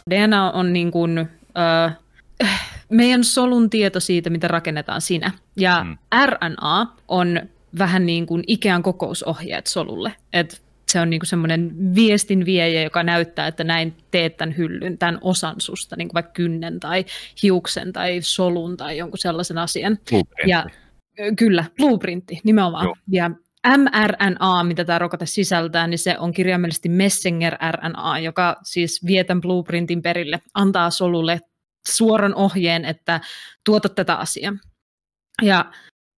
DNA on niin kuin, meidän solun tieto siitä, mitä rakennetaan sinä. Ja RNA on vähän niin kuin Ikean kokousohjeet solulle. Et se on niin kuin semmoinen viestinviejä, joka näyttää, että näin teet tämän hyllyn, tämän osan susta, niin kuin vaikka kynnen tai hiuksen tai solun tai jonkun sellaisen asian. Ja, kyllä, blueprintti nimenomaan. Joo. Ja mRNA, mitä tämä rokote sisältää, niin se on kirjaimellisesti messenger-RNA, joka siis vie tämän blueprintin perille, antaa solulle suoran ohjeen, että tuota tätä asiaa. Ja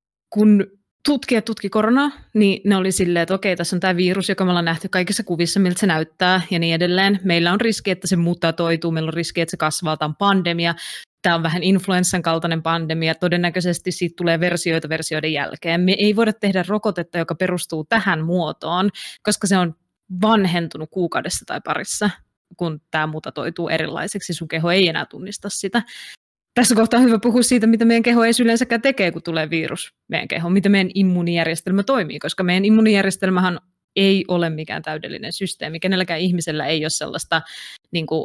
kun tutkijat tutki koronaa, niin ne oli silleen, että okei, tässä on tämä virus, joka me ollaan nähty kaikissa kuvissa, miltä se näyttää ja niin edelleen. Meillä on riski, että se mutatoituu, meillä on riski, että se kasvaa, tämä on pandemia. Tämä on vähän influenssan kaltainen pandemia, todennäköisesti siitä tulee versioita versioiden jälkeen. Me ei voida tehdä rokotetta, joka perustuu tähän muotoon, koska se on vanhentunut kuukaudessa tai parissa, kun tämä mutatoituu erilaiseksi, sun keho ei enää tunnista sitä. Tässä kohtaa on hyvä puhua siitä, mitä meidän keho ei yleensäkään tekee, kun tulee virus meidän kehoon, mitä meidän immuunijärjestelmä toimii, koska meidän immuunijärjestelmähän ei ole mikään täydellinen systeemi. Kenelläkään ihmisellä ei ole sellaista niin kuin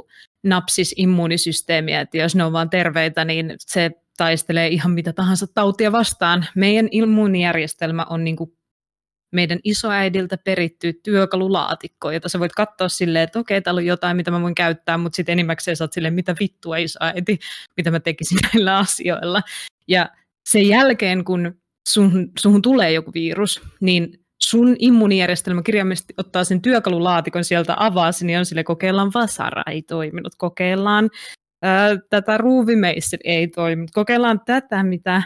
napsis-immuunisysteemiä, että jos ne on vaan terveitä, niin se taistelee ihan mitä tahansa tautia vastaan. Meidän immuunijärjestelmä on niin kuin meidän isoäidiltä peritty työkalulaatikko, jota sä voit katsoa silleen, että okei, täällä on jotain, mitä mä voin käyttää, mutta sitten enimmäkseen sä oot silleen, mitä vittua isoäiti, mitä mä tekisin näillä asioilla. Ja sen jälkeen, kun suhun tulee joku virus, niin sun immuunijärjestelmä kirjaimellisesti ottaa sen työkalulaatikon sieltä, avaa sen ja on silleen, kokeillaan vasara, ei toiminut, kokeillaan tätä ruuvimeisset, ei toiminut, kokeillaan tätä, mitä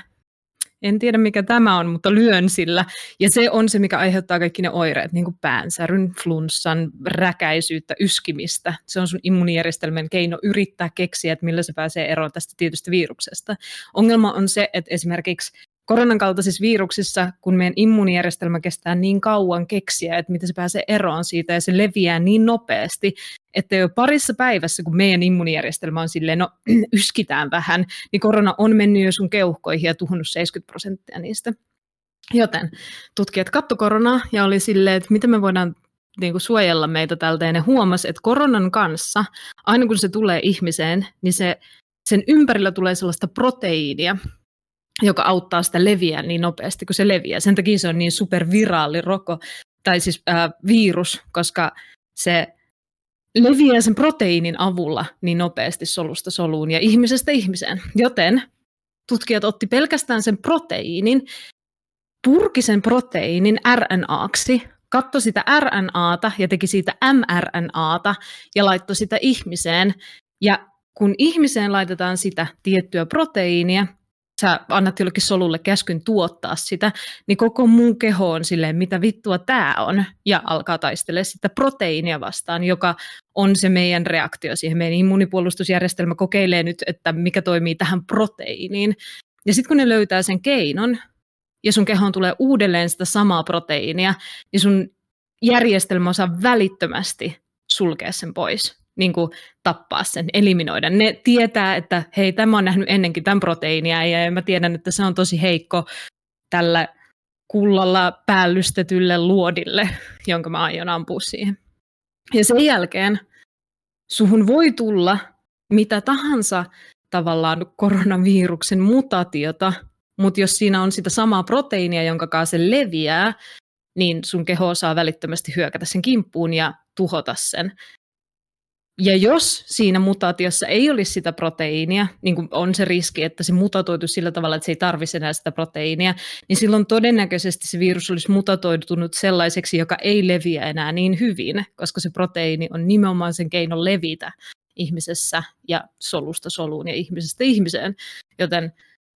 en tiedä mikä tämä on, mutta lyön sillä. Ja se on se, mikä aiheuttaa kaikki ne oireet, niin kuin päänsäryn, flunssan, räkäisyyttä, yskimistä. Se on sun immuunijärjestelmän keino yrittää keksiä, että millä se pääsee eroon tästä tietystä viruksesta. Ongelma on se, että esimerkiksi koronan kaltaisissa viruksissa, kun meidän immuunijärjestelmä kestää niin kauan keksiä, että miten se pääsee eroon siitä ja se leviää niin nopeasti, että jo parissa päivässä, kun meidän immuunijärjestelmä on silleen, no yskitään vähän, niin korona on mennyt jo sun keuhkoihin ja tuhonnut 70% niistä. Joten tutkijat katto koronaa ja oli silleen, että miten me voidaan niin kuin suojella meitä tältä, ja ne huomasi, että koronan kanssa, aina kun se tulee ihmiseen, niin sen ympärillä tulee sellaista proteiinia, joka auttaa sitä leviää niin nopeasti, kun se leviää. Sen takia se on niin superviraali virus, koska se leviää sen proteiinin avulla niin nopeasti solusta soluun ja ihmisestä ihmiseen. Joten tutkijat otti pelkästään sen proteiinin, purki sen proteiinin RNAksi, katsoi sitä RNAta ja teki siitä mRNAta ja laittoi sitä ihmiseen. Ja kun ihmiseen laitetaan sitä tiettyä proteiinia, sä annat jollekin solulle käskyn tuottaa sitä, niin koko muu keho on silleen, mitä vittua tää on, ja alkaa taistelemaan sitä proteiinia vastaan, joka on se meidän reaktio siihen. Meidän immuunipuolustusjärjestelmä kokeilee nyt, että mikä toimii tähän proteiiniin. Ja sitten kun ne löytää sen keinon, ja sun kehoon tulee uudelleen sitä samaa proteiinia, niin sun järjestelmä osaa välittömästi sulkea sen pois. Niin kuin tappaa sen, eliminoida. Ne tietää, että hei, tämä on nähnyt ennenkin tämän proteiinia, ja mä tiedän, että se on tosi heikko tällä kullalla päällystetylle luodille, jonka mä aion ampua siihen. Ja sen jälkeen suhun voi tulla mitä tahansa tavallaan koronaviruksen mutaatiota, mutta jos siinä on sitä samaa proteiinia, jonka kanssa se leviää, niin sun keho saa välittömästi hyökätä sen kimppuun ja tuhota sen. Ja jos siinä mutaatiossa ei olisi sitä proteiinia, niin kuin on se riski, että se mutatoitu sillä tavalla, että se ei tarvitse enää sitä proteiinia, niin silloin todennäköisesti se virus olisi mutatoitunut sellaiseksi, joka ei leviä enää niin hyvin, koska se proteiini on nimenomaan sen keino levitä ihmisessä ja solusta soluun ja ihmisestä ihmiseen. Joten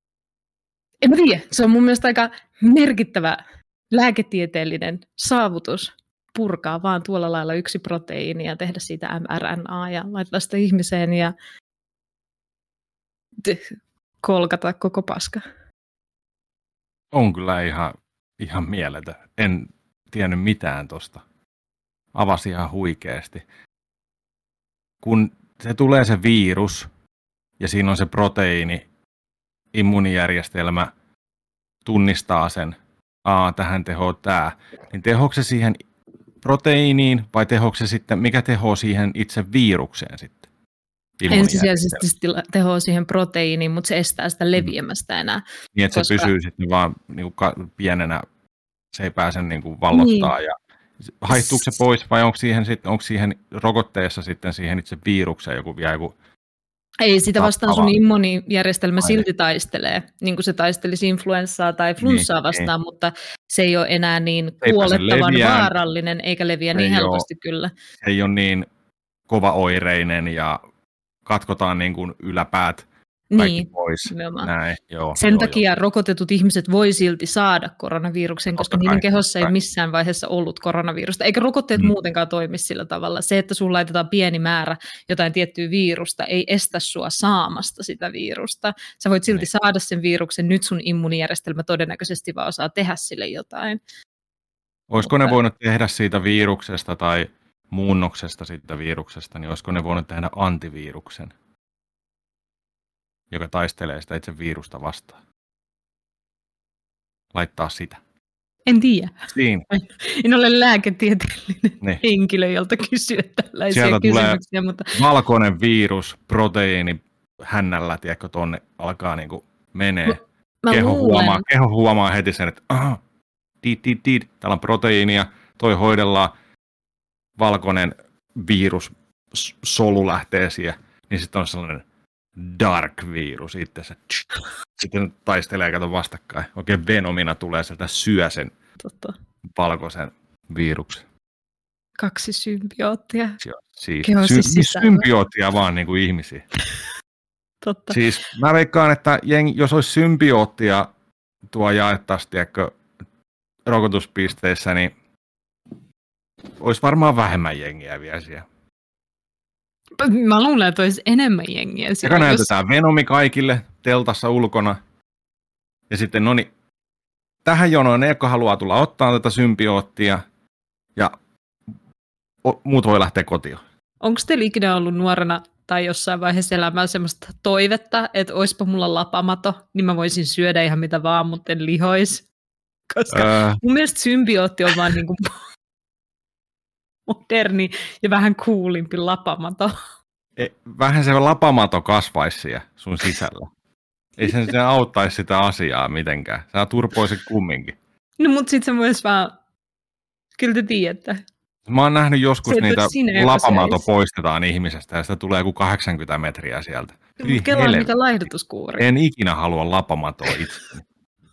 en mä tiedä, se on mun mielestä aika merkittävä lääketieteellinen saavutus. Purkaa vaan tuolla lailla yksi proteiini ja tehdä siitä mRNA ja laittaa sitä ihmiseen ja kolkata koko paska. On kyllä ihan mieletön. En tiennyt mitään tosta. Avasi ihan huikeasti. Kun se tulee se virus ja siinä on se proteiini, immuunijärjestelmä tunnistaa sen, tähän tehoaa tää, niin tehoako se siihen proteiiniin vai tehoako se sitten, mikä teho siihen itse virukseen sitten? ensisijaisesti tehoa siihen proteiiniin, mutta se estää sitä leviämästä enää. Niin, että se pysyy sitten vaan niin kuin pienenä, se ei pääse niin kuin vallottaa. Niin. Ja haihtuuko se pois vai onko siihen rokotteessa sitten siihen itse virukseen joku ei, sitä vastaan sun immuunijärjestelmä silti taistelee, niin kuin se taistelisi influenssaa tai flunssaa vastaan, mutta se ei ole enää niin kuolettavan vaarallinen, eikä leviä niin helposti kyllä. Se ei ole niin kovaoireinen ja katkotaan niin kuin yläpäät kaikki pois. Näin, sen takia rokotetut ihmiset voi silti saada koronaviruksen, koska niiden kehossa ei missään vaiheessa ollut koronavirusta, eikä rokotteet muutenkaan toimi sillä tavalla. Se, että sun laitetaan pieni määrä jotain tiettyä virusta, ei estä sua saamasta sitä virusta. Sä voit silti saada sen viruksen, nyt sun immuunijärjestelmä todennäköisesti vaan osaa tehdä sille jotain. Olisiko ne voinut tehdä siitä viruksesta tai muunnoksesta siitä viruksesta, niin olisiko ne voinut tehdä antiviruksen, joka taistelee sitä itse virusta vastaan? Laittaa sitä. En tiedä. Niin. En ole lääketieteellinen henkilö, jolta kysyä tällaisia sieltä kysymyksiä. Mutta valkoinen virus, proteiini hännällä, tiedätkö, tuonne alkaa niin kuin menee. Keho huomaa heti sen, että täällä on proteiinia, toi hoidellaan, valkoinen virus, solu lähtee siihen, niin sitten on sellainen dark-virus itsensä. Sitten taistelee kato vastakkain. Oikein Venomina tulee sieltä syö sen valkoisen viruksen. 2 symbioottia. Siis symbioottia vaan niin kuin ihmisiä. Totta. Siis mä veikkaan, että jos olisi symbioottia tuo jaettaisiin, tiedätkö, rokotuspisteissä, niin olisi varmaan vähemmän jengiä vielä siellä. Mä luulen, että olisi enemmän jengiä. Joka näytetään Venomi kaikille teltassa ulkona. Ja sitten tähän jonoon ne, jotka haluaa tulla ottaa tätä symbioottia, ja muut voi lähteä kotiin. Onko teillä ikinä ollut nuorena tai jossain vaiheessa elämää semmoista toivetta, että oispa mulla lapamato, niin mä voisin syödä ihan mitä vaan, mutta en lihoisi? Koska mun mielestä symbiootti on vaan niin kuin moderni ja vähän coolimpi lapamato. Vähän se lapamato kasvaisi siellä sun sisällä. Ei se auttaisi sitä asiaa mitenkään. Sä turpoisit kumminkin. No mut sit se myös vaan, kyllä te tiedätte. Mä oon nähnyt joskus niitä lapamato poistetaan ihmisestä ja sitä tulee joku 80 metriä sieltä. Kelaa mikä laihdutuskuuri. En ikinä halua lapamatoa itse.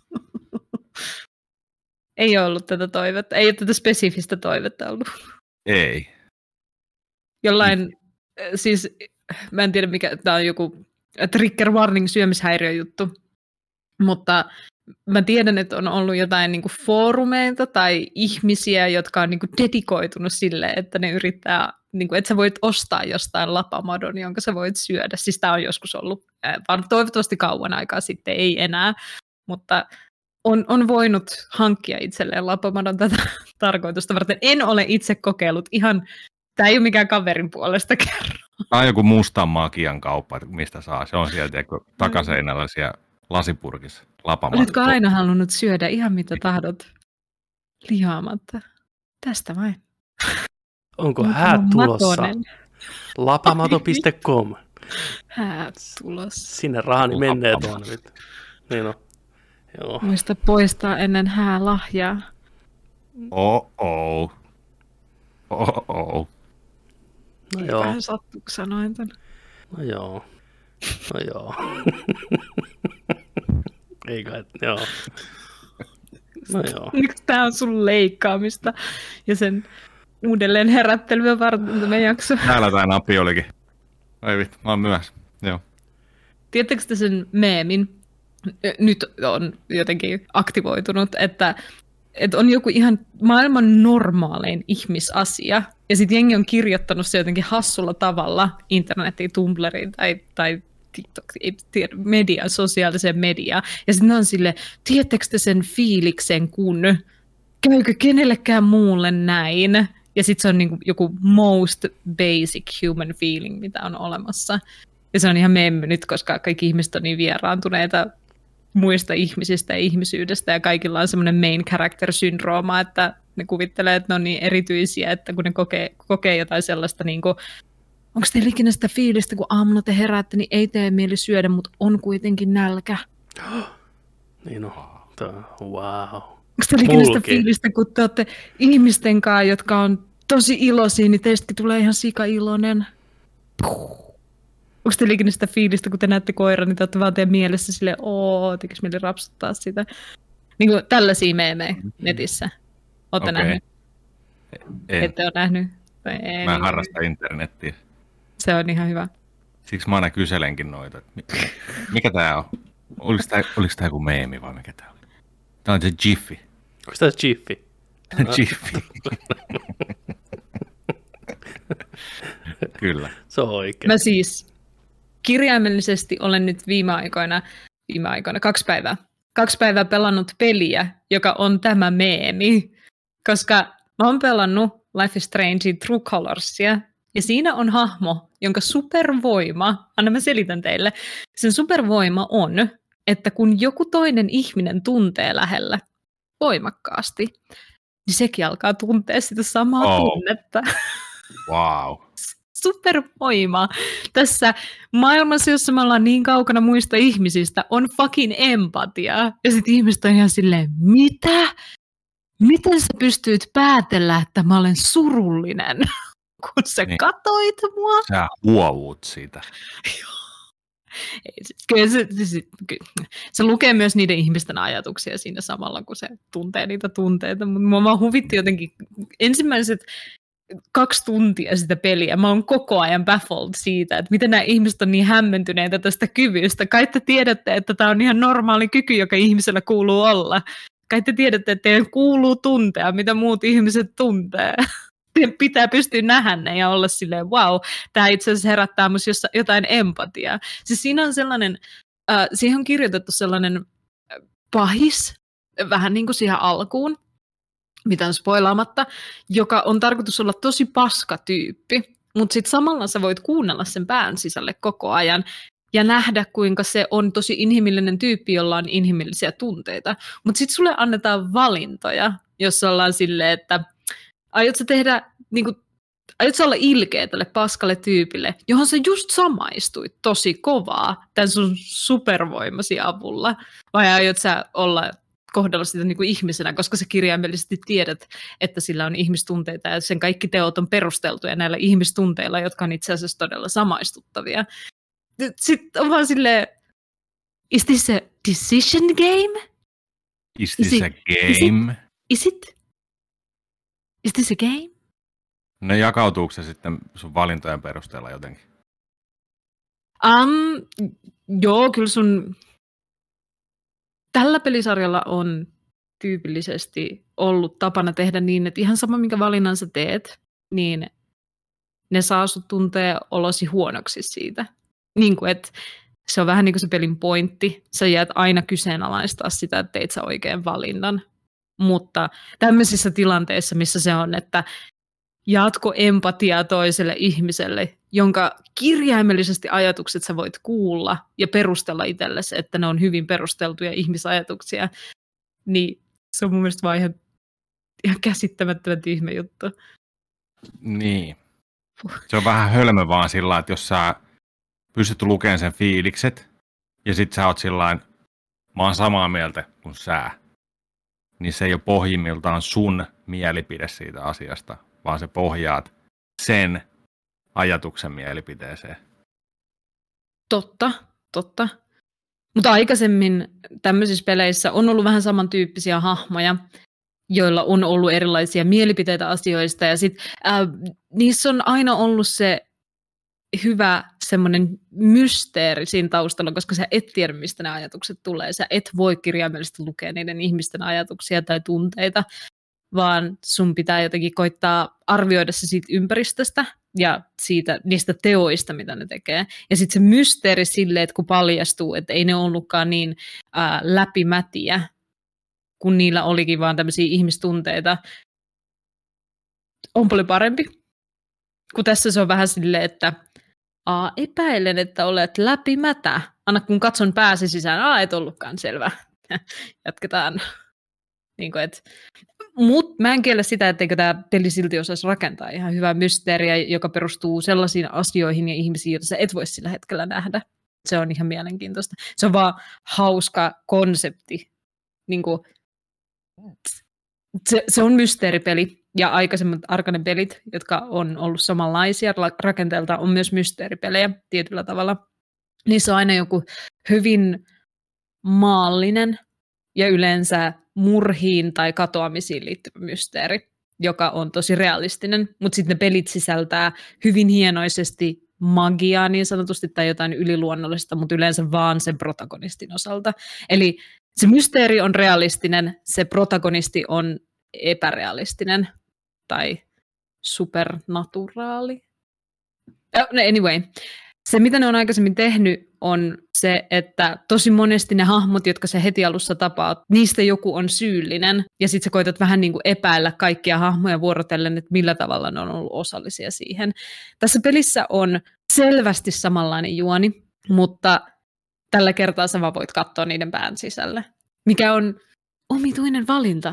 Ei ole ollut tätä toivetta. Ei ole tätä spesifistä toivetta ollut. Ei. Jollain, siis mä en tiedä mikä, tää on joku trigger warning syömishäiriöjuttu, mutta mä tiedän, että on ollut jotain niin kuin foorumeita tai ihmisiä, jotka on niin kuin dedikoitunut sille, että ne yrittää, niin kuin, että sä voit ostaa jostain lapamadon, jonka sä voit syödä. Siis tää on joskus ollut, toivottavasti kauan aikaa sitten, ei enää, mutta on voinut hankkia itselleen lapamadon tätä tarkoitusta varten. En ole itse kokeillut ihan, tää ei ole mikään kaverin puolesta kerran. Tämä on joku mustan magian kauppa, mistä saa. Se on sieltä takaseinällä siellä lasipurkissa. Oletko aina halunnut syödä ihan mitä tahdot lihaamatta? Tästä vain. Onko häät tulossa? Lapamato.com. Häät tulossa. Sinne rahani menee tuonne nyt. Niin on. Joo. Muista poistaa ennen häälahjaa. Oh. No joo. Vähän sattuuko sanoin tän? No joo. Ei kai, joo. No joo. Miksi tää on sun leikkaamista ja sen uudelleen herättelyä varten tämä jakso? Täällä tää nappi olikin. Ei vittu, mä oon myöhässä. Joo. Tiedättekö te sen meemin? Nyt on jotenkin aktivoitunut, että on joku ihan maailman normaalein ihmisasia, ja sitten jengi on kirjoittanut se jotenkin hassulla tavalla internetiin, Tumblriin tai TikTok, ei tiedä, sosiaaliseen mediaan, ja sitten on silleen, tiedättekö te sen fiiliksen, kun käykö kenellekään muulle näin, ja sitten se on niinku joku most basic human feeling, mitä on olemassa, ja se on ihan meemme nyt, koska kaikki ihmiset on niin vieraantuneita muista ihmisistä ja ihmisyydestä, ja kaikilla on semmoinen main character-syndrooma, että ne kuvittelee, että ne on niin erityisiä, että kun ne kokee jotain sellaista niin kuin Onko teillä ikinä sitä fiilistä, kun aamulla te heräätte, niin ei tee mieli syödä, mutta on kuitenkin nälkä? Niin on. Wow. Onko teillä ikinä sitä fiilistä, kun te olette ihmisten kanssa, jotka on tosi iloisia, niin teistäkin tulee ihan sika-iloinen? Onko teillä ikinä sitä fiilistä, kun te näette koiran, niin te olette vaan teidän mielessä silleen, tekis mieli rapsuttaa sitä. Niin kuin tällaisia meemejä netissä. Olette nähnyt? Ette ole nähnyt? Mä en harrasta internettiä. Se on ihan hyvä. Siksi mä aina kyselenkin noita. Mikä tää on? Oliko tää joku meemi vai mikä tää on? Tää on se Giffi. Onko tää Giffi? Giffi. Kyllä. Se on oikein. Mä siis kirjaimellisesti olen nyt viime aikoina 2 päivää pelannut peliä, joka on tämä meemi. Koska mä oon pelannut Life is Strange True Colorsia, ja siinä on hahmo, jonka supervoima, anna mä selitän teille, sen supervoima on, että kun joku toinen ihminen tuntee lähellä voimakkaasti, niin sekin alkaa tuntea sitä samaa tunnetta. Wow. Supervoima. Tässä maailmassa, jossa me ollaan niin kaukana muista ihmisistä, on fucking empatia. Ja sitten ihmiset on ihan silleen, mitä? Miten sä pystyit päätellä, että mä olen surullinen, kun sä katoit mua? Sä huovuut siitä. Kyllä se lukee myös niiden ihmisten ajatuksia siinä samalla, kun se tuntee niitä tunteita. Mutta mä huvitti jotenkin ensimmäiset 2 tuntia sitä peliä. Mä oon koko ajan baffled siitä, että miten nämä ihmiset on niin hämmentyneitä tästä kyvystä. Kai te tiedätte, että tämä on ihan normaali kyky, joka ihmisellä kuuluu olla. Kai te tiedätte, että teidän kuuluu tuntea, mitä muut ihmiset tuntee. Teidän pitää pystyä nähdä ne ja olla silleen, wow, tämä itse asiassa herättää musta jotain empatiaa. Siis siinä on sellainen, siihen on kirjoitettu sellainen pahis, vähän niin kuin siihen alkuun, mitään spoilaamatta, joka on tarkoitus olla tosi paska tyyppi, mutta sitten samalla sä voit kuunnella sen pään sisälle koko ajan ja nähdä, kuinka se on tosi inhimillinen tyyppi, jolla on inhimillisiä tunteita. Mutta sitten sulle annetaan valintoja, jossa ollaan silleen, että aiotko sä olla ilkeä tälle paskalle tyypille, johon sä just samaistuit tosi kovaa tämän sun supervoimasi avulla, vai aiot sä kohdella sitä niin kuin ihmisenä, koska sä kirjaimellisesti tiedät, että sillä on ihmistunteita ja sen kaikki teot on perusteltuja näillä ihmistunteilla, jotka on itse asiassa todella samaistuttavia. Sitten on vaan silleen, is this a decision game? Is this a game? Is this a game? No jakautuuko se sitten sun valintojen perusteella jotenkin? Joo, kyllä sun tällä pelisarjalla on tyypillisesti ollut tapana tehdä niin, että ihan sama minkä valinnan sä teet, niin ne saa sut tuntee olosi huonoksi siitä. Niin kuin, että se on vähän niin kuin se pelin pointti. Sä jäät aina kyseenalaistaa sitä, että teit sä oikean valinnan. Mutta tämmöisissä tilanteissa, missä se on, että jaatko empatiaa toiselle ihmiselle, jonka kirjaimellisesti ajatukset sä voit kuulla ja perustella itsellesi, että ne on hyvin perusteltuja ihmisajatuksia, niin se on mun mielestä vaan ihan käsittämättömän tyhmä juttu. Niin. Se on vähän hölmö vaan sillä, että jos sä pystyt lukemaan sen fiilikset ja sit sä oot sillain, mä oon samaa mieltä kuin sä, niin se ei ole pohjimmiltaan sun mielipide siitä asiasta, vaan se pohjaat sen ajatuksen mielipiteeseen. Totta. Mutta aikaisemmin tämmöisissä peleissä on ollut vähän samantyyppisiä hahmoja, joilla on ollut erilaisia mielipiteitä asioista, ja sitten niissä on aina ollut se hyvä semmoinen mysteeri siinä taustalla, koska sä et tiedä, mistä ne ajatukset tulee. Sä et voi kirjaimellisesti lukea niiden ihmisten ajatuksia tai tunteita, vaan sun pitää jotenkin koittaa arvioida se siitä ympäristöstä ja niistä teoista, mitä ne tekee. Ja sitten se mysteeri silleen, että kun paljastuu, että ei ne ollutkaan niin läpimätiä, kun niillä olikin vaan tämmöisiä ihmistunteita, on paljon parempi. Kun tässä se on vähän silleen, että epäilen, että olet läpimätä. Anna kun katson pääsi sisään, et ollutkaan, selvä. Jatketaan. Niin kuin, mutta mä en kiellä sitä, etteikö tämä peli silti osaisi rakentaa ihan hyvää mysteeriä, joka perustuu sellaisiin asioihin ja ihmisiin, joita sä et voi sillä hetkellä nähdä. Se on ihan mielenkiintoista. Se on vaan hauska konsepti. Niin kuin, se on mysteeripeli, ja aikaisemmat Arkanen pelit, jotka on ollut samanlaisia rakenteelta, on myös mysteeripelejä tietyllä tavalla. Niissä on aina joku hyvin maallinen ja yleensä murhiin tai katoamisiin liittyvä mysteeri, joka on tosi realistinen, mutta sitten ne pelit sisältää hyvin hienoisesti magiaa niin sanotusti tai jotain yliluonnollista, mutta yleensä vaan sen protagonistin osalta. Eli se mysteeri on realistinen, se protagonisti on epärealistinen tai supernaturaali. Anyway, se mitä ne on aikaisemmin tehnyt on se, että tosi monesti ne hahmot, jotka sä heti alussa tapaat, niistä joku on syyllinen ja sit sä koetat vähän niin kuin epäillä kaikkia hahmoja vuorotellen, että millä tavalla ne on ollut osallisia siihen. Tässä pelissä on selvästi samanlainen juoni, mutta tällä kertaa sä vaan voit katsoa niiden pään sisälle, mikä on omituinen valinta.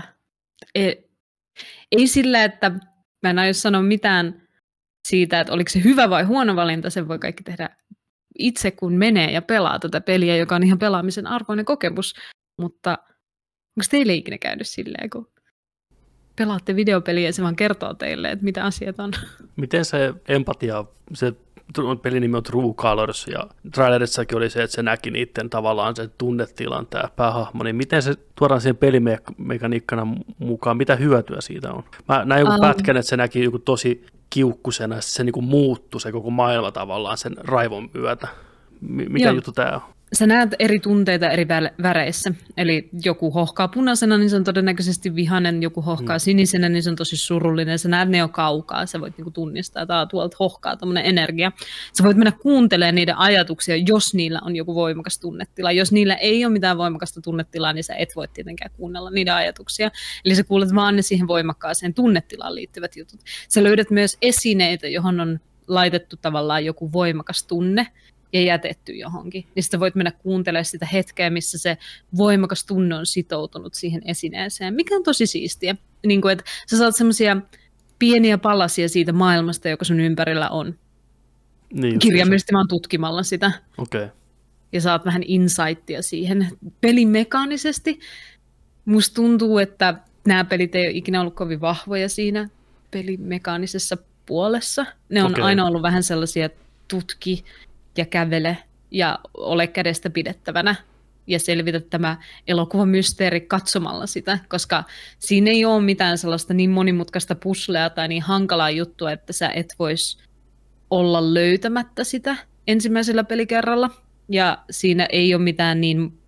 Ei sillä, että mä en aio sanoa mitään siitä, että oliko se hyvä vai huono valinta, sen voi kaikki tehdä itse, kun menee ja pelaa tätä peliä, joka on ihan pelaamisen arvoinen kokemus. Mutta onko teille ikinä käynyt silleen, kun pelaatte videopeliä ja se vaan kertoo teille, että mitä asiat on? Miten se empatia, se pelin nimi on True Colors, ja trailerissakin oli se, että se näki niiden tavallaan sen tunnetilan, tämä päähahmo, niin miten se tuodaan siihen pelimekaniikkana mukaan, mitä hyötyä siitä on? Mä näin joku pätkän, että se näki joku tosi kiukkusena, ja se niin muuttui se koko maailma tavallaan sen raivon myötä. Mikä juttu tämä on? Sä näet eri tunteita eri väreissä. Eli joku hohkaa punaisena, niin se on todennäköisesti vihainen. Joku hohkaa sinisenä, niin se on tosi surullinen. Sä näet ne jo kaukaa. Sä voit niinku tunnistaa, että tuolta hohkaa tommoinen energia. Sä voit mennä kuuntelemaan niiden ajatuksia, jos niillä on joku voimakas tunnetila. Jos niillä ei ole mitään voimakasta tunnetilaa, niin sä et voi tietenkään kuunnella niiden ajatuksia. Eli sä kuulet vaan ne siihen voimakkaaseen tunnetilaan liittyvät jutut. Sä löydät myös esineitä, johon on laitettu tavallaan joku voimakas tunne ja jätetty johonkin, niin sitten voit mennä kuuntelemaan sitä hetkeä, missä se voimakas tunne on sitoutunut siihen esineeseen, mikä on tosi siistiä. Niin kuin, että sä saat semmoisia pieniä palasia siitä maailmasta, joka sun ympärillä on. Niin, kirjaimellisesti vaan tutkimalla sitä. Okay. Ja saat vähän insightia siihen. Pelimekaanisesti musta tuntuu, että nämä pelit ei ole ikinä ollut kovin vahvoja siinä pelimekaanisessa puolessa. Ne on aina ollut vähän sellaisia tutki ja kävele ja ole kädestä pidettävänä ja selvitä tämä elokuvamysteeri katsomalla sitä, koska siinä ei ole mitään sellaista niin monimutkaista puslea tai niin hankalaa juttua, että sä et vois olla löytämättä sitä ensimmäisellä pelikerralla. Ja siinä ei ole mitään niin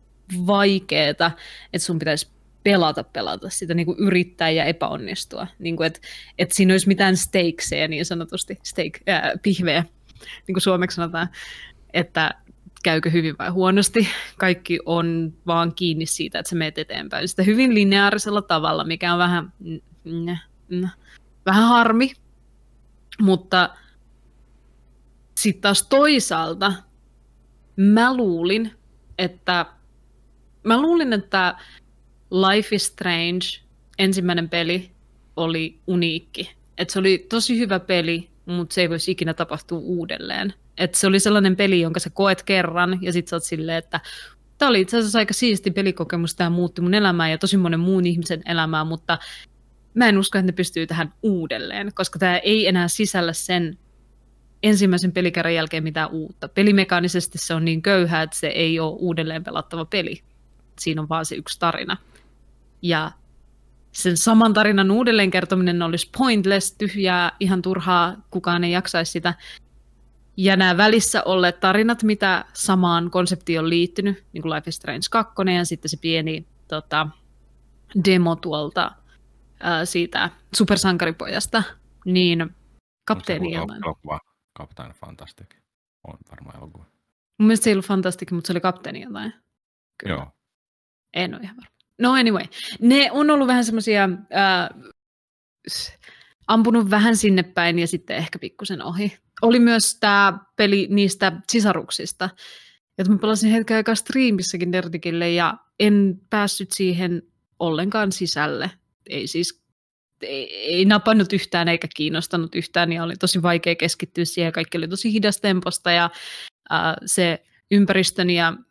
vaikeeta, että sun pitäisi pelata sitä, niin kuin yrittää ja epäonnistua. Niin kuin, että siinä olisi mitään stakeseja niin sanotusti, pihvejä. Niin kuin suomeksi sanotaan, että käykö hyvin vai huonosti. Kaikki on vaan kiinni siitä, että sä menet eteenpäin. Sitä hyvin lineaarisella tavalla, mikä on vähän harmi. Mutta sitten taas toisaalta mä luulin, että Life is Strange, ensimmäinen peli, oli uniikki. Että se oli tosi hyvä peli, mutta se ei voisi ikinä tapahtua uudelleen. Että se oli sellainen peli, jonka sä koet kerran, ja sit sä oot silleen, että tää oli itse asiassa aika siisti pelikokemus, tää muutti mun elämää ja tosi monen muun ihmisen elämää, mutta mä en usko, että ne pystyy tähän uudelleen, koska tää ei enää sisällä sen ensimmäisen pelikerran jälkeen mitään uutta. Pelimekaanisesti se on niin köyhää, että se ei ole uudelleen pelattava peli. Siinä on vaan se yksi tarina. Ja sen saman tarinan uudelleen kertominen olisi pointless, tyhjää, ihan turhaa, kukaan ei jaksaisi sitä. Ja nämä välissä olleet tarinat, mitä samaan konseptiin on liittynyt, niin kuin Life is Strange 2 ja sitten se pieni demo tuolta siitä supersankaripojasta, niin Kapteeni jotain. Captain Fantastic on varmaan elokuva. Mun mielestä se ei ollut Fantastic, mutta se oli Kapteeni jotain. Kyllä. Joo. En ole ihan varma. No anyway, ne on ollut vähän semmoisia, ampunut vähän sinne päin ja sitten ehkä pikkusen ohi. Oli myös tämä peli niistä sisaruksista, että mä pelasin hetken aikaa striimissäkin Nerdikille ja en päässyt siihen ollenkaan sisälle. Ei siis ei napannut yhtään eikä kiinnostanut yhtään, ja oli tosi vaikea keskittyä siihen. Kaikki oli tosi hidastemposta, ja se ympäristön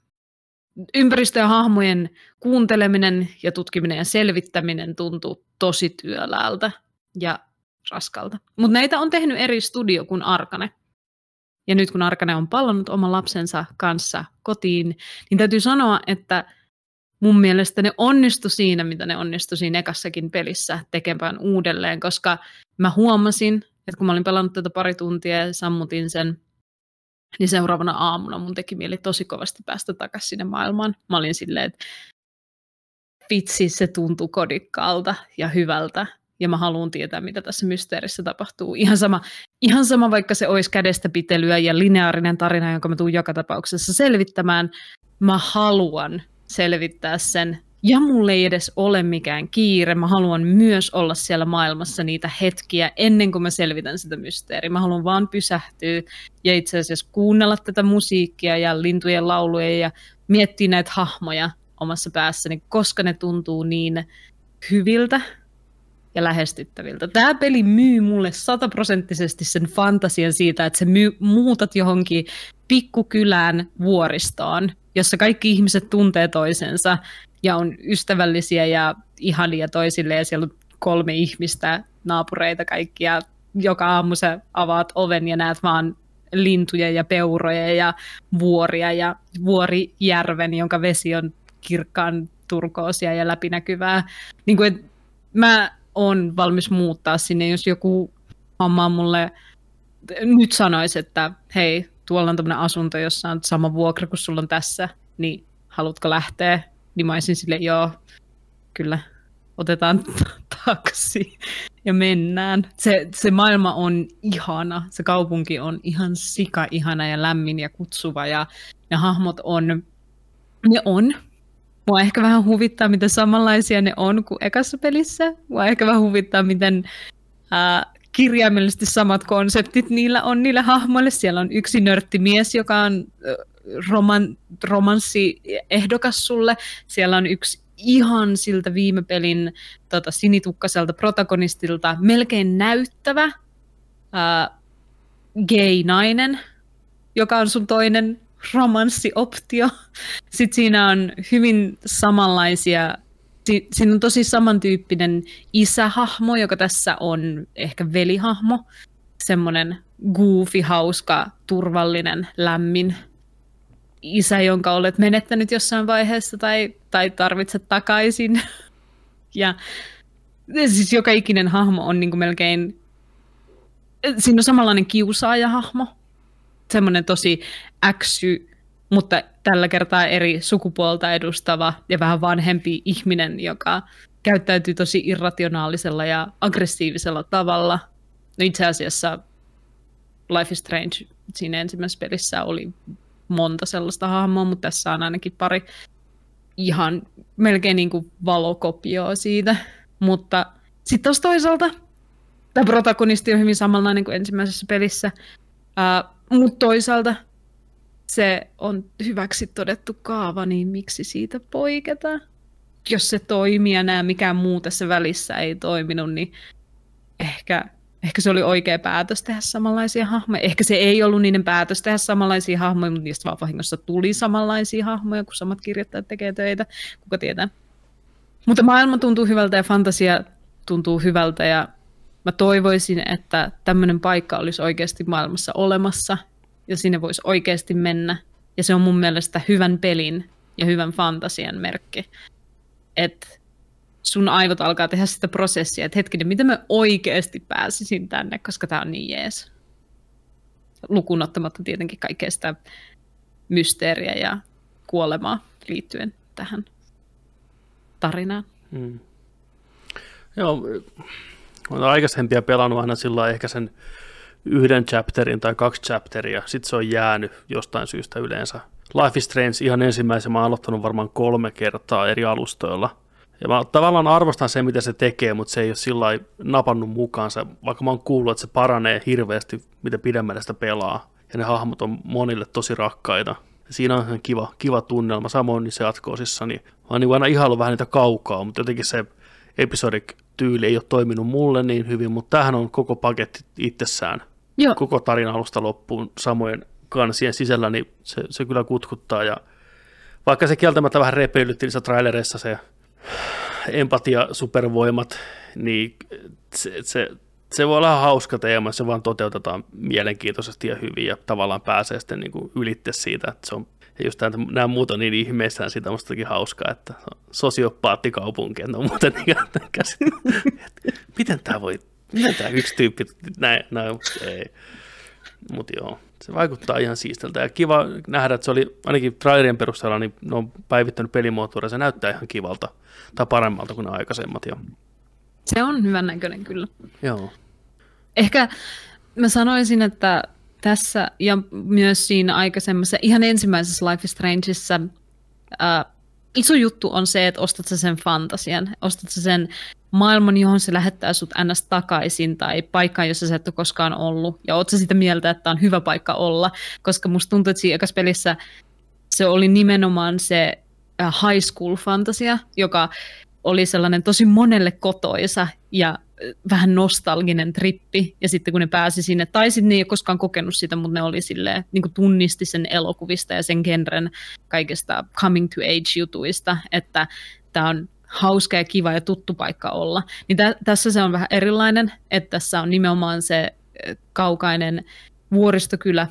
ja hahmojen kuunteleminen ja tutkiminen ja selvittäminen tuntuu tosi työläältä ja raskalta. Mutta näitä on tehnyt eri studio kuin Arkane. Ja nyt kun Arkane on palannut oman lapsensa kanssa kotiin, niin täytyy sanoa, että mun mielestä ne onnistu siinä, mitä ne onnistu siinä ekassakin pelissä tekemään uudelleen, koska mä huomasin, että kun mä olin pelannut tätä pari tuntia ja sammutin sen, niin seuraavana aamuna mun teki mieli tosi kovasti päästä takaisin sinne maailmaan. Mä olin silleen, että vitsi, se tuntuu kodikkaalta ja hyvältä. Ja mä haluan tietää, mitä tässä mysteerissä tapahtuu. Ihan sama, vaikka se olisi kädestä pitelyä ja lineaarinen tarina, jonka mä tuun joka tapauksessa selvittämään. Mä haluan selvittää sen. Ja mulle ei edes ole mikään kiire. Mä haluan myös olla siellä maailmassa niitä hetkiä ennen kuin mä selvitän sitä mysteeriä. Mä haluan vaan pysähtyä ja itse asiassa kuunnella tätä musiikkia ja lintujen lauluja ja miettiä näitä hahmoja omassa päässäni, koska ne tuntuu niin hyviltä ja lähestyttäviltä. Tämä peli myy mulle 100% sen fantasian siitä, että sä muutat johonkin pikkukylään vuoristoon, jossa kaikki ihmiset tuntee toisensa ja on ystävällisiä ja ihania toisille, ja siellä on 3 ihmistä, naapureita kaikkia. Joka aamu sä avaat oven ja näet vaan lintuja ja peuroja ja vuoria ja vuorijärven, jonka vesi on kirkkaan turkoosia ja läpinäkyvää. Niin kuin, mä oon valmis muuttaa sinne, jos joku mamma mulle nyt sanoisi, että hei, tuolla on tämmöinen asunto, jossa on sama vuokra kuin sulla on tässä, niin haluatko lähteä? Niin mä olisin silleen, joo, kyllä, otetaan taksi ja mennään. Se maailma on ihana, se kaupunki on ihan sika-ihana ja lämmin ja kutsuva, ja ne hahmot ne on. Mua ehkä vähän huvittaa, miten samanlaisia ne on kuin ekassa pelissä. Mua ehkä vähän huvittaa, miten kirjaimellisesti samat konseptit niillä hahmoille. Siellä on yksi nörttimies, joka on romanssiehdokas sulle. Siellä on yksi ihan siltä viime pelin sinitukkaiselta protagonistilta melkein näyttävä gay-nainen, joka on sun toinen romanssioptio. Sitten siinä on hyvin samanlaisia, siinä on tosi samantyyppinen isähahmo, joka tässä on ehkä velihahmo. Semmoinen goofy, hauska, turvallinen, lämmin isä, jonka olet menettänyt jossain vaiheessa tai tarvitset takaisin. Ja siis joka ikinen hahmo on niin kuin melkein, siinä on samanlainen kiusaajahahmo. Semmoinen tosi äksy, mutta tällä kertaa eri sukupuolta edustava ja vähän vanhempi ihminen, joka käyttäytyy tosi irrationaalisella ja aggressiivisella tavalla. No itse asiassa Life is Strange siinä ensimmäisessä pelissä oli monta sellaista hahmoa, mutta tässä on ainakin pari ihan melkein niin kuin valokopioa siitä. Mutta sitten taas toisaalta tämä protagonisti on hyvin samanlainen kuin ensimmäisessä pelissä. Mutta toisaalta se on hyväksi todettu kaava, niin miksi siitä poiketaan? Jos se toimii ja nämä mikään muu tässä välissä ei toiminut, niin ehkä se oli oikea päätös tehdä samanlaisia hahmoja. Ehkä se ei ollut niiden päätös tehdä samanlaisia hahmoja, mutta niistä vaan vahingossa tuli samanlaisia hahmoja, kun samat kirjoittajat tekee töitä. Kuka tietää. Mutta maailma tuntuu hyvältä ja fantasia tuntuu hyvältä, ja mä toivoisin, että tämmöinen paikka olisi oikeasti maailmassa olemassa ja sinne voisi oikeasti mennä. Ja se on mun mielestä hyvän pelin ja hyvän fantasian merkki. Että sun aivot alkaa tehdä sitä prosessia, että hetkinen, miten mä oikeasti pääsisin tänne, koska tää on niin jees. Lukuun ottamatta tietenkin kaikkea sitä mysteeriä ja kuolemaa liittyen tähän tarinaan. Joo, olen aikaisempia pelannut aina sillä ehkä sen 1 chapterin tai 2 chapteria, sitten se on jäänyt jostain syystä yleensä. Life is Strange ihan ensimmäisen mä oon aloittanut varmaan 3 kertaa eri alustoilla. Ja mä tavallaan arvostan sen, mitä se tekee, mutta se ei ole sillä lailla napannut mukaansa, vaikka mä oon kuullut, että se paranee hirveästi, mitä pidemmälle sitä pelaa. Ja ne hahmot on monille tosi rakkaita. Ja siinä on kiva tunnelma. Samoin niissä jatko-osissa, niin oon niin aina ihaillut vähän niitä kaukaa, mutta jotenkin se episodic-tyyli ei ole toiminut mulle niin hyvin, mutta tämähän on koko paketti itsessään. Joo. Koko tarina alusta loppuun samojen kansien sisällä, niin se kyllä kutkuttaa. Ja vaikka se kieltämättä vähän repeilytti niissä trailereissa se empatia, supervoimat, niin se voi olla hauska teema, se vaan toteutetaan mielenkiintoisesti ja hyvin ja tavallaan pääsee sitten niin kuin ylitte siitä, että se on, ja just nämä muut on niin ihmeissään, siitä on mustakin hauskaa, että sosiopaattikaupunki, että on muuten miten tämä yksi tyyppi näin ei. Mutta joo, se vaikuttaa ihan siisteltä ja kiva nähdä, että se oli ainakin trailerien perusteella, niin ne on päivittänyt pelimuotoa ja se näyttää ihan kivalta tai paremmalta kuin ne aikaisemmat. Ja se on hyvän näköinen kyllä. Joo. Ehkä mä sanoisin, että tässä ja myös siinä aikaisemmassa, ihan ensimmäisessä Life is Strangeissa iso juttu on se, että ostat sä sen fantasian, ostat sä sen maailman, johon se lähettää sut ns. Takaisin tai paikkaan, jossa sä et ole koskaan ollut. Ja oot sä sitä mieltä, että on hyvä paikka olla, koska musta tuntuu, että siinä ekassa pelissä se oli nimenomaan se high school fantasia, joka oli sellainen tosi monelle kotoisa ja vähän nostalginen trippi, ja sitten kun ne pääsi sinne, tai sitten ne ei ole koskaan kokenut sitä, mutta ne oli silleen, niin kuin tunnisti sen elokuvista ja sen genren kaikesta coming to age jutuista, että tämä on hauska ja kiva ja tuttu paikka olla. Niin tässä se on vähän erilainen, että tässä on nimenomaan se kaukainen vuoristokylä,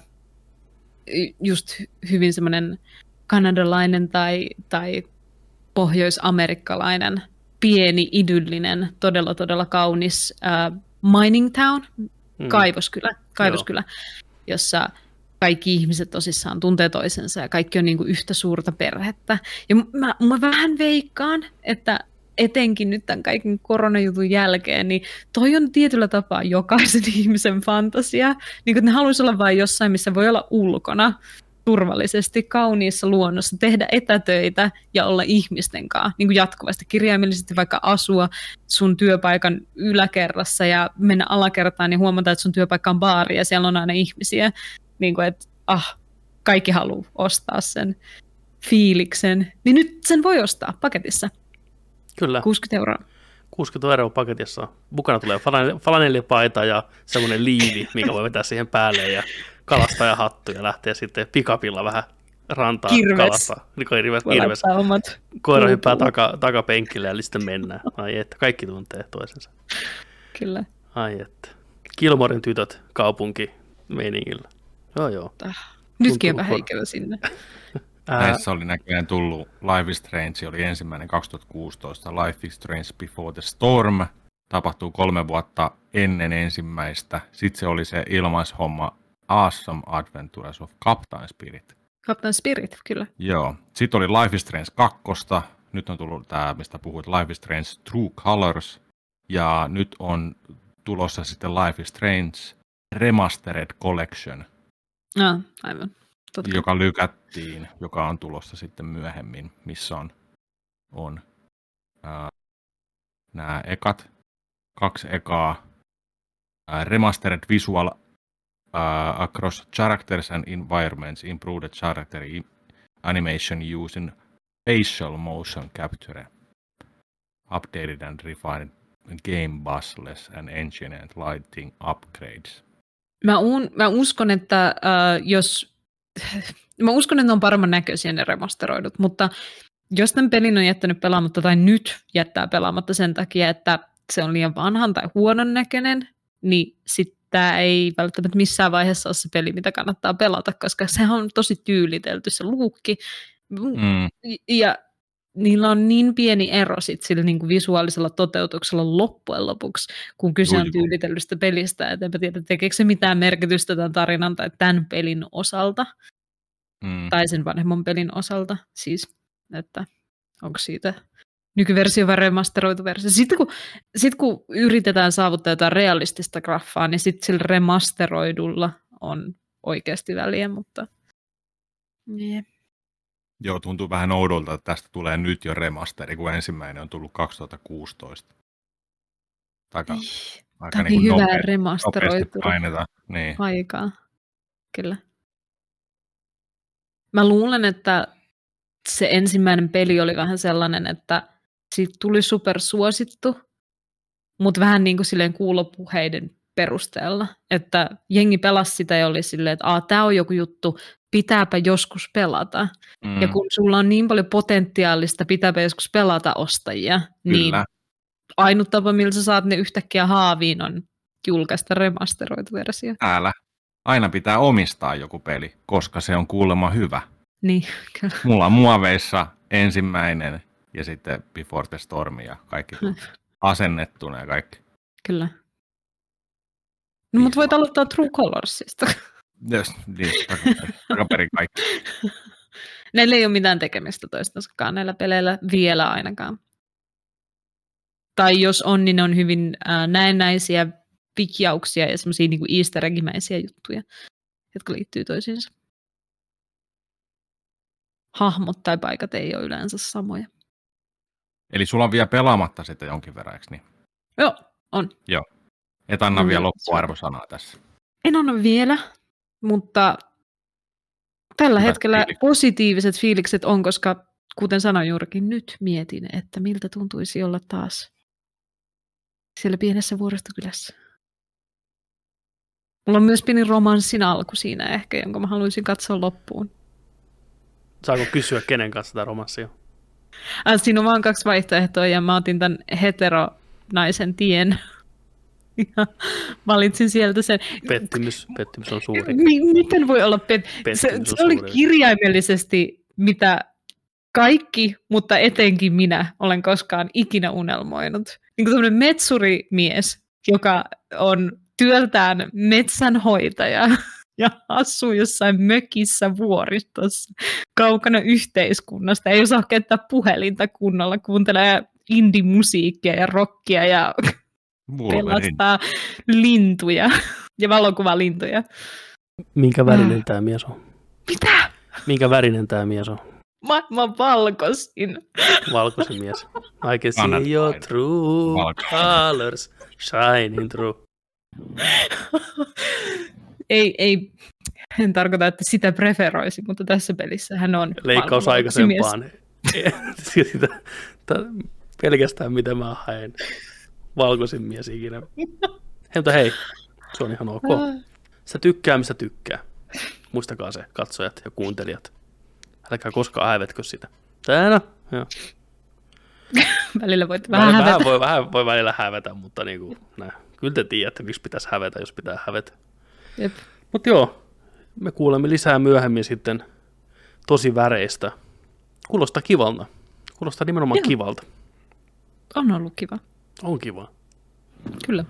just hyvin semmoinen kanadalainen tai pohjoisamerikkalainen, pieni, idyllinen, todella, todella kaunis mining town, kaivoskylä, jossa kaikki ihmiset tosissaan tuntee toisensa ja kaikki on niin kuin yhtä suurta perhettä. Ja mä vähän veikkaan, että etenkin nyt tämän kaiken koronajutun jälkeen, niin toi on tietyllä tapaa jokaisen ihmisen fantasia. Niin kuin ne haluaisi olla vain jossain, missä voi olla ulkona turvallisesti, kauniissa luonnossa, tehdä etätöitä ja olla ihmisten kanssa niin kuin jatkuvasti, kirjaimellisesti vaikka asua sun työpaikan yläkerrassa ja mennä alakertaan ja huomata, että sun työpaikka on baari ja siellä on aina ihmisiä. Niin kuin, että kaikki haluaa ostaa sen fiiliksen. Niin nyt sen voi ostaa paketissa. Kyllä. 60 €. 60 € paketissa. Mukana tulee flanellipaita ja semmoinen liivi, mikä voi vetää siihen päälle ja kalastajahattu ja lähtee sitten pikapilla vähän rantaan kalastaa. Kirves. Koira hyppää takapenkille ja sitten mennään. Ai että, kaikki tuntee toisensa. Kyllä. Ai että. Gilmoren tytöt kaupunki meiningillä. Joo. Nytkin on vähän ikävä sinne. Näissä oli näköjään tullut Life is Strange, oli ensimmäinen 2016, Life is Strange Before the Storm, tapahtuu 3 vuotta ennen ensimmäistä, sitten se oli se ilmaishomma Awesome Adventures of Captain Spirit. Captain Spirit, kyllä. Joo, sitten oli Life is Strange 2, nyt on tullut tämä, mistä puhuit, Life is Strange True Colors, ja nyt on tulossa sitten Life is Strange Remastered Collection. Aivan. Joka lykättiin, joka on tulossa sitten myöhemmin, missä on nämä 2 ekaa remastered visual across characters and environments, improved character animation using facial motion capture, updated and refined game bustless and ancient lighting upgrades. Mä uskon, että Mä uskon, että ne on paremman näköisiä ne remasteroidut, mutta jos tämän pelin on jättänyt pelaamatta tai nyt jättää pelaamatta sen takia, että se on liian vanhan tai huonon näköinen, niin sitten tämä ei välttämättä missään vaiheessa ole se peli, mitä kannattaa pelata, koska sehän on tosi tyylitelty se luukki. Ja niillä on niin pieni ero sit sillä niin kuin visuaalisella toteutuksella loppujen lopuksi, kun kyse on tyylitellystä pelistä. Et enpä tiedä, tekeekö se mitään merkitystä tämän tarinan tai tämän pelin osalta. Tai sen vanhemman pelin osalta. Siis, että onko siitä nykyversio vai remasteroitu versio. Sitten kun yritetään saavuttaa jotain realistista graffaa, niin sitten sillä remasteroidulla on oikeasti väliä, mutta yeah. Joo, tuntuu vähän oudolta, että tästä tulee nyt jo remasteri, kun ensimmäinen on tullut 2016. Aika niin hyvää remasteroitu niin. aikaa. Kyllä. Mä luulen, että se ensimmäinen peli oli vähän sellainen, että siitä tuli supersuosittu, mutta vähän niin kuin silleen kuulopuheiden perusteella, että jengi pelasi sitä ja oli silleen, että tämä on joku juttu, pitääpä joskus pelata. Ja kun sulla on niin paljon potentiaalista pitääpä joskus pelata ostajia, niin ainut tapa, millä sä saat ne yhtäkkiä haaviin, on julkaista remasteroitu versio. Aina pitää omistaa joku peli, koska se on kuulemma hyvä. Niin, kyllä. Mulla on muoveissa ensimmäinen ja sitten Before the Storm ja kaikki asennettuna ja kaikki. Kyllä. No, mutta voit aloittaa True Colorsista. Niin, takaperin kaikki. Näillä ei ole mitään tekemistä toistensakaan näillä peleillä vielä ainakaan. Tai jos on, niin ne on hyvin näennäisiä pikjauksia ja semmoisia niin kuin easter egg-mäisiä juttuja, jotka liittyy toisiinsa. Hahmot tai paikat ei ole yleensä samoja. Eli sulla on vielä pelaamatta sitä jonkin verran, eikö niin? Joo, on. Joo. Et anna vielä loppuarvosanaa tässä. En anna vielä, mutta tällä hetkellä positiiviset fiilikset on, koska kuten sanoin juurikin, nyt mietin, että miltä tuntuisi olla taas siellä pienessä vuoristokylässä. Mulla on myös pieni romanssin alku siinä ehkä, jonka mä haluaisin katsoa loppuun. Saako kysyä, kenen kanssa tämä romanssi on? Siinä on vaan 2 vaihtoehtoa ja mä otin tämän heteronaisen tien. Ja valitsin sieltä sen. Pettymys on suuri. Miten voi olla se oli kirjaimellisesti, mitä kaikki, mutta etenkin minä olen koskaan ikinä unelmoinut. Niin kuin tämmöinen metsurimies, joka on työltään metsänhoitaja ja asuu jossain mökissä vuoristossa, kaukana yhteiskunnasta. Ei osaa käyttää puhelinta kunnolla, kuuntelee indie-musiikkia ja rockia ja pelastaa lintuja ja valokuvalintuja. Minkä värinen tämä mies on? Mitä? Minkä värinen tämä mies on? Mä valkoisin. Valkoisin mies. I can see your true colors shining through. Ei, en tarkoita, että sitä preferoisin, mutta tässä pelissä hän on leikkaus aikaisempaan. Pelkästään mitä mä haen. Valkoisin mies ikinä. Mutta hei, se on ihan ok. Sä tykkää, missä tykkää. Muistakaa se, katsojat ja kuuntelijat. Älkää koskaan hävetkö sitä. Täällä, joo. Välillä voit vähän hävetä. Voi välillä hävetä, mutta niin kuin, kyllä te tiedätte, miksi pitäisi hävetä, jos pitää hävetä. Mutta joo, me kuulemme lisää myöhemmin sitten tosi väreistä. Kuulostaa kivalta. Kuulostaa nimenomaan kivalta. On ollut kiva. On kiva. Kyllä.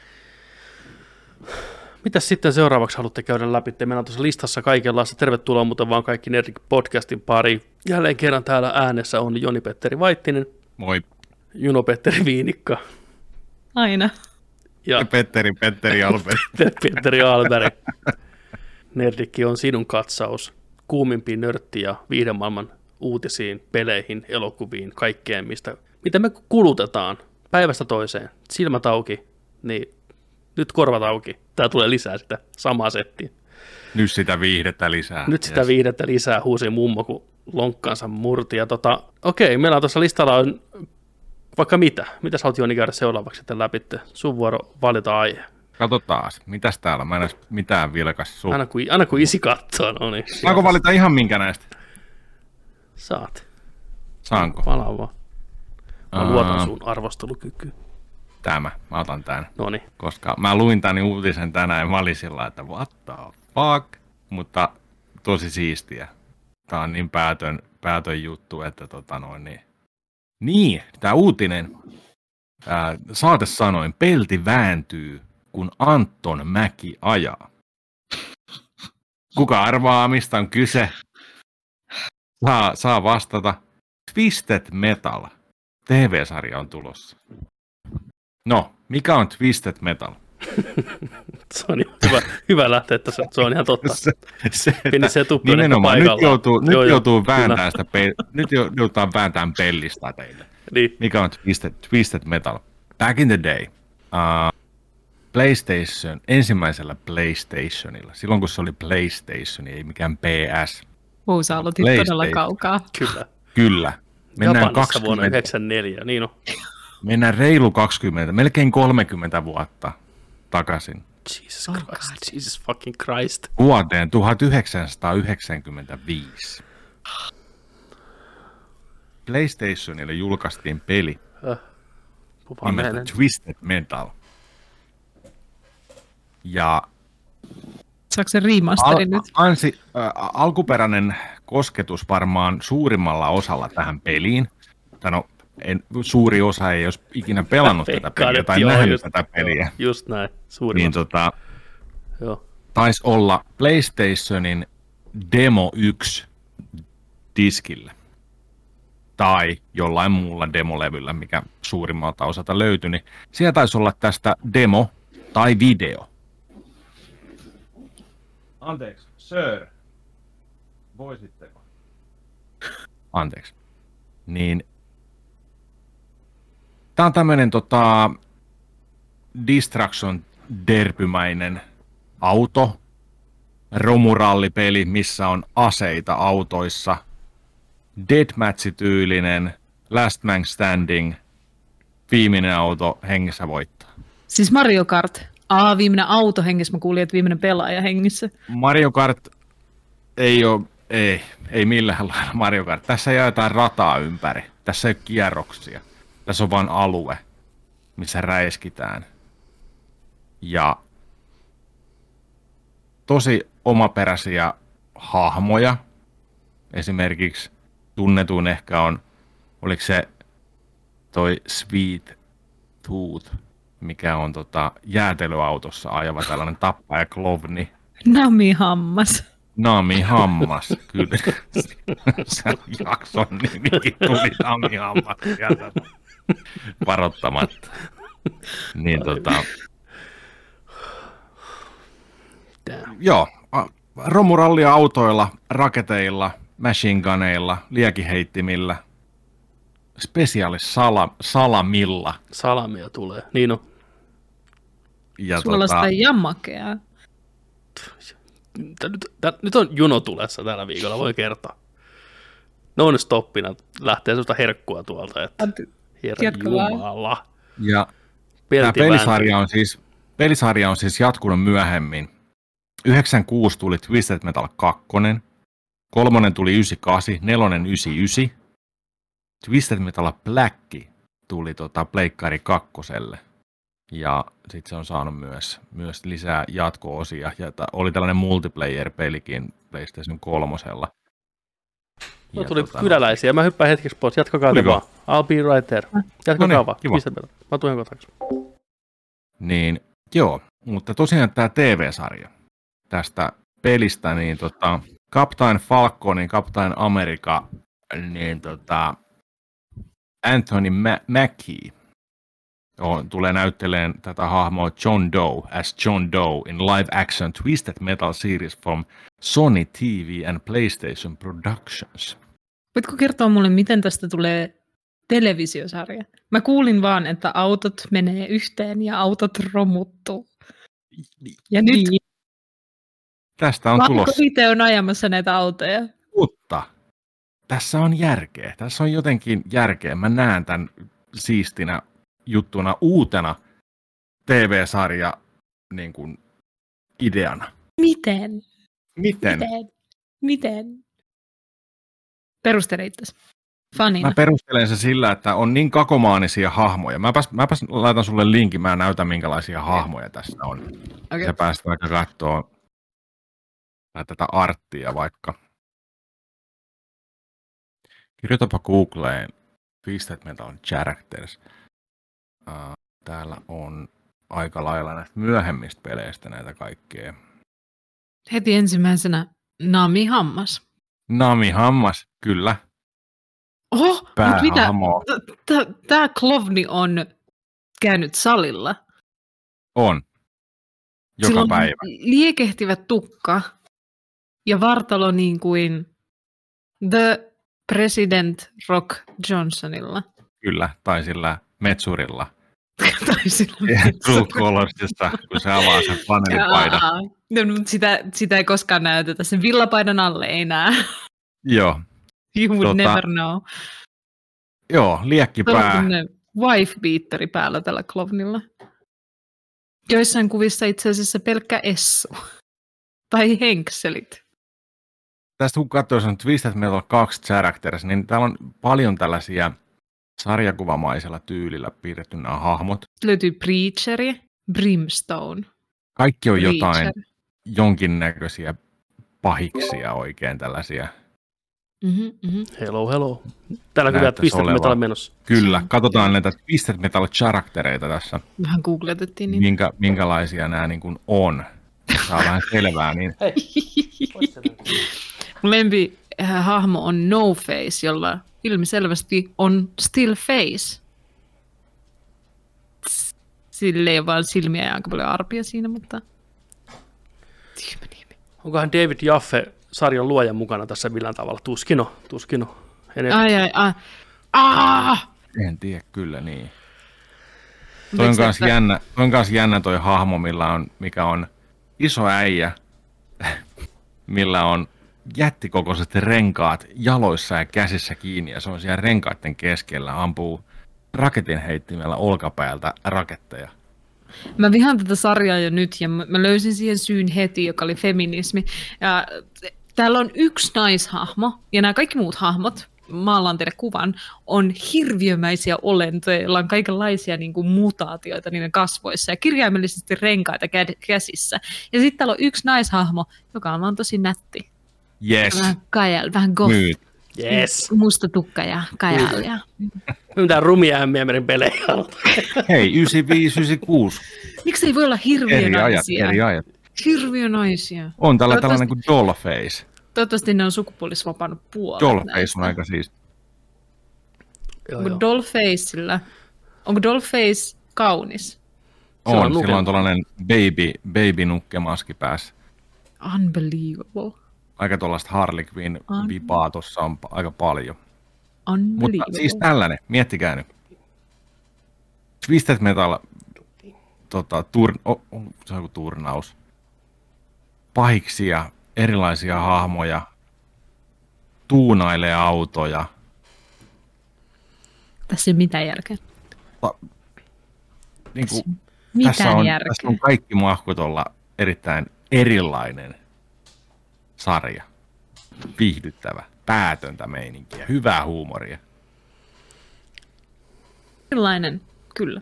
Mitäs sitten seuraavaksi haluatte käydä läpi? Meillä on tuossa listassa kaikenlaista. Tervetuloa muuten vaan kaikki Nerdik-podcastin pariin. Jälleen kerran täällä äänessä on Joni-Petteri Vaittinen. Moi. Juno-Petteri Viinikka. Aina. Ja Petteri Alberg. Petteri Alberg. Nerdikki on sinun katsaus kuumimpiin nörtti- ja viihdemaailman uutisiin, peleihin, elokuviin, kaikkeen, mitä me kulutetaan päivästä toiseen. Silmät auki, niin nyt korvat auki. Tää tulee lisää sitä samaa settiä. Nyt sitä viihdettä lisää. Nyt sitä viihdettä lisää, huusi mummo, kun lonkkansa murti. Ja okei, meillä on tuossa listalla on vaikka mitä. Mitä sä oot, Joni, käydä seuraavaksi sitten läpi? Sun vuoro valita aihe. Katsotaan, mitäs täällä? Mä en edes mitään vilkas sun. Aina kun isi katsoo, no niin. Saanko valita ihan minkä näistä? Saat. Saanko? Palaa vaan. Mä luotan sun arvostelukykyyn. Mä otan tän. Noniin. Koska mä luin tän uutisen tänään ja mä olin sillä, että what the fuck? Mutta tosi siistiä. Tää on niin päätön juttu, että Niin, tää uutinen. Saate sanoin, pelti vääntyy, kun Anton Mäki ajaa. Kuka arvaa, mistä on kyse? Saa vastata. Twisted Metal. TV-sarja on tulossa. No, mikä on Twisted Metal? Se on hyvä lähteä, että se on ihan totta. Se nimenomaan, nyt joutuu vääntämään sitä nyt joudutaan vääntämään pellistä teille. Niin. Mikä on Twisted Metal? Back in the day, PlayStation, ensimmäisellä PlayStationilla, silloin kun se oli PlayStation, ei mikään PS. Sä aloitit todella kaukaa. Kyllä. Kyllä. Mennään Japanissa vuonna 1994, niin on. Mennään reilu 20, melkein 30 vuotta takaisin. Jesus Christ, Jesus fucking Christ. Vuoteen 1995. PlayStationille julkaistiin peli nimeltä Twisted Metal. Ja saako se remasterin nyt? Alkuperäinen kosketus varmaan suurimmalla osalla tähän peliin. Suuri osa ei olisi ikinä pelannut tätä peliä tai nähnyt tätä peliä. Just näin, suurimmat. Niin taisi olla PlayStationin Demo 1 diskillä. Tai jollain muulla demolevyllä, mikä suurimmalta osalta löytyi, niin siellä taisi olla tästä demo tai video. Anteeksi, sir. Voisitteko? Anteeksi. Niin. Tää on tämmönen Distraction derpymäinen auto, romurallipeli, missä on aseita autoissa, deathmatch-tyylinen, last man standing, viimeinen auto hengissä voittaa. Siis Mario Kart. Viimeinen auto hengissä, mä kuulin, että viimeinen pelaaja hengissä. Mario Kart ei millään lailla Mario Kart. Tässä ei jotain rataa ympäri. Tässä ei ole kierroksia. Tässä on vain alue, missä räiskitään. Ja tosi omaperäisiä hahmoja. Esimerkiksi tunnetuin ehkä oliko se toi Sweet Tooth, mikä on jäätelöautossa ajava tällainen tappaja Klovni. Nami Hammas, kyllä. Sen jakson nimikin tuli Nami Hammas sieltä varoittamatta. Niin joo, romurallia autoilla, raketeilla, machine guneilla, liekiheittimillä, salamilla. Salamia tulee, niin on. Ja suolasta jammakea. Nyt on juno tulessa tällä viikolla, voi kertoa. Non-stoppina lähtee sellaista herkkua tuolta, että herran jumala. Ja tämä pelisarja on siis jatkunut myöhemmin. 96 tuli Twisted Metal 2, 3 tuli 98, 4 99. Twisted Metal Black tuli Pleikkari 2. Ja sitten se on saanut myös lisää jatko-osia. Ja oli tällainen multiplayer-pelikin PlayStation 3. Tuli kyläläisiä. Mä hyppään hetkeksi pois. Jatkakaa te vaan. I'll be right there. Jatkakaa vaan. Mä tulen kotaksi. Niin, joo. Mutta tosiaan tämä TV-sarja tästä pelistä, niin Captain Falconin, Captain America, niin Anthony Mackie tulee näyttelemään tätä hahmoa John Doe as John Doe in live action Twisted Metal series from Sony TV and PlayStation Productions. Voitko kertoa mulle, miten tästä tulee televisiosarja? Mä kuulin vaan, että autot menee yhteen ja autot romuttuu. Ja nyt tästä on tulossa. Itse on ajamassa näitä autoja. Mutta tässä on järkeä. Tässä on jotenkin järkeä. Mä näen tämän siistinä juttuna uutena TV-sarja niin kuin ideana. Miten? Perustele itsesi. Fanina. Mä perustelen se sillä, että on niin kakomaanisia hahmoja. Mäpäs laitan sulle linkin, mä näytän minkälaisia hahmoja tässä on. Okay. Sä pääset vaikka katsoa tätä arttia vaikka. Kirjoitapa Googleen Twisted Metal Characters. Täällä on aika lailla näistä myöhemmistä peleistä näitä kaikkea. Heti ensimmäisenä Nami Hammas. Nami Hammas, kyllä. Oho, mitä? Tämä Klovni on käynyt salilla. On. Joka Sillä on päivä. Liekehtivä tukka ja vartalo niin kuin The President Rock Johnsonilla. Kyllä, tai sillä metsurilla. Tai sillä True Colorsista, kun se avaa sen panelipaidan. No, mutta sitä ei koskaan näytetä. Sen villapaidan alle ei näe. Joo. You would never know. Joo, liekkipää. Wife-beateri päällä tällä Klovnilla. Joissain kuvissa itse asiassa pelkkä essu. Tai henkselit. Tästä kun katsoo sen Twisted Metal 2 Characters, niin täällä on paljon tällaisia sarjakuvamaisella tyylillä piirretty nämä hahmot. Löytyy Preacheri, Brimstone. Kaikki on Preacher. jotain jonkinnäköisiä pahiksia oikein tällaisia. Hello. Täällä on kyllä Twisted Metal menossa. Kyllä, katsotaan näitä Twisted Metal Charactereita tässä. Vähän googletettiin niitä. Minkälaisia nämä niin kuin on. Saa vähän selvää. Niin. Mun lempi hahmo on No Face, jolla ilmiselvästi on still face. Sillä ei ole vaan silmiä ja aika paljon arpia siinä, mutta... Onkohan David Jaffe sarjan luojan mukana tässä millään tavalla? Tuskino. En tiedä, kyllä niin. Toi on kans jännä toi hahmo, mikä on iso äijä, millä on jättikokoiset renkaat jaloissa ja käsissä kiinni, ja se on siellä renkaiden keskellä, ampuu raketin heittimellä olkapäältä raketteja. Mä vihaan tätä sarjaa jo nyt, ja mä löysin siihen syyn heti, joka oli feminismi. Ja täällä on yksi naishahmo, ja nämä kaikki muut hahmot, maalaan teille kuvan, on hirviömäisiä olentoja, joilla on kaikenlaisia niin kuin mutaatioita niiden kasvoissa, ja kirjaimellisesti renkaita käsissä. Ja sitten täällä on yksi naishahmo, joka on vaan tosi nätti. Yes. Vähän kajal, vähän goth. Yes. Musta tukka ja kajalia. Mitä rumia Ämmiemerin pelejä on? Hei, 95-96. Miksi ei voi olla hirviönaisia? Eri ajat. Hirviönaisia. On tällainen kuin Dollface. Toivottavasti ne on sukupuolisvapannut puolet. Dollface on aika siis. Onko Dollface kaunis? On, sillä on tällainen baby-nukkemaski päässä. Unbelievable. Aika tuollaista Harley Quinn vipaa tuossa on aika paljon. Unbelievable. Mutta siis tällainen, miettikää nyt. Twisted Metal, se on joku turnaus. Pahiksia, erilaisia hahmoja, tuunailee autoja. Tässä ei ole mitään järkeä. Tässä on kaikki mahkut olla erittäin erilainen sarja. Viihdyttävä, päätöntä meininkiä, hyvää huumoria. Erilainen, kyllä.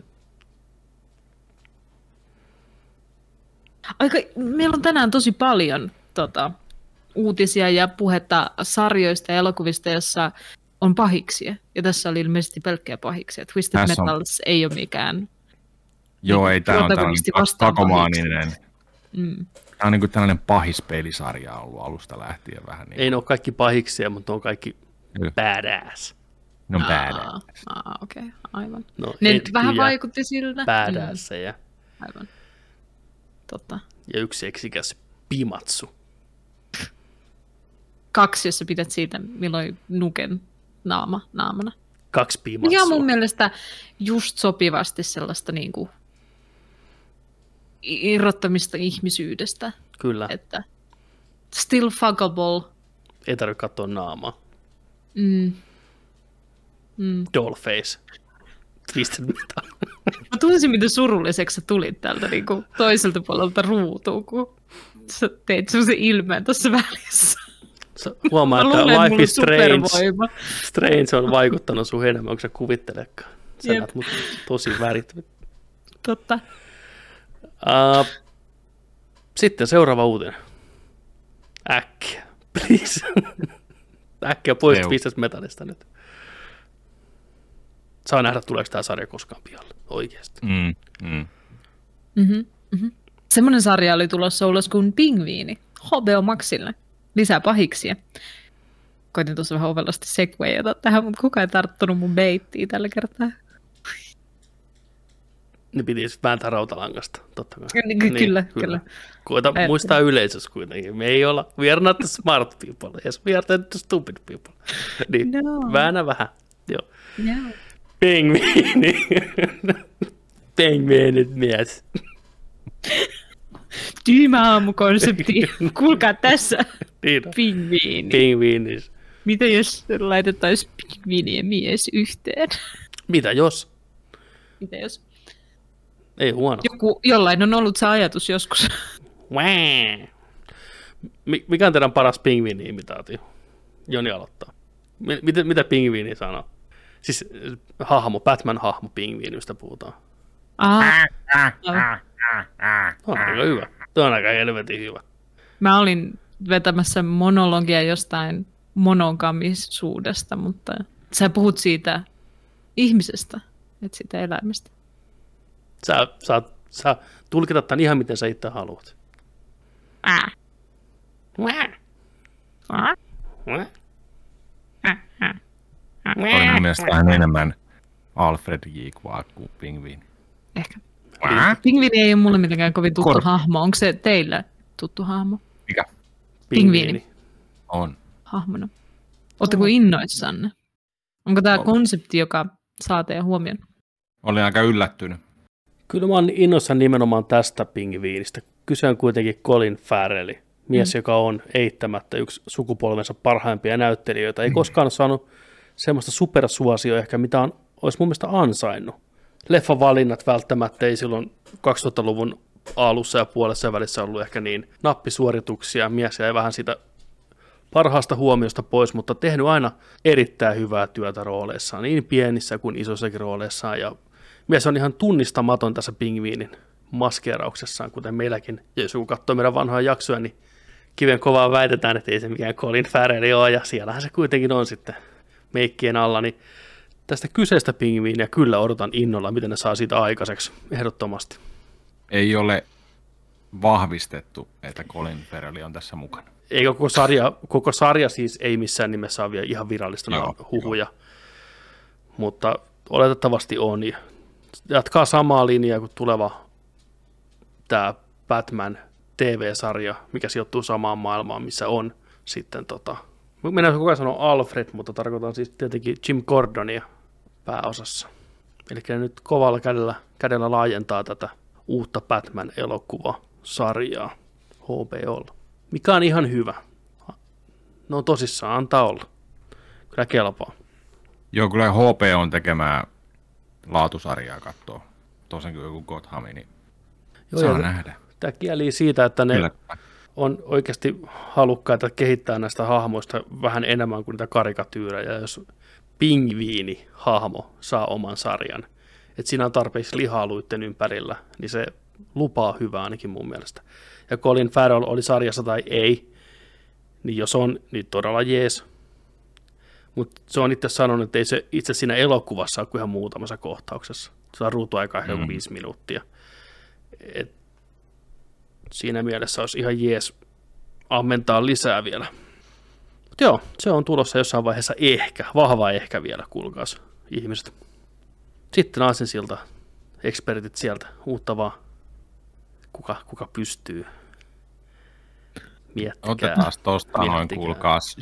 Meillä on tänään tosi paljon uutisia ja puhetta sarjoista ja elokuvista, jossa on pahiksia. Ja tässä oli ilmeisesti pelkkää pahiksia. Twisted Metals ei ole mikään. Joo, ei tämä on tällainen takomaaninen. Tämä on niin kuin tällainen pahispelisarja ollut alusta lähtien vähän. Niin. Ei ne ole kaikki pahiksia, mutta ne on kaikki badass. Ne on badass. Okei, aivan. No, ne vähän vaikutti siltä. Badasseja. Aivan. Totta. Ja yksi seksikäs Pimatsu. 2, jos sä pidät siitä, milloin Nuken naamana. 2 Pimatsua. Ja mun mielestä just sopivasti sellaista niinku irrottamista ihmisyydestä. Kyllä. Että still fuckable. Ei tarvitse katsoa naamaa. Dollface. Twisted Metal. Mä tunsin, miten surulliseksi sä tulit täältä niinku toiselta puolelta ruutuun, kun sä teit semmoisen ilmeen tuossa välissä. Huomaa, että Life is Strange on vaikuttanut sun enemmän, kun sä kuvittelekaan. Sä näet mut tosi värit. Totta. Sitten seuraava uutinen. Äkkiä, please. Äkkiä pois Twisted Metalista nyt. Saa nähdä, tuleeko tämä sarja koskaan pihalle. Oikeasti. Semmoinen sarja oli tulossa ulos kuin Pingviini. HBO Maxille. Lisää pahiksia. Koitin tuossa vähän ovelasti segwayata tähän, mutta kukaan ei tarttunut mun beittiin tällä kertaa. Ne piti vääntää rautalangasta, totta kai. Kyllä. Koita muistaa yleisössä kuitenkin. Me ei olla, we are not the smart people, yes, we are the stupid people. Niin, väännä vähän, joo. No. Pingviini. Pingviinit mies. Tyymä aamukonsepti. Kuulkaa tässä. Niin Pingviini. Pingviinis. Mitä jos laitettaisiin pingviini ja mies yhteen? Mitä jos? Mitä jos? Ei huono. Jollain on ollut se ajatus joskus. Mikä on teidän paras pingviini-imitaatio? Joni aloittaa. Mitä pingviini sanoo? Siis hahmo, Batman-hahmo pingviini, mistä puhutaan. On aika hyvä. Tuo on aika helvetin hyvä. Mä olin vetämässä monologia jostain monogamisuudesta, mutta sä puhut siitä ihmisestä, et siitä eläimestä. Sä tulkitat tämän ihan miten sä itse haluat. Oli mun mielestä vähän enemmän Alfred J. Quack kuin pingviini. Ehkä. Pingviini ei ole mulle mitenkään kovin tuttu hahmo. Onko se teille tuttu hahmo? Mikä? Pingviini. On. Hahmona. Oletteko innoissanne? Onko tämä konsepti, joka saa teidän huomioon? Olin aika yllättynyt. Kyllä mä oon innoissani nimenomaan tästä pingviinistä. Kyse on kuitenkin Colin Farrell, mies, joka on eittämättä yksi sukupolvensa parhaimpia näyttelijöitä. Ei koskaan ole saanut semmoista supersuosioa ehkä, mitä olisi mun mielestä ansainnut. Leffan valinnat välttämättä ei silloin 2000-luvun alussa ja puolessa välissä ollut ehkä niin nappisuorituksia. Mies jäi vähän sitä parhaasta huomiosta pois, mutta tehnyt aina erittäin hyvää työtä rooleissaan, niin pienissä kuin isoissakin rooleissaan. Ja mies on ihan tunnistamaton tässä pingviinin maskeerauksessaan, kuten meilläkin. Ja jos joku katsoo meidän vanhaa jaksoja, niin kiven kovaa väitetään, että ei se mikään Colin Farrell ole, ja siellähän se kuitenkin on sitten meikkien alla. Niin tästä kyseistä pingviiniä kyllä odotan innolla, miten ne saa siitä aikaiseksi, ehdottomasti. Ei ole vahvistettu, että Colin Farrell on tässä mukana. Eikä koko sarja siis ei missään nimessä ole vielä ihan virallista huhuja, mutta oletettavasti on. Jatkaa samaa linjaa kuin tuleva tämä Batman TV-sarja, mikä sijoittuu samaan maailmaan, missä on sitten minä koko ajan sanon Alfred, mutta tarkoitan siis tietenkin Jim Gordonia pääosassa. Eli nyt kovalla kädellä laajentaa tätä uutta Batman-elokuvasarjaa HBOlla. Mikä on ihan hyvä. No tosissaan, antaa olla. Kyllä kelpaa. Joo, kyllä HP on tekemää laatusarjaa kattoo. Tosin kuin joku Gotham, niin saa nähdä. Tämä kieli siitä, että ne on oikeasti halukkaita kehittää näistä hahmoista vähän enemmän kuin niitä karikatyyrejä. Jos pingviini-hahmo saa oman sarjan, että siinä on tarpeeksi lihaa luitten ympärillä, niin se lupaa hyvää ainakin mun mielestä. Ja Colin Farrell oli sarjassa tai ei, niin jos on, niin todella jees. Mutta se on itse sanonut, että ei se itse siinä elokuvassa ole kuin ihan muutamassa kohtauksessa. Se on ruutuaika ehkä 5 minuuttia. Et siinä mielessä olisi ihan jees ammentaa lisää vielä. Mutta joo, se on tulossa jossain vaiheessa ehkä, vahva ehkä vielä, kuulkaas ihmiset. Sitten aasinsilta, ekspertit sieltä, uutta vaan. Kuka pystyy? Miettikää. Otetaan tuosta noin, kuulkaas.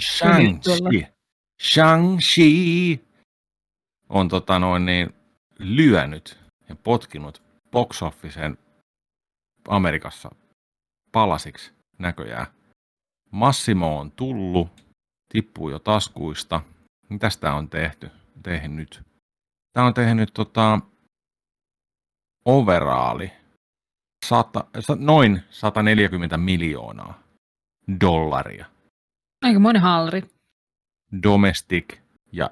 Shang-Chi on lyönyt ja potkinut box officen Amerikassa palasiksi näköjään. Massimo on tullut, tippuu jo taskuista. Mitäs tää on tehnyt? Tää on tehnyt overaali. Noin 140 miljoonaa dollaria. Aika monen haalari. Domestic ja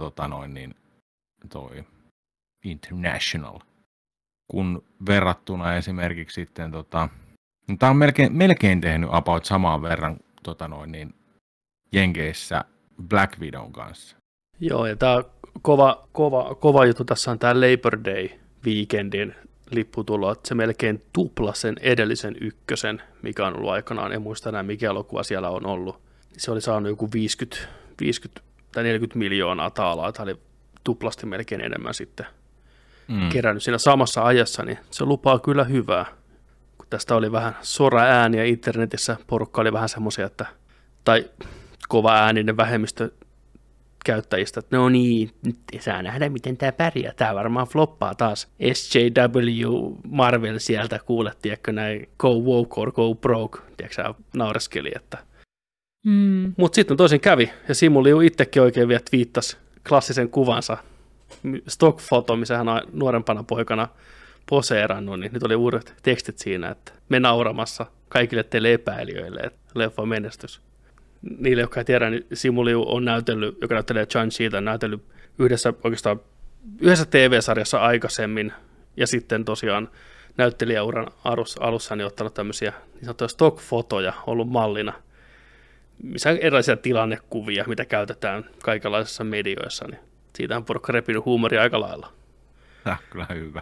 toi international. Kun verrattuna esimerkiksi sitten tää on melkein tehnyt about samaan verran Jenkeissä Black Widown kanssa. Joo, ja tää kova juttu tässä on tää Labor Day weekendin lipputulo, että se melkein tupla sen edellisen ykkösen, mikä on ollut aikanaan, en muista enää mikä elokuva siellä on ollut. Se oli saanut joku 50 tai 40 miljoonaa taalaa, että oli tuplasti melkein enemmän sitten kerännyt siinä samassa ajassa, niin se lupaa kyllä hyvää. Kun tästä oli vähän sora-ääniä internetissä, porukka oli vähän semmoisia, tai kova ääninen vähemmistö käyttäjistä, että no niin, nyt saa nähdä, miten tämä pärjää. Tämä varmaan floppaa taas. SJW Marvel sieltä kuulet, tiedätkö näin, go woke or go broke, tiedätkö naureskeli, että Mutta sitten toisin kävi, ja Simuliu itsekin oikein vielä twiittasi klassisen kuvansa, stock-foto, missä hän on nuorempana poikana poseerannut, niin nyt oli uudet tekstit siinä, että me nauramassa kaikille teille epäilijöille, että leffa on menestys. Niille, jotka ei tiedä, niin Simuliu on näytellyt, joka näyttelee Shang-Chita, näytellyt yhdessä TV-sarjassa aikaisemmin, ja sitten tosiaan näyttelijäuran alussa niin ottanut tämmöisiä niin sanottuja stock-fotoja ollut mallina, missä on erilaisia tilannekuvia, mitä käytetään kaikenlaisissa medioissa, niin siitä on porukka repinyt huumoria aika lailla. Kyllä hyvä.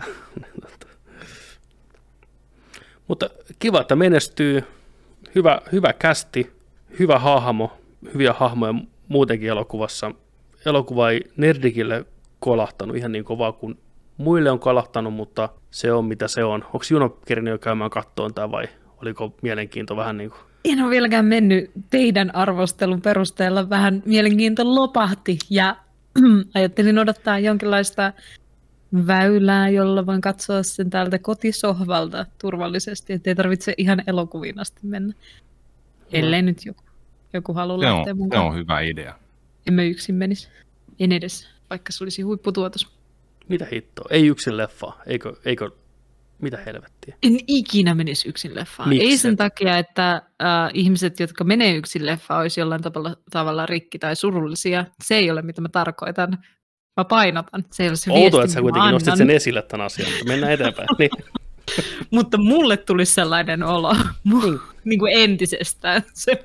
Mutta kiva, että menestyy, hyvä kästi, hyvä hahmo, hyviä hahmoja muutenkin elokuvassa. Elokuva ei Nerdikille kolahtanut ihan niin kovaa kuin muille on kolahtanut, mutta se on mitä se on. Onko Juno kerinyt jo käymään kattoon tämä vai oliko mielenkiinto vähän niin kuin? En ole vieläkään mennyt teidän arvostelun perusteella, vähän mielenkiinto lopahti ja ajattelin odottaa jonkinlaista väylää, jolla voin katsoa sen täältä kotisohvalta turvallisesti, ettei tarvitse ihan elokuviin asti mennä. Ellei nyt joku halua lähteä mukaan. Se on hyvä idea. En mä yksin menisi. En edes, vaikka se olisi huipputuotos. Mitä hittoa? Ei yksin leffa. Eikö mitä helvettiä? En ikinä menisi yksin leffaan. Miksi? Ei sen takia, että ihmiset, jotka menee yksin leffaan, olisi jollain tavalla rikki tai surullisia. Se ei ole, mitä mä tarkoitan. Mä painotan. Se ei ole se viesti, Outoa, että sä kuitenkin nostit sen esille tämän asian, mutta mennään eteenpäin. Niin. Mutta mulle tuli sellainen olo niin kuin entisestään.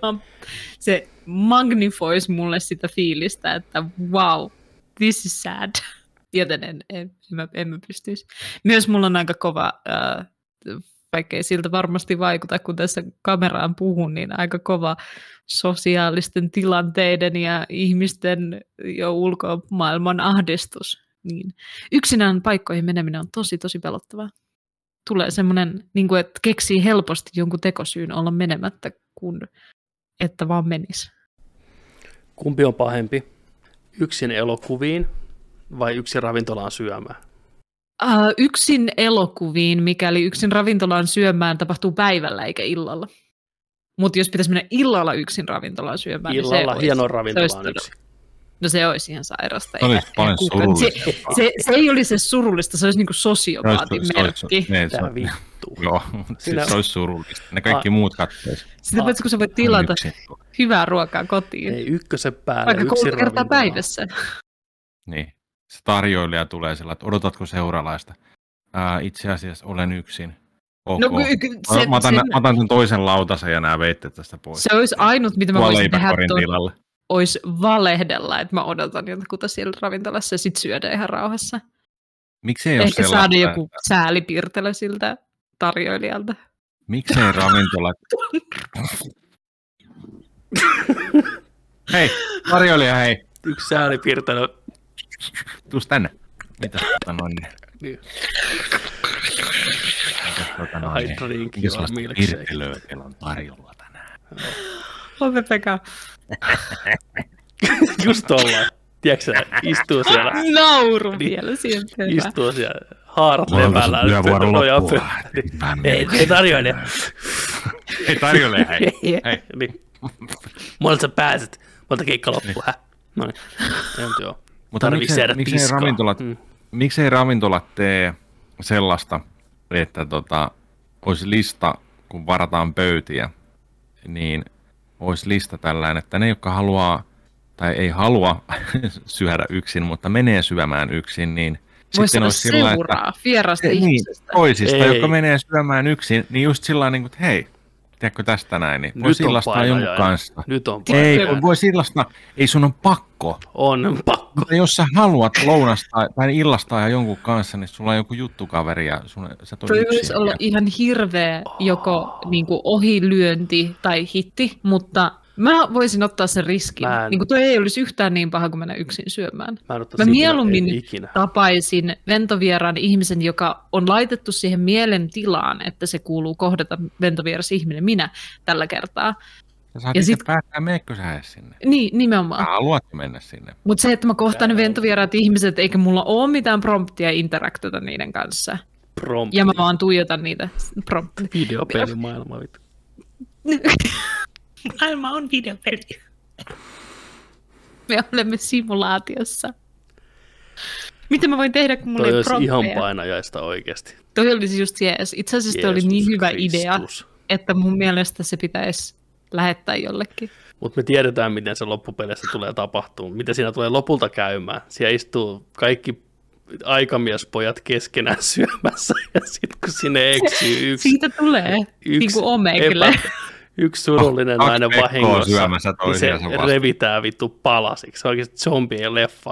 Se magnifoisi mulle sitä fiilistä, että wow, this is sad. Joten en mä pystyisi. Myös mulla on aika kova, vaikkei siltä varmasti vaikuta, kun tässä kameraan puhun, niin aika kova sosiaalisten tilanteiden ja ihmisten jo ulkomaailman ahdistus. Niin. Yksinään paikkoihin meneminen on tosi, tosi pelottavaa. Tulee semmoinen, niin kuin, että keksii helposti jonkun tekosyyn olla menemättä, kun että vaan menisi. Kumpi on pahempi? Yksin elokuviin vai yksin ravintolaan syömään? Yksin elokuviin, mikäli yksin ravintolaan syömään tapahtuu päivällä eikä illalla. Mutta jos pitäisi mennä illalla yksin ravintolaan syömään, illalla niin hieno ravintolaan yksin. No se olisi ihan sairasta. Se olisi paljon surullista. Se ei olisi se surullista, se olisi niin kuin sosiopaatin merkki. Tää vittu. Joo, se olisi surullista. Ne kaikki muut katsoisivat. Sitä paitsi kun sä voit tilata hyvää ruokaa kotiin. Ei ykkösen päälle. Vaikka 3 kertaa päivässä. Niin. Se tarjoilija tulee sillä, että odotatko seuralaista? Itse asiassa olen yksin. Okay. No, mä otan sen toisen lautasen ja nämä veitte tästä pois. Se olisi ainut, mitä mä voisin tehdä tilalle. Olisi valehdella, että mä odotan jotakuta siellä ravintolassa ja sit syödä ihan rauhassa. Miksei ole ehkä saada joku säälipirtelö siltä tarjoilijalta. Miksei ravintolat... Hei, tarjoilija, hei. Yksi säälipirtelö. Tuus tänne. Mitäs noin? Niin. I drink your milkshake. Pirtelöä teillä on tarjolla tänään. Lopettakaa. Just tollaan. Tiedätkö sä, istuu siellä. Nauru vielä siihen. Istuu siellä. Haarat levällä. Hei, tarjoilija. Hei, tarjoilija, hei. Niin. Monelta sä pääset. Monelta keikka loppuu. Noin. Joo. Mutta miksei ravintolat tee sellaista, että olisi lista, kun varataan pöytiä, niin olisi lista tällainen, että ne, jotka haluaa tai ei halua syödä yksin, mutta menee syömään yksin, niin sitten olisi sillä että vierasta ihmisestä. Toisista, jotka menee syömään yksin, niin just sillä tavalla, että hei, tiedätkö tästä näin, niin voi sillastaa jonkun kanssa. Nyt on ei, voi sillastaa, ei sun on pakko. On pakko. Mutta jos sä haluat lounastaa tai illastaa jonkun kanssa, niin sulla on joku juttukaveri ja sä tulet yksin. Voisi olla ihan hirveä joko niin kuin ohilyönti tai hitti, mutta mä voisin ottaa sen riskin. Niin toi ei olisi yhtään niin paha kuin mennä yksin syömään. Mä mieluummin tapaisin ventovieraan ihmisen, joka on laitettu siihen mielentilaan, että se kuuluu kohdata ventovieras ihminen, minä tällä kertaa. Ja sitten päättää, meneekö sä edes sinne. Niin, nimenomaan. Sä haluat mennä sinne. Mutta se, että mä kohtaan ne ventovieraat ihmiset, eikä mulla ole mitään promptia interaktota niiden kanssa. Prompti. Ja mä vaan tuijotan niitä promptia. Videopelimaailma. Maailma on videopeli. Me olemme simulaatiossa. Mitä mä voin tehdä, kun mulla ei olisi prompteja? ihan painajaista oikeasti. Toi olisi just jees. Itse asiassa toi oli niin hyvä idea, Kristus. että mun mielestä se pitäisi lähettää jollekin. Mutta me tiedetään, miten se loppupeleissä tulee tapahtumaan. Miten siinä tulee lopulta käymään. Siellä istuu kaikki aikamiespojat keskenään syömässä. Ja sitten kun sinne eksyy Siitä tulee niin kuin Omegle. Yksi surullinen nainen vahingossa, syömässä niin se toisiansa vastaan. revitään vittu palasiksi. Se on oikeasti zombien leffa.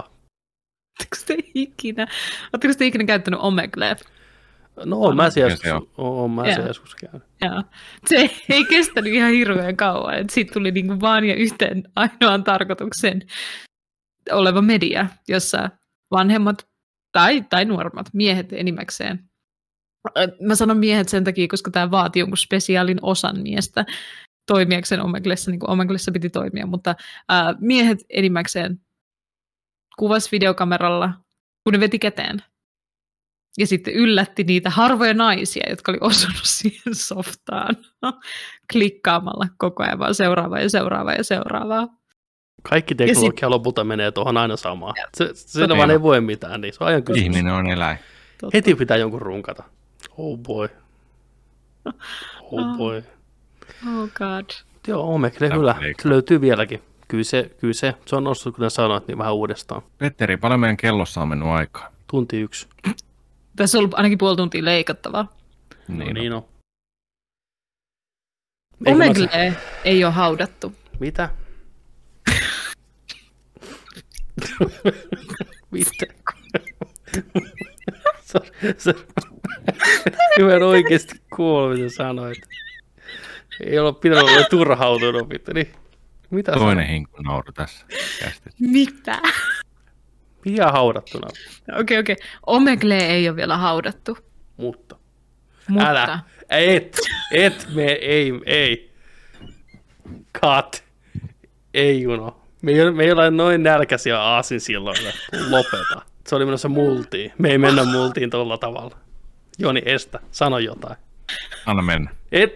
Oletteko te ikinä käyttänyt Omegleä? No, oon mä se Joo. joskus käynyt. Joo. Se ei kestänyt ihan hirveän kauan. Että siitä tuli niinku vaan ja yhteen ainoan tarkoituksen oleva media, jossa vanhemmat tai nuoremmat miehet enimmäkseen. Mä sanon miehet sen takia, koska tämä vaati jonkun spesiaalin osan miestä toimijakseen Omeglessa, niin kuin Omeglessa piti toimia, mutta miehet enimmäkseen kuvasi videokameralla, kun ne veti käteen. Ja sitten yllätti niitä harvoja naisia, jotka oli osunut siihen softaan klikkaamalla koko ajan vaan seuraavaa. Kaikki teknologia lopulta menee tuohon aina samaan. Se vaan ei voi mitään, niin se on ajan kysymys. Ihminen on eläin. Heti pitää jonkun runkata. Oh boy. Oh boy. Oh god. Joo, Omegle kyllä. Se löytyy vieläkin. Kyllä se on noussut, kuten sanoit, niin vähän uudestaan. Petteri, paljon meidän kellossa on mennyt aikaa? Tunti 1. Tässä on ollut ainakin puoli tuntia leikattavaa. Niin on. Omegle ei ole haudattu. Mitä? Mitä? Mä en oikeasti kuule, mitä sanoit. Ei ole pitänyt olla turhautunut. Niin. Mitä toinen hinkkunauru tässä kästissä. Mitä? Mikä haudattuna? Okei. Omegle ei ole vielä haudattu. Mutta. Mutta. Älä. Ei. Cut. Ei Juno. Me ei ole noin nälkäisiä aasinsilloilla. Lopeta. Se oli menossa multiin. Me ei mennä multiin tuolla tavalla. Joni, estä. Sano jotain. Anna mennä.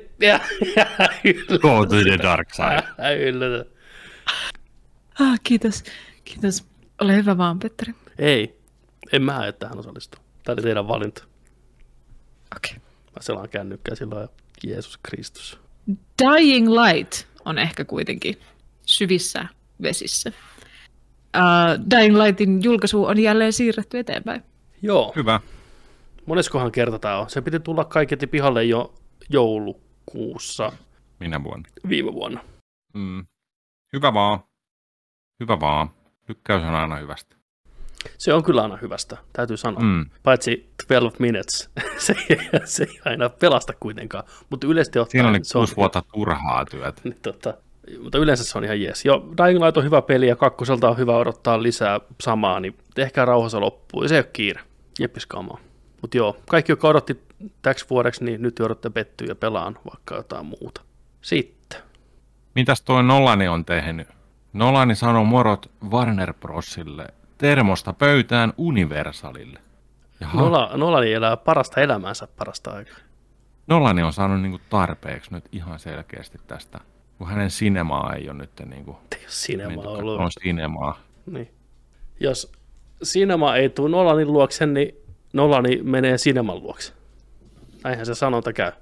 Go to the dark side. Yllätä. Kiitos. Ole hyvä vaan, Petteri. Ei. En mä aio tähän osallistua. Tämä oli teidän valinta. Okei. Mä selaan kännykkää silloin. Jeesus Kristus. Dying Light on ehkä kuitenkin syvissä vesissä. Dying Lightin julkaisu on jälleen siirretty eteenpäin. Joo. Hyvä. Moneskohan kerta tämä on? Se piti tulla kaiketi pihalle jo joulukuussa. Minä vuonna? Viime vuonna. Hyvä vaan. Lykkäys on aina hyvästä. Se on kyllä aina hyvästä, täytyy sanoa. Paitsi 12 minutes. se ei aina pelasta kuitenkaan. Mutta yleisesti ottaen... Siinä on 6 vuotta turhaa työtä. Niin, mutta yleensä se on ihan jees. Joo, Dying Light on hyvä peli ja kakkoselta on hyvä odottaa lisää samaa, niin tehkää rauhassa loppuun. Ja se ei ole kiire. Jeppiskaamaan. Mutta joo, kaikki, jotka odotti täksi vuodeksi, niin nyt joudutte pettyä ja pelaan vaikka jotain muuta. Sitten. Mitäs toi Nolani on tehnyt? Nolani sanoi morot Warner Brosille. Termosta pöytään Universalille. Nolani elää parasta elämäänsä parasta aikaa. Nolani on saanut niinku tarpeeksi nyt ihan selkeästi tästä. Kun hänen sinemaa ei ole nyt niinku... Ei ole sinemaa ollut. On sinemaa. Niin. Jos sinema ei tule Nolanin luokse, niin Nolani menee sineman luokse. Näinhän se sanonta käy.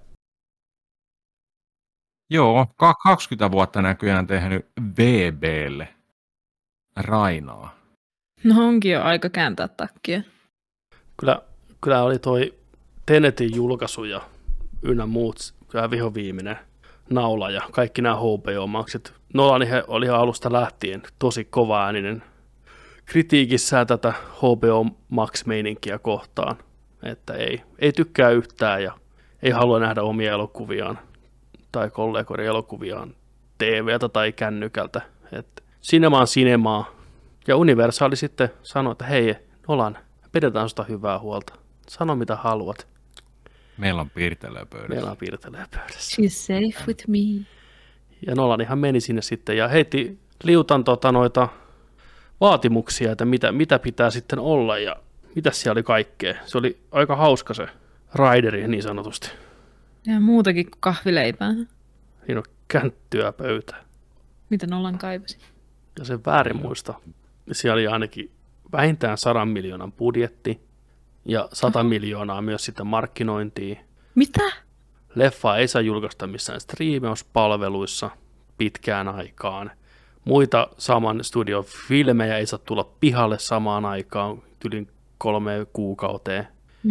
Joo, 20 vuotta näköjään tehnyt VBlle Rainaa. No onkin jo aika kääntää takkia. Kyllä oli toi Tenetin julkaisu ja ynnä muut, kyllä vihoviimeinen naula ja kaikki nämä HBO-makset. Nolan oli ihan alusta lähtien tosi kova-ääninen kritiikissään tätä HBO Max-meininkiä kohtaan, että ei tykkää yhtään ja ei halua nähdä omia elokuviaan tai kollegoiden elokuviaan TV:ltä tai kännykältä. Että sinema on sinemaa. Ja Universali sitten sanoi, että hei Nolan, pidetään susta hyvää huolta. Sano mitä haluat. Meillä on piirtelöä pöydässä. She's safe with me. Ja Nolanihan meni sinne sitten ja heitti liutan noita vaatimuksia, että mitä pitää sitten olla ja mitä siellä oli kaikkea. Se oli aika hauska se raideri niin sanotusti. Ja muutakin kuin kahvileipää. Siinä on känttyä pöytä. Mitä Nolan kaivasi? Ja sen väärin muista. Siellä oli ainakin vähintään 100 miljoonan budjetti ja 100 miljoonaa myös sitten markkinointiin. Mitä? Leffa ei saa julkaista missään striimauspalveluissa pitkään aikaan. Muita saman studion filmejä ei saa tulla pihalle samaan aikaan, yli 3 kuukauteen.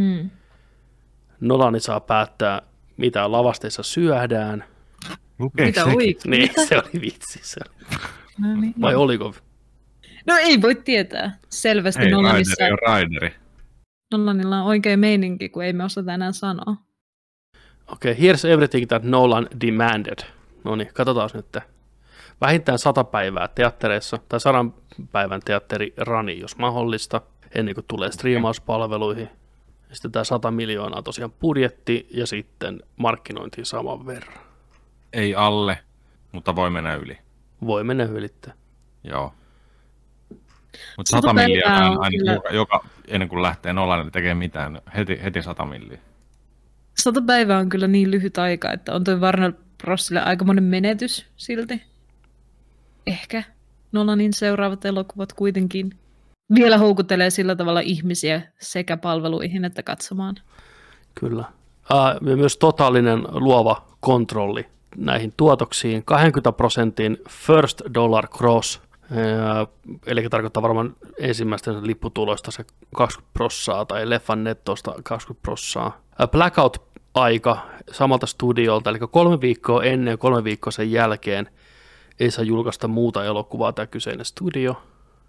Nolani saa päättää, mitä lavasteissa syödään. Mitä Niin, se oli vitsi. No niin. Vai oliko? No ei voi tietää. Selvästi Ei, Nolanissa. Raideri on Raideri. Nolanilla on oikein meininki, kun ei me osata enää sanoa. Okei, here's everything that Nolan demanded. No niin, katsotaan nyt. Vähintään 100 päivää teattereissa, tai 100 päivän teatterirani, jos mahdollista, ennen kuin tulee striimauspalveluihin. Ja sitten tämä 100 miljoonaa tosiaan budjetti, ja sitten markkinointiin saman verran. Ei alle, mutta voi mennä yli. Voi mennä ylittää. Joo. Mutta 100 milliä aina joka ennen kuin lähtee Nolan, niin tekee mitään. Heti 100 milliä. 100 päivää on kyllä niin lyhyt aika, että on toi Warner Brosille aikamoinen menetys silti. Ehkä Nolanin seuraavat elokuvat kuitenkin vielä houkuttelee sillä tavalla ihmisiä sekä palveluihin että katsomaan. Kyllä. Ja myös totaalinen luova kontrolli näihin tuotoksiin. 20% first dollar gross, eli tarkoittaa varmaan ensimmäisten lipputuloista se 20% tai leffan nettosta 20%. Blackout-aika samalta studiolta, eli 3 viikkoa ennen ja 3 viikkoa sen jälkeen ei saa julkaista muuta elokuvaa tämä kyseinen studio.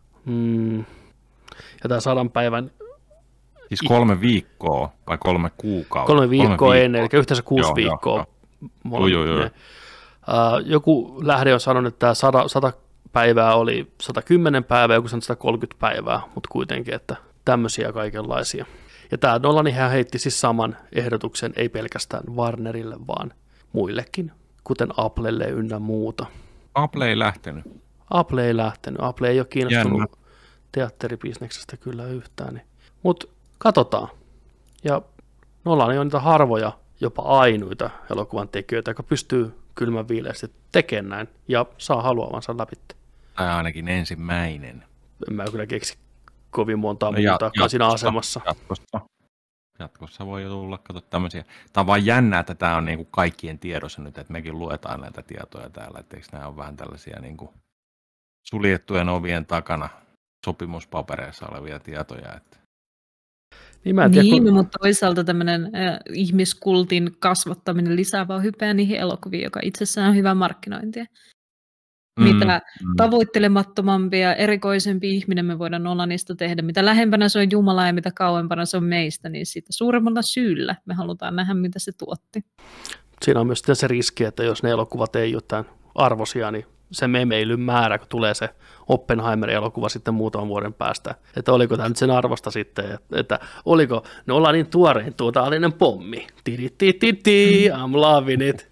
Ja tämä 100 päivän... Siis 3 viikkoa vai 3 kuukautta? 3 viikkoa ennen, eli yhteensä 6 viikkoa. Joo. Joku lähde on sanonut, että tämä 100 päivää oli 110 päivää, joku sanoi 130 päivää, mutta kuitenkin, että tämmöisiä kaikenlaisia. Ja tämä Nolanihan heitti siis saman ehdotuksen, ei pelkästään Warnerille, vaan muillekin, kuten Applelle ynnä muuta. Apple ei lähtenyt. Apple ei ole kiinnostunut teatteribisneksestä kyllä yhtään. Niin. Mutta katsotaan. Ja Nolan on niitä harvoja, jopa ainoita elokuvan tekijöitä, joka pystyy kylmän viileästi tekemään näin ja saa haluavansa läpi. Tai ainakin ensimmäinen. En mä kyllä keksi kovin montaa muutaakaan siinä asemassa. Jatkossa voi jo tulla, kato tämmöisiä. Tämä on vaan jännä, että tämä on niinku kaikkien tiedossa nyt, että mekin luetaan näitä tietoja täällä, että eikö nämä ole vähän tällaisia niinku suljettujen ovien takana sopimuspapereissa olevia tietoja. Että... Niin, mutta toisaalta tämmöinen ihmiskultin kasvattaminen lisää vaan hypeä niihin elokuviin, joka itsessään on hyvä markkinointia. Mitä tavoittelemattomampi ja erikoisempi ihminen me voidaan Nolanista tehdä, mitä lähempänä se on Jumalaa ja mitä kauempana se on meistä, niin siitä suuremmalla syyllä me halutaan nähdä, mitä se tuotti. Siinä on myös se riski, että jos ne elokuvat ei ole tämän arvoisia, niin se memeilyn määrä, kun tulee se Oppenheimer-elokuva sitten muutaman vuoden päästä, että oliko tämä nyt sen arvosta sitten, että oliko Nolanin tuorein totaalinen pommi. I'm loving it.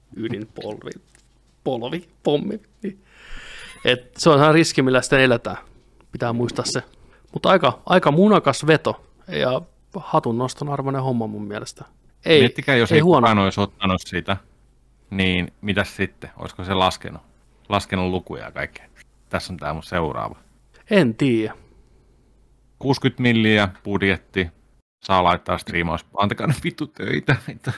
Pommi. Et se on riski, millä sitten eletään. Pitää muistaa se. Mutta aika munakas veto ja hatun noston arvoinen homma mun mielestä. Miettikää, jos ei kukaan olisi ottanut sitä, niin mitäs sitten? Olisiko se laskenut lukuja ja kaikkea? Tässä on tämä mun seuraava. En tiedä. 60 milliä budjetti, saa laittaa striimaus. Antakaa nyt vittu töitä.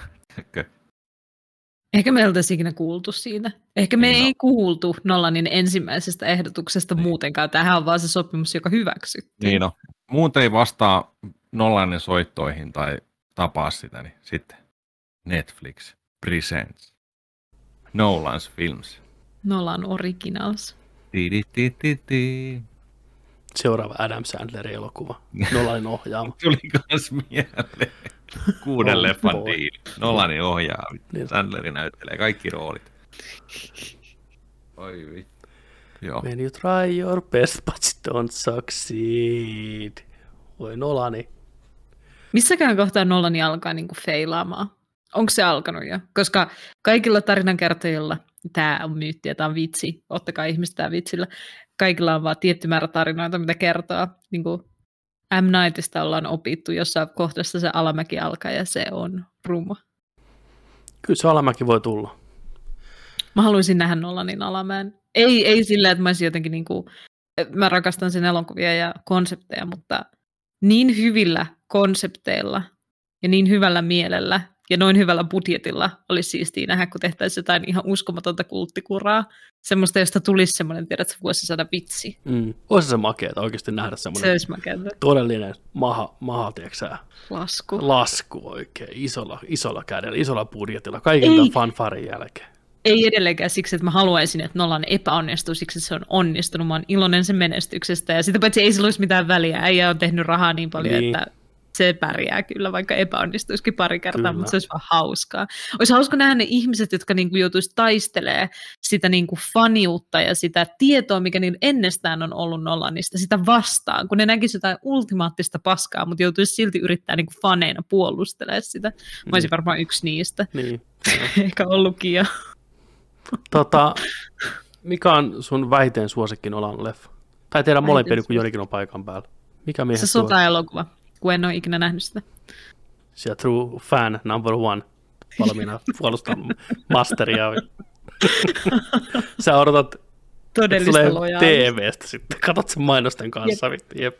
Ehkä me oltaisiin ikinä kuultu siitä. Ehkä me ei kuultu Nolanin ensimmäisestä ehdotuksesta muutenkaan. Tämähän on vaan se sopimus, joka hyväksyttiin. Niin no. Muut ei vastaa Nolanin soittoihin tai tapaa sitä, niin sitten Netflix presents Nolan's Films. Nolan Originals. Seuraava Adam Sandlerin elokuva. Nolanin ohjaama. Tuli kans mieleen. 6 leffan diili. Nolanin ohjaa. Niin. Sandleri näyttelee kaikki roolit. Oi vittu. Joo. When you try your best but don't succeed. Voi Nolani. Missäkään kohtaa Nolani alkaa niinku feilaamaan? Onko se alkanut jo? Koska kaikilla tarinankertojilla, tämä on myytti ja tämä on vitsi, ottakaa ihmistä tämä vitsillä, kaikilla on vaan tietty määrä tarinoita, mitä kertoo. Niin kuin M. Nightista ollaan opittu, jossa kohdassa se alamäki alkaa ja se on ruma. Kyllä se alamäki voi tulla. Mä haluaisin nähdä Nolanin Alamäen. Ei sillä, että mä olisin jotenkin niinku, mä rakastan sen elokuvia ja konsepteja, mutta niin hyvillä konsepteilla ja niin hyvällä mielellä ja noin hyvällä budjetilla olisi siistiä nähdä, kun tehtäisiin jotain ihan uskomatonta kulttikuraa. Semmoista, josta tulisi semmoinen, tiedätkö, vuosisada vitsi. Olisi se makeata oikeasti nähdä semmoinen todellinen maha lasku oikein, isolla kädellä, isolla budjetilla, kaiken tämän fanfarin jälkeen. Ei edelleenkään siksi, että mä haluaisin, että Nolan epäonnistuu, siksi että se on onnistunut. Mä oon iloinen sen menestyksestä ja sitä paitsi ei sillä olisi mitään väliä. Äijä on tehnyt rahaa niin paljon, että se pärjää kyllä, vaikka epäonnistuisikin pari kertaa, mutta se olisi vaan hauskaa. Olisi hauska nähdä ne ihmiset, jotka niinku joutuisi taistelemaan sitä niinku faniutta ja sitä tietoa, mikä niin ennestään on ollut Nolanista, sitä vastaan, kun ne näkisivät jotain ultimaattista paskaa, mutta joutuisi silti yrittää niinku faneina puolustelemaan sitä. Mä olisin varmaan yksi niistä. Niin. Eikä ollutkin jo. Mikä on sun vähiten suosikki Nolan leffa? Tai teidän molempia, kun jonikin on paikan päällä. Mikä mies se sota-elokuva, kun en ole ikinä nähnyt sitä. Siellä true fan number 1 valmiina puolustaa masteria. Sä odotat, todellista lojaa TV:stä sitten. Katot sen mainosten kanssa. Jep.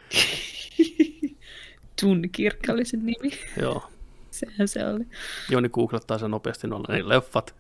Dunkirk oli sen nimi. Joo. Sehän se oli. Joni googlettaa sen nopeasti Nolanin leffat.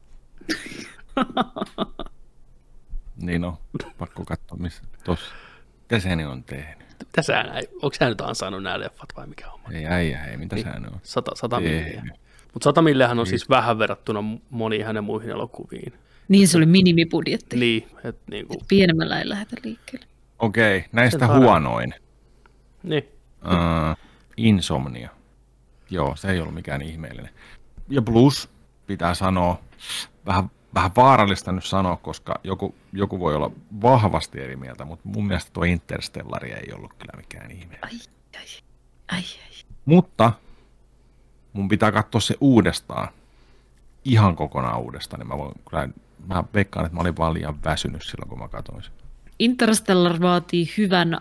Niin on, pakko katsoa, missä tossa. Mitä se on tehnyt? Onko sä nyt ansainnut nämä leffat vai mikä on? Ei, mitä sä on? 100 milliä. Mutta 100 milliähän on siis vähän verrattuna moniin hänen muihin elokuviin. Niin, se oli minimibudjetti. Niin, että niinku. Pienemmällä ei lähdetä liikkeelle. Okei, näistä huonoin. Niin. Insomnia. Joo, se ei ollut mikään ihmeellinen. Ja plus, pitää sanoa, vähän vaarallista nyt sanoa, koska joku voi olla vahvasti eri mieltä, mutta mun mielestä tuo Interstellari ei ollut kyllä mikään ihmeellinen. Ai. Mutta mun pitää katsoa se uudestaan, ihan kokonaan uudestaan, niin mä veikkaan, että mä olin vaan liian väsynyt silloin, kun mä katsoin sen. Interstellar vaatii hyvän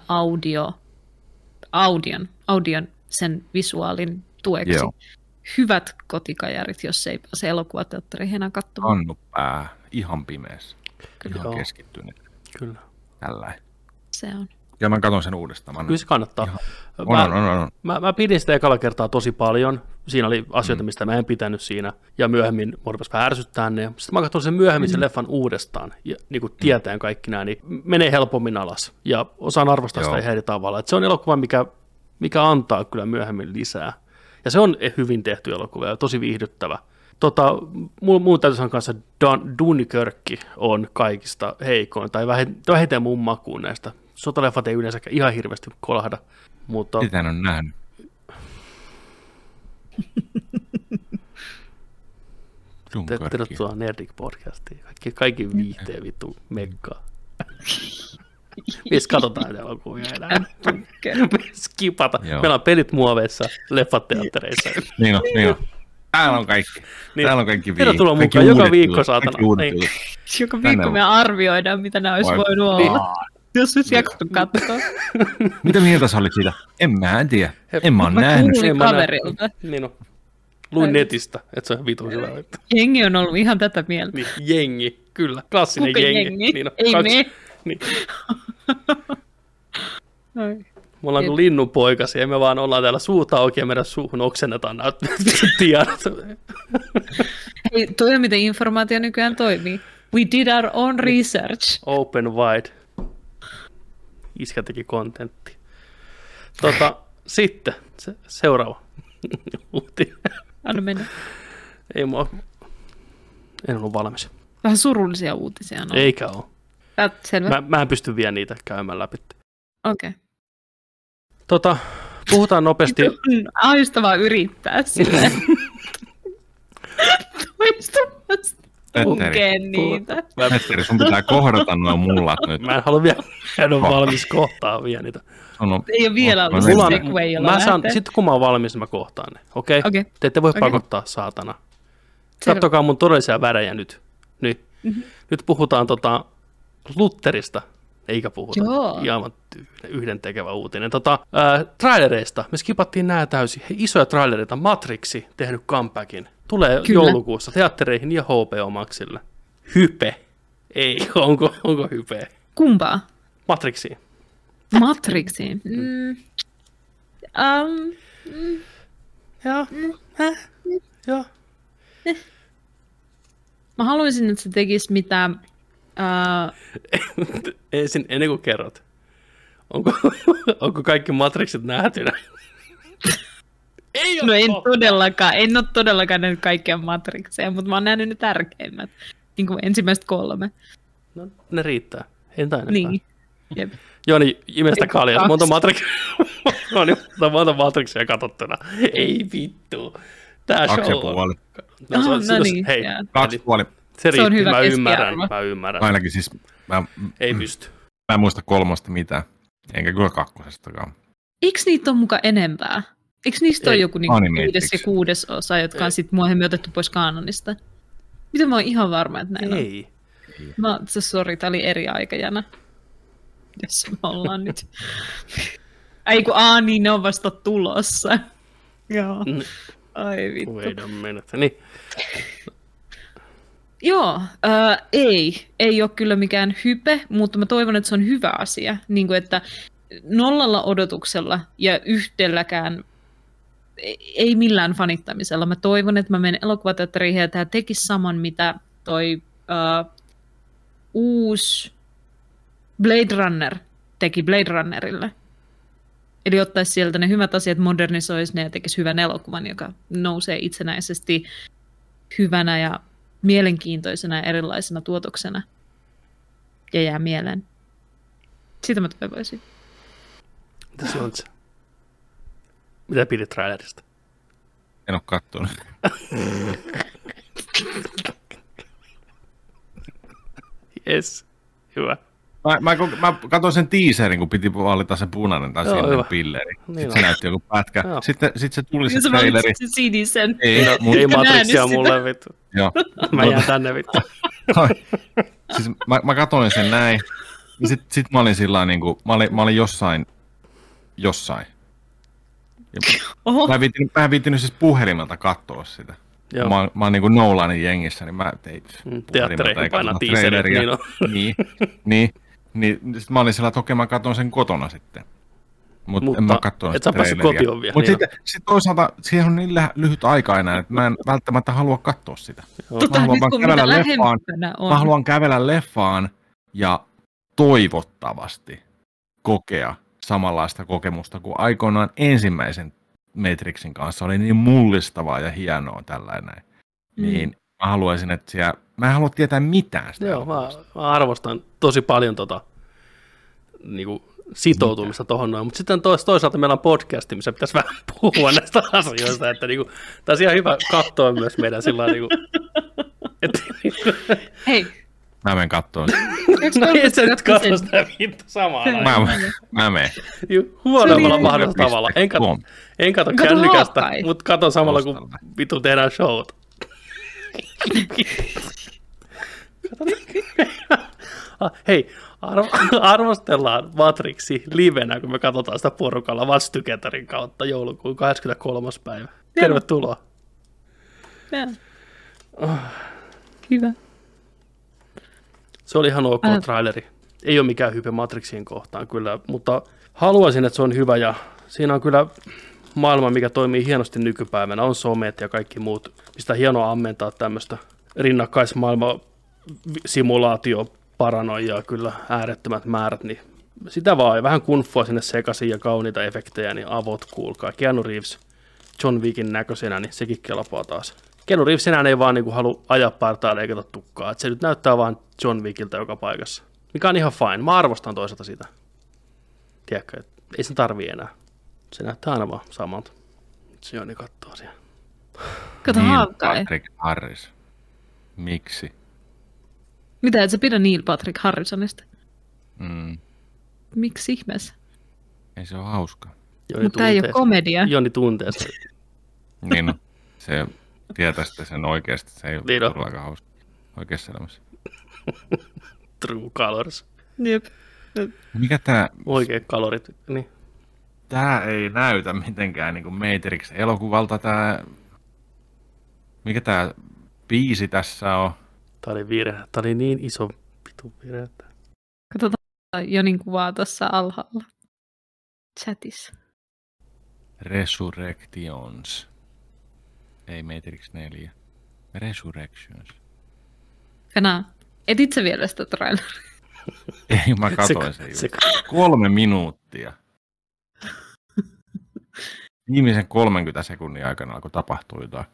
audion sen visuaalin tueksi. Joo. Hyvät kotikajarit, jos ei pääse elokuvateatteriin enää katsomaan. Annu pää, ihan pimeässä, ihan keskittynyt. Kyllä. Tällainen. Se on. Ja mä katson sen uudestaan. Kyllä se kannattaa. On. Mä pidin sitä ekalla kertaa tosi paljon. Siinä oli asioita, mistä mä en pitänyt siinä. Ja myöhemmin mua rupesi vähän ärsyttää ne. Sitten mä katson sen myöhemmin sen leffan uudestaan. Ja niin kuin tietäen kaikki nämä, niin menee helpommin alas. Ja osaan arvostaa sitä ihan eri tavalla. Et se on elokuva, mikä antaa kyllä myöhemmin lisää. Ja se on hyvin tehty elokuva ja tosi viihdyttävä. Mun täytyy sanoa kanssa, Dunkirk on kaikista heikoin, tai vähiten mun makuun näistä. Sotaleffat ei yleensä ihan hirveästi kolahda, mutta... Sitä en ole nähnyt. Tervetuloa Nerdik-podcastiin. Kaikki viihteen vittu mekkaa. Mies katsotaan elokuvia enää. Skipata. Meillä on pelit muoveissa, leffat teattereissa. Niin on. Täällä on kaikki. Täällä on kaikki tervetuloa mukaan joka viikko, saatana. Joka viikko me arvioidaan, mitä nämä olisi voinut olla. Jos olisi jaksettu katsoa. Mitä mieltä sä olit siitä? En mä tiedä. En mä ole nähnyt. Kuulin kaverilta. Niin on. Luin netistä, että se on vitu hyvä. Jengi on ollut ihan tätä mieltä. Niin, jengi, kyllä. Klassinen jengi. Niin on, ei me. Niin. Me ollaan kuin linnunpoikasia ja me vaan ollaan täällä suuta auki ja meidän suuhun oksennetaan nämä tiedot. Hei, toi on miten informaatio nykyään toimii. We did our own research. Open wide. Iskä teki kontentti. Sitten seuraava uutinen. Anna mennä. En ollut valmis. Vähän surullisia uutisia on. Eikä ole. Selvä. Mä en pysty vielä niitä käymään läpi. Okei. Puhutaan nopeasti. Aistavaa yrittää silleen. Toistuvasti. Lukee niitä. Petteri, sun pitää kohdata nuo mullat nyt. Mä en halua vielä, en ole valmis kohtaa vielä niitä. Ei ole vielä ollut se segway, jolla lähtee. Sitten kun mä oon valmis, mä kohtaan ne. Okei? Te ette voi pakottaa, saatana. Katsokaa mun todellisia värejä nyt. Nyt puhutaan Lutherista, eikä puhuta. Aivan yhdentekevä uutinen. Trailereista. Me skipattiin nää täysin. Isoja trailereita. Matrixi tehnyt comebackin. Tulee joulukuussa teattereihin ja HBO Maxille. hype. Ei, onko hype? Kumpaa? Matrixiin. Matrixiin. Joo. Mä haluaisin, että se tekisi mitä... Ensin, ennen kuin kerrot. Onko kaikki Matrixit nähtynä? Ei No en ole todellakaan nähnyt kaikkia Matrixeja, mutta mä oon nähnyt ne tärkeimmät. Niin kuin ensimmäiset 3. No, ne riittää. Ei enempää. Niin. Jep. Joni, imestä kaljaa. Monta Matrixia katsottuna. Ei vittu. Tää show on. Hei, 2,5. Se riitti, on hyvä mä ymmärrän. Ainakin siis, Ei pysty. mä en muista 3 mitään, enkä kyllä 2:stakaan. Eikö niitä ole muka enempää? Eikö niistä ole joku niinku 5. ja 6. osa, jotka on sitten myöhemmin otettu pois kaanonista? Miten mä oon ihan varma, että näin Ei. on? Sori, tää oli eri aikajana. Jos me ollaan nyt. Niin ne on vasta tulossa. Joo. Ai vittu. Wait a minute. Niin. Joo, ei ole kyllä mikään hype, mutta mä toivon, että se on hyvä asia. Niin kuin, että 0 odotuksella ja yhdelläkään, ei millään fanittamisella. Mä toivon, että mä menen elokuvateatteriin ja tämä tekisi saman, mitä toi uusi Blade Runner teki Blade Runnerille. Eli ottaisi sieltä ne hyvät asiat, modernisoisi ne ja tekisi hyvän elokuvan, joka nousee itsenäisesti hyvänä ja mielenkiintoisena ja erilaisena tuotoksena ja jää mieleen. Sitä mä toivoisin. Mitä se on se? Mitä pidit trailerista? En oo kattonut. Yes, hyvä. Mä katsoin sen teaserin, kun piti valita se punainen tai sininen pilleri. Niin sitten se näytti joku pätkä. Joo. Sitten se tuli se Ja sä traileri. valitsit sen sinisen. Ei Matrixia mulle vittu. Joo. Mä jään tänne vittu. Siis mä katsoin sen näin. Ja sit mä olin sillä niinku, mä olin jossain. Oho. Mä en viittinyt siis puhelimelta katsoa sitä. Joo. Mä oon niinku Nolanin jengissä, niin mä tein Teattereihin painaa teaserit, niin on. Niin, sit mä olin sillä, että okei, mä katson sen kotona sitten. Mutta en mä katsonut et sä päässyt kotiin vielä. Mutta sitten toisaalta siihen on niin lyhyt aika enää, että mä en välttämättä halua katsoa sitä. Mä haluan kävellä leffaan ja toivottavasti kokea samanlaista kokemusta kuin aikoinaan ensimmäisen Matrixin kanssa. Oli niin mullistavaa ja hienoa tällainen. Niin mä haluaisin, että siellä... Mä en halua tietää mitään sitä. Joo, mä arvostan tosi paljon niinku sitoutumista tuohon noin, mutta sitten toisaalta meillä on podcasti, missä pitäisi vähän puhua näistä asioista, että niinku, taas ihan hyvä katsoa myös meidän sillä niinku, että Hei. Mä menen katsomaan. No et sä nyt katso sitä vittu samaan aikaan. Mä menen. Huonommalla mahdollisella tavalla. En katso kännykästä, mutta katon samalla, kun vittu tehdään showta. Hei, arvostellaan Matrixi livenä, kun me katsotaan sitä porukalla Watch Togetherin kautta joulukuun 23. päivä. Tervetuloa. Hyvä. Se oli ihan ok traileri. Ei ole mikään hype Matrixien kohtaan kyllä, mutta haluaisin, että se on hyvä ja siinä on kyllä maailma, mikä toimii hienosti nykypäivänä, on somet ja kaikki muut, mistä hienoa ammentaa tämmöistä rinnakkaismaailma simulaatioparanoijaa kyllä äärettömät määrät, niin sitä vaan vähän kunfua sinne sekaisin ja kauniita efektejä, niin avot kuulkaa. Keanu Reeves John Wickin näköisenä, niin sekin kelpaa taas. Keanu Reeves enää ei vaan niin halua ajaa partaa leikata tukkaa, että se nyt näyttää vaan John Wickiltä joka paikassa, mikä on ihan fine. Mä arvostan toisaalta sitä. Tiedätkö, että ei se tarvii enää. Se näyttää aina vaan samalta. Se Joni kattoo siellä. Kato Hawkeye. Patrick Harris. Miksi? Mitä, et sä pidä Neil Patrick Harrisonista? Mm. Miksi ihmeessä? Ei se ole hauska. Mutta tämä ei ole komedia. Joni tuntee sitä. Niin no, se tietää sitten sen oikeasti. Se ei ole niin todellakaan hauska oikeassa elämässä. True colors. Jep. Mikä tää... Oikeat kalorit, niin. Tää ei näytä mitenkään niin kuin Matrix-elokuvalta tää... Mikä tää biisi tässä on? Tämä oli virhe. Tämä oli niin iso vitu virhe. Katsotaan Jonin kuvaa tuossa alhaalla chatissa. Resurrections. Ei Matrix 4. Resurrections. Fena, etit sä vielä sitä traileria? Ei, mä katoin sen just. 3 minuuttia. Viimeisen 30 sekunnin aikana alkoi tapahtua jotain.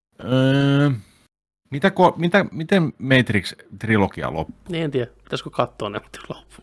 Miten Matrix-trilogia loppuu? Niin, en tiedä. Pitäisikö katsoa ne loppuun?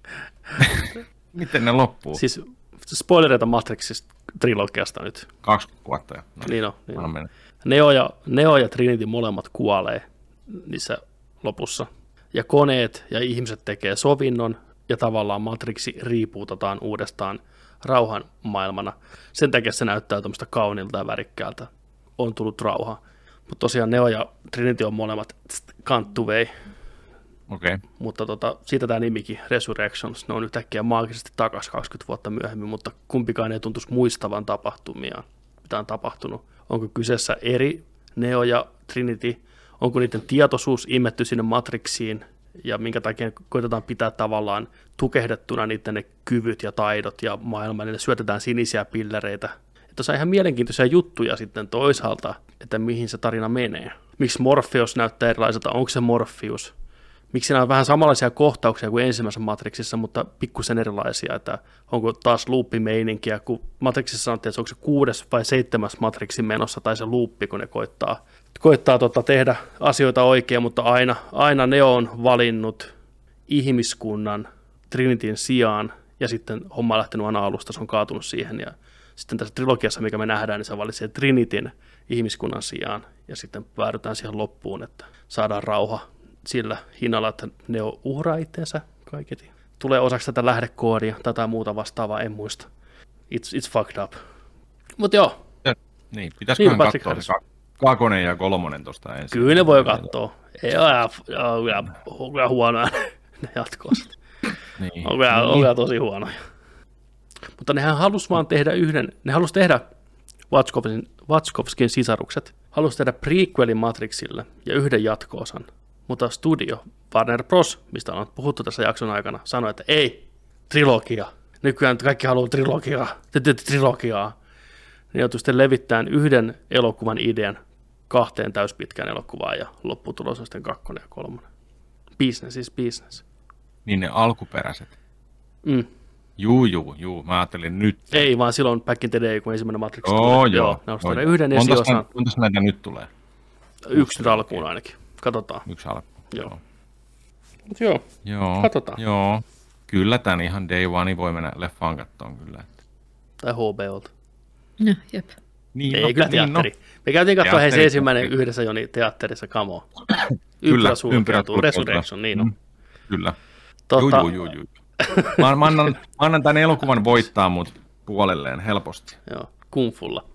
Miten ne loppuu? Siis spoilereita Matrixista trilogiasta nyt. 20 vuotta jo. No, Niin on. Niin anna on. mennä. Neo ja Trinity molemmat kuolee niissä lopussa. Ja koneet ja ihmiset tekee sovinnon ja tavallaan Matrixi riipuutetaan uudestaan rauhan maailmana. Sen takia se näyttää tämmöistä kaunilta ja värikkäältä. On tullut rauha. Mutta tosiaan Neo ja Trinity on molemmat kanttuvei. Okei. Mutta siitä tämä nimikin, Resurrections, ne on yhtäkkiä maagisesti takaisin 20 vuotta myöhemmin, mutta kumpikaan ei tuntuisi muistavan tapahtumia, mitä on tapahtunut. Onko kyseessä eri Neo ja Trinity, onko niiden tietoisuus imetty sinne Matrixiin, ja minkä takia koitetaan pitää tavallaan tukehdettuna niiden ne kyvyt ja taidot ja maailma, niin ne syötetään sinisiä pillereitä. Että on ihan mielenkiintoisia juttuja sitten toisaalta, että mihin se tarina menee. Miksi Morpheus näyttää erilaiselta, onko se Morpheus? Miksi siinä on vähän samanlaisia kohtauksia kuin ensimmäisessä Matrixissa, mutta pikkusen erilaisia, että onko taas loopimeininkiä, kun Matrixissa sanottiin, että onko se 6. vai 7. Matrixin menossa, tai se loopi, kun ne koittaa tehdä asioita oikein, mutta aina ne on valinnut ihmiskunnan Trinityn sijaan, ja sitten homma on lähtenyt aina alusta, se on kaatunut siihen, ja sitten tässä trilogiassa, mikä me nähdään, niin se valitsee Trinityn ihmiskunnan sijaan, ja sitten päädytään siihen loppuun, että saadaan rauha sillä hinnalla, että ne uhraa itseensä kaiketi. Tulee osaksi tätä lähdekoodia tai jotain muuta vastaavaa, en muista. It's fucked up. Mutta joo. Niin, pitäisiköhän katsoa se 2 ja 3 tuosta ensin. Kyllä ne voi katsoa. Ei ole kyllä huonoja ne jatko-osat. Niin. On kyllä tosi huonoja. Mutta nehän halusi vaan tehdä ne halusi tehdä Wachowskin sisarukset. Halusi tehdä prequelin Matrixille ja yhden jatko-osan. Mutta studio, Warner Bros., mistä on puhuttu tässä jakson aikana, sanoi, että ei, trilogia. Nykyään kaikki haluaa trilogiaa. Ne joutui sitten levittämään yhden elokuvan idean 2 täyspitkään elokuvaan ja lopputulos on sitten 2 ja 3. Business is business. Niin ne alkuperäiset. Juu. Mä ajattelin nyt. Ei, vaan silloin back in the day, kun ensimmäinen Matrix tuli. Joo. Ne on yhden esiosan. Montas näitä nyt tulee? 1 alkuun ainakin. Katsotaan. 1 alkuun. Joo. Katsotaan. Joo. Kyllä tän ihan day one voi mennä leffaan kattoon kyllä. Tai HBOlta. No, jep. Niin, ei kyllä teatteri. Me käytiin katsoa se ensimmäinen yhdessä Joni teatterissa, kamo. Kyllä, ympäräsuunniteltu. Resurrection, niin on. Kyllä. Juu. Mä annan tämän elokuvan voittaa mut puolelleen helposti. Joo, Kung-fulla.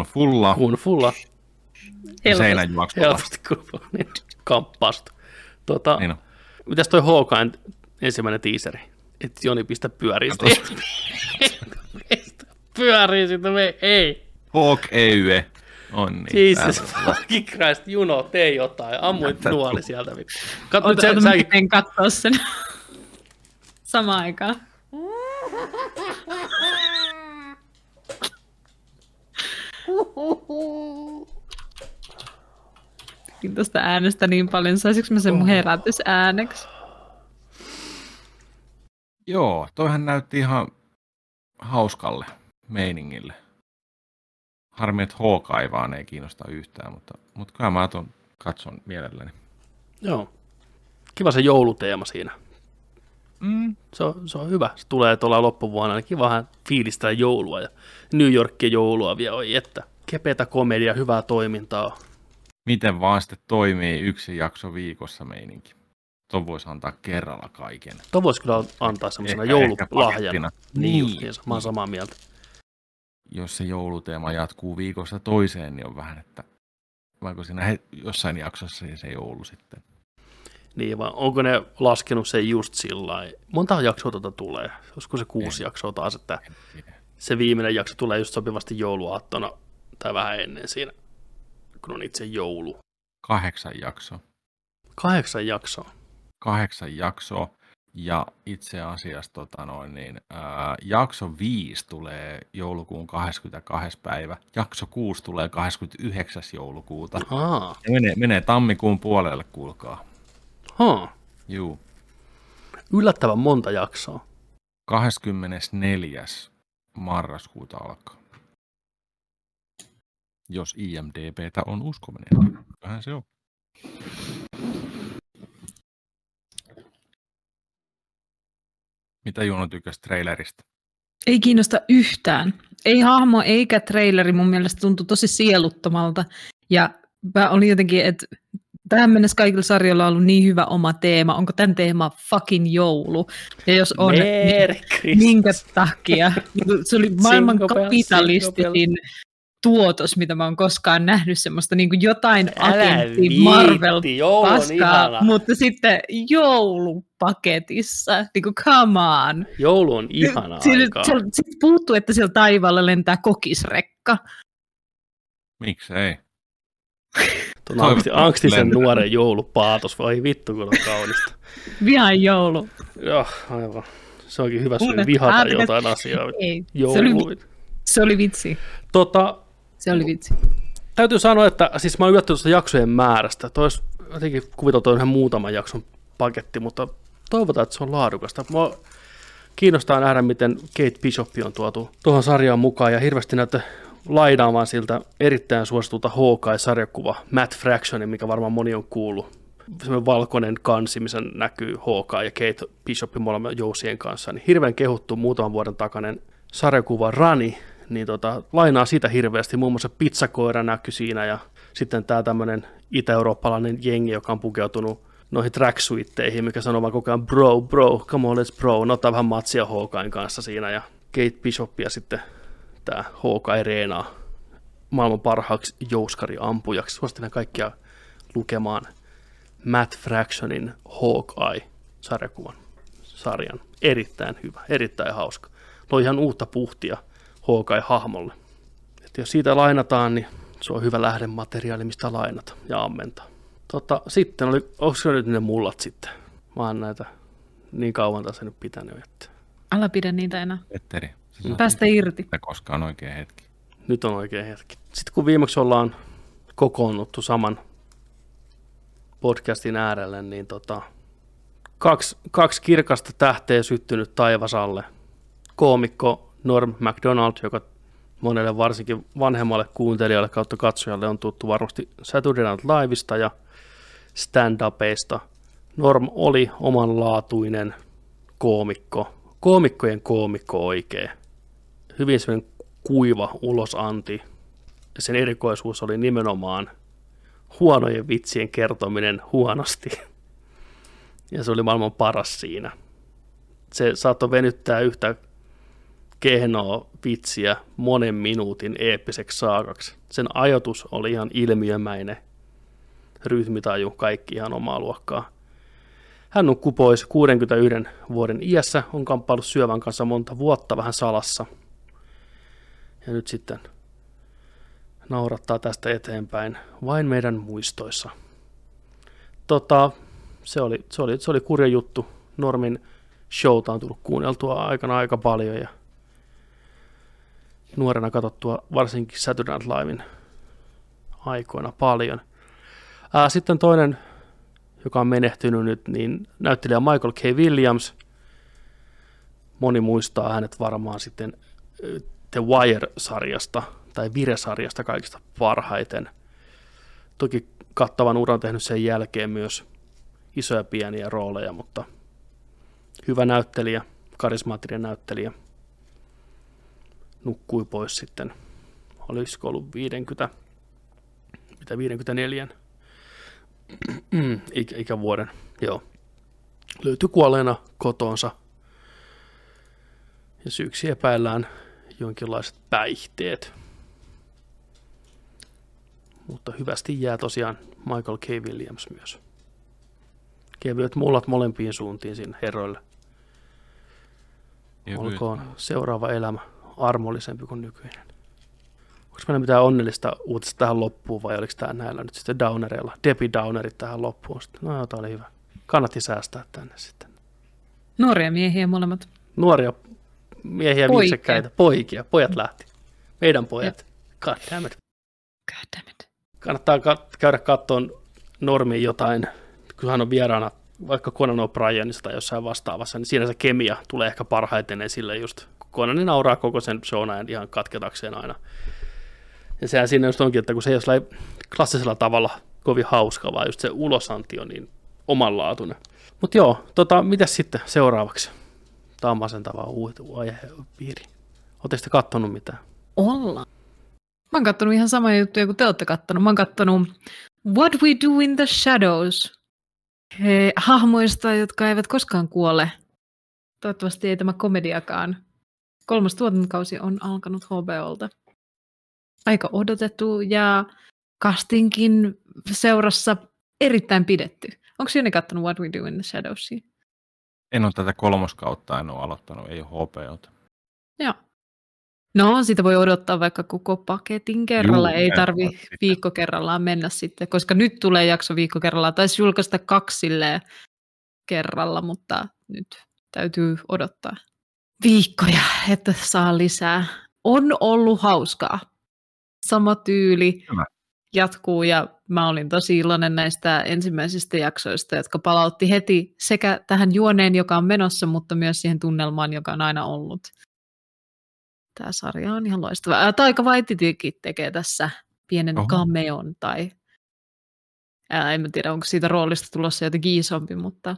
Seinäjuoksulla. Helposti Kung-fulla. Niin, kamppaastu. Niin on. Mitäs toi Hawkeyen ensimmäinen teaseri? Et Joni pistä pyöriin sitä. Pyöriin sitä, ei. Hawkeye. On niin. Jesus fucking Christ, Juno, tee jotain. Ammuit nuoli sieltä. En katsoa sen samaan aikaan. Tuosta äänestä niin paljon. Saisinko mä sen mun herätysääneksi? Joo, toihan näytti ihan hauskalle meiningille. Harmi, että Hawkeye vaan ei kiinnosta yhtään, mutta kyllä mä katson mielelläni. Joo. Kiva se jouluteema siinä. Se on hyvä. Se tulee tuolla loppuvuonna. Niin kiva vähän fiilistää joulua ja New Yorkia joulua vielä. Oi, että kepeätä komedia, hyvää toimintaa. Miten vaan sitten toimii 1 jakso viikossa meininki. Tuon voisi antaa kerralla kaiken. Tuon voisi kyllä antaa semmoisena joululahjana. Niin, mä oon samaa mieltä. Jos se jouluteema jatkuu viikosta toiseen, niin on vähän, että vaikka siinä jossain jaksossa se joulu sitten. Niin, vaan onko ne laskenut sen just sillä lailla? Monta jaksoa tulee? Olisiko se 6 jaksoa taas, että se viimeinen jakso tulee just sopivasti jouluaattona tai vähän ennen siinä, kun on itse joulu. 8 jaksoa. 8 jaksoa. 8 jaksoa. Ja itse asiassa jakso 5 tulee joulukuun 22. päivä. Jakso 6 tulee 29. joulukuuta. Ja menee tammikuun puolelle, kuulkaa. Juu. Yllättävän monta jaksoa. 24. marraskuuta alkaa. Jos IMDb:tä on uskominen. Vähän se on. Mitä Juno tykkäsi trailerista? Ei kiinnosta yhtään. Ei hahmo eikä traileri mun mielestä tuntui tosi sieluttomalta. Ja mä olin jotenkin, että tähän mennessä kaikilla sarjoilla on ollut niin hyvä oma teema. Onko tämän teema fucking joulu? Ja jos on, niin minkä takia? Se oli maailman kapitalistisin tuotos, mitä mä oon koskaan nähnyt, semmoista niin kuin jotain agentti Marvel-paskaa, mutta sitten joulupaketissa, niin kuin come on. Joulu on ihana aikaa. Sitten puuttuu, että siellä taivaalla lentää kokisrekka. Miksei? Tuon angstisen nuoren joulupaatos, vai vittu kun on kaunista. Vihaan joulu. Joo, aivan. Se onkin hyvä syy vihata jotain asiaa. Ei, se oli vitsi. Se oli vitsi. Täytyy sanoa, että siis mä oon yllättynyt tuosta jaksojen määrästä. Tois jotenkin kuviteltu ihan muutaman jakson paketti, mutta toivotaan, että se on laadukasta. Mua kiinnostaa nähdä, miten Kate Bishop on tuotu tuohon sarjaan mukaan ja hirveästi näyttää lainaamaan siltä erittäin suositulta Hawkeye-sarjakuva Matt Fractionin, mikä varmaan moni on kuullut. Sellainen valkoinen kansi, missä näkyy Hawkeye ja Kate Bishop molemmat jousien kanssa. Niin hirveän kehuttu muutaman vuoden takainen sarjakuva Rani, niin lainaa siitä hirveästi. Muun muassa pizzakoira näkyy siinä ja sitten tämä tämmöinen itä-eurooppalainen jengi, joka on pukeutunut noihin tracksuitteihin, mikä sanoo vaan koko ajan bro, come on, let's bro. Ne ottaa vähän matsia Hawkeyen kanssa siinä ja Kate Bishop ja sitten tämä Hawkeye reenaa maailman parhaaksi jouskariampujaksi. Suosittelen kaikkia lukemaan Matt Fractionin Hawkeye-sarjan. Erittäin hyvä, erittäin hauska. Loi ihan uutta puhtia Hawkeye-hahmolle. Et jos siitä lainataan, niin se on hyvä lähdemateriaali, mistä lainata ja ammentaa. Sitten onko se nyt ne mullat sitten? Mä oon näitä niin kauan tässä nyt pitänyt. Että... Älä pidä niitä enää. Petteri. Päästä irti. Koskaan oikea hetki. Nyt on oikea hetki. Sitten kun viimeksi ollaan kokoonnuttu saman podcastin äärelle, niin kaksi kirkasta tähteä syttynyt taivasalle. Koomikko Norm Macdonald, joka monelle varsinkin vanhemmalle kuuntelijalle kautta katsojalle on tuttu varmasti Saturday Night Livesta ja stand-upeista. Norm oli omanlaatuinen koomikko, koomikkojen koomikko oikein. Hyvin semmoinen kuiva ulosanti. Ja sen erikoisuus oli nimenomaan huonojen vitsien kertominen huonosti. Ja se oli maailman paras siinä. Se saattoi venyttää yhtä kehnoa vitsiä monen minuutin eeppiseksi saakaksi. Sen ajoitus oli ihan ilmiömäinen. Rytmitaju, kaikki ihan omaa luokkaa. Hän nukkui pois 61 vuoden iässä, on kamppaillut syövän kanssa monta vuotta vähän salassa. Ja nyt sitten naurattaa tästä eteenpäin vain meidän muistoissa. Se oli kurja juttu. Normin showta on tullut kuunneltua aikana aika paljon ja nuorena katsottua varsinkin Saturday Night Liven aikoina paljon. Sitten toinen, joka on menehtynyt nyt, niin näyttelijä Michael K. Williams. Moni muistaa hänet varmaan sitten The Wire-sarjasta tai Vire-sarjasta kaikista parhaiten. Toki kattavan uran tehnyt sen jälkeen myös isoja pieniä rooleja, mutta hyvä näyttelijä, karismaattinen näyttelijä. Nukkui pois sitten, olisiko ollut 54 ikävuoden, joo. Löytyi kuolleena kotonsa ja syyksi epäillään jonkinlaiset päihteet. Mutta hyvästi jää tosiaan Michael K. Williams myös. Kevyet mullat molempiin suuntiin sinne herroille. Olkoon seuraava elämä armollisempi kuin nykyinen. Onko meillä mitään onnellista uutista tähän loppuun, vai oliko tämä näillä nyt sitten downereilla? Debbie Downerit tähän loppuun. No joo, tämä oli hyvä. Kannatti säästää tänne sitten. Nuoria miehiä molemmat. Nuoria miehiä, viitsekkäitä. Poikia. Pojat lähti. Meidän pojat. God damn it. God damn it. Kannattaa käydä katsomaan Normiin jotain, kun hän on vieraana vaikka Conan O'Brienissa tai jossain vastaavassa, niin siinä se kemia tulee ehkä parhaiten esille just. Conan nauraa koko sen showna ihan katketakseen aina. Ja sehän siinä just onkin, että kun se ei ole klassisella tavalla kovin hauska, vaan just se ulosanti on niin omanlaatuinen. Mutta joo, mitäs sitten seuraavaksi? Tämä on masentavaa aihepiiri. Oletteko te kattonut mitään? Ollaan. Mä oon kattonut ihan samaa juttuja kuin te olette kattonut. Mä oon kattonut What We Do in the Shadows. Hahmoista, jotka eivät koskaan kuole. Toivottavasti ei tämä komediakaan. 3. tuotantokausi on alkanut HBOlta. Aika odotettu ja castingin seurassa erittäin pidetty. Onko Joni kattonut What We Do in the Shadowsia? En ole tätä 3. kautta, en ole aloittanut, ei ole HBOta. Joo. No, sitä voi odottaa vaikka koko paketin kerralla. Ei tarvi viikko kerrallaan mennä sitten, koska nyt tulee jakso viikko kerrallaan. Taisi julkaista 2 kerralla, mutta nyt täytyy odottaa viikkoja, että saa lisää. On ollut hauskaa. Sama tyyli jatkuu ja mä olin tosi iloinen näistä ensimmäisistä jaksoista, jotka palautti heti sekä tähän juoneen, joka on menossa, mutta myös siihen tunnelmaan, joka on aina ollut. Tämä sarja on ihan loistava. Taika Waititikin tekee tässä pienen cameon tai en tiedä, onko siitä roolista tulossa jotenkin isompi, mutta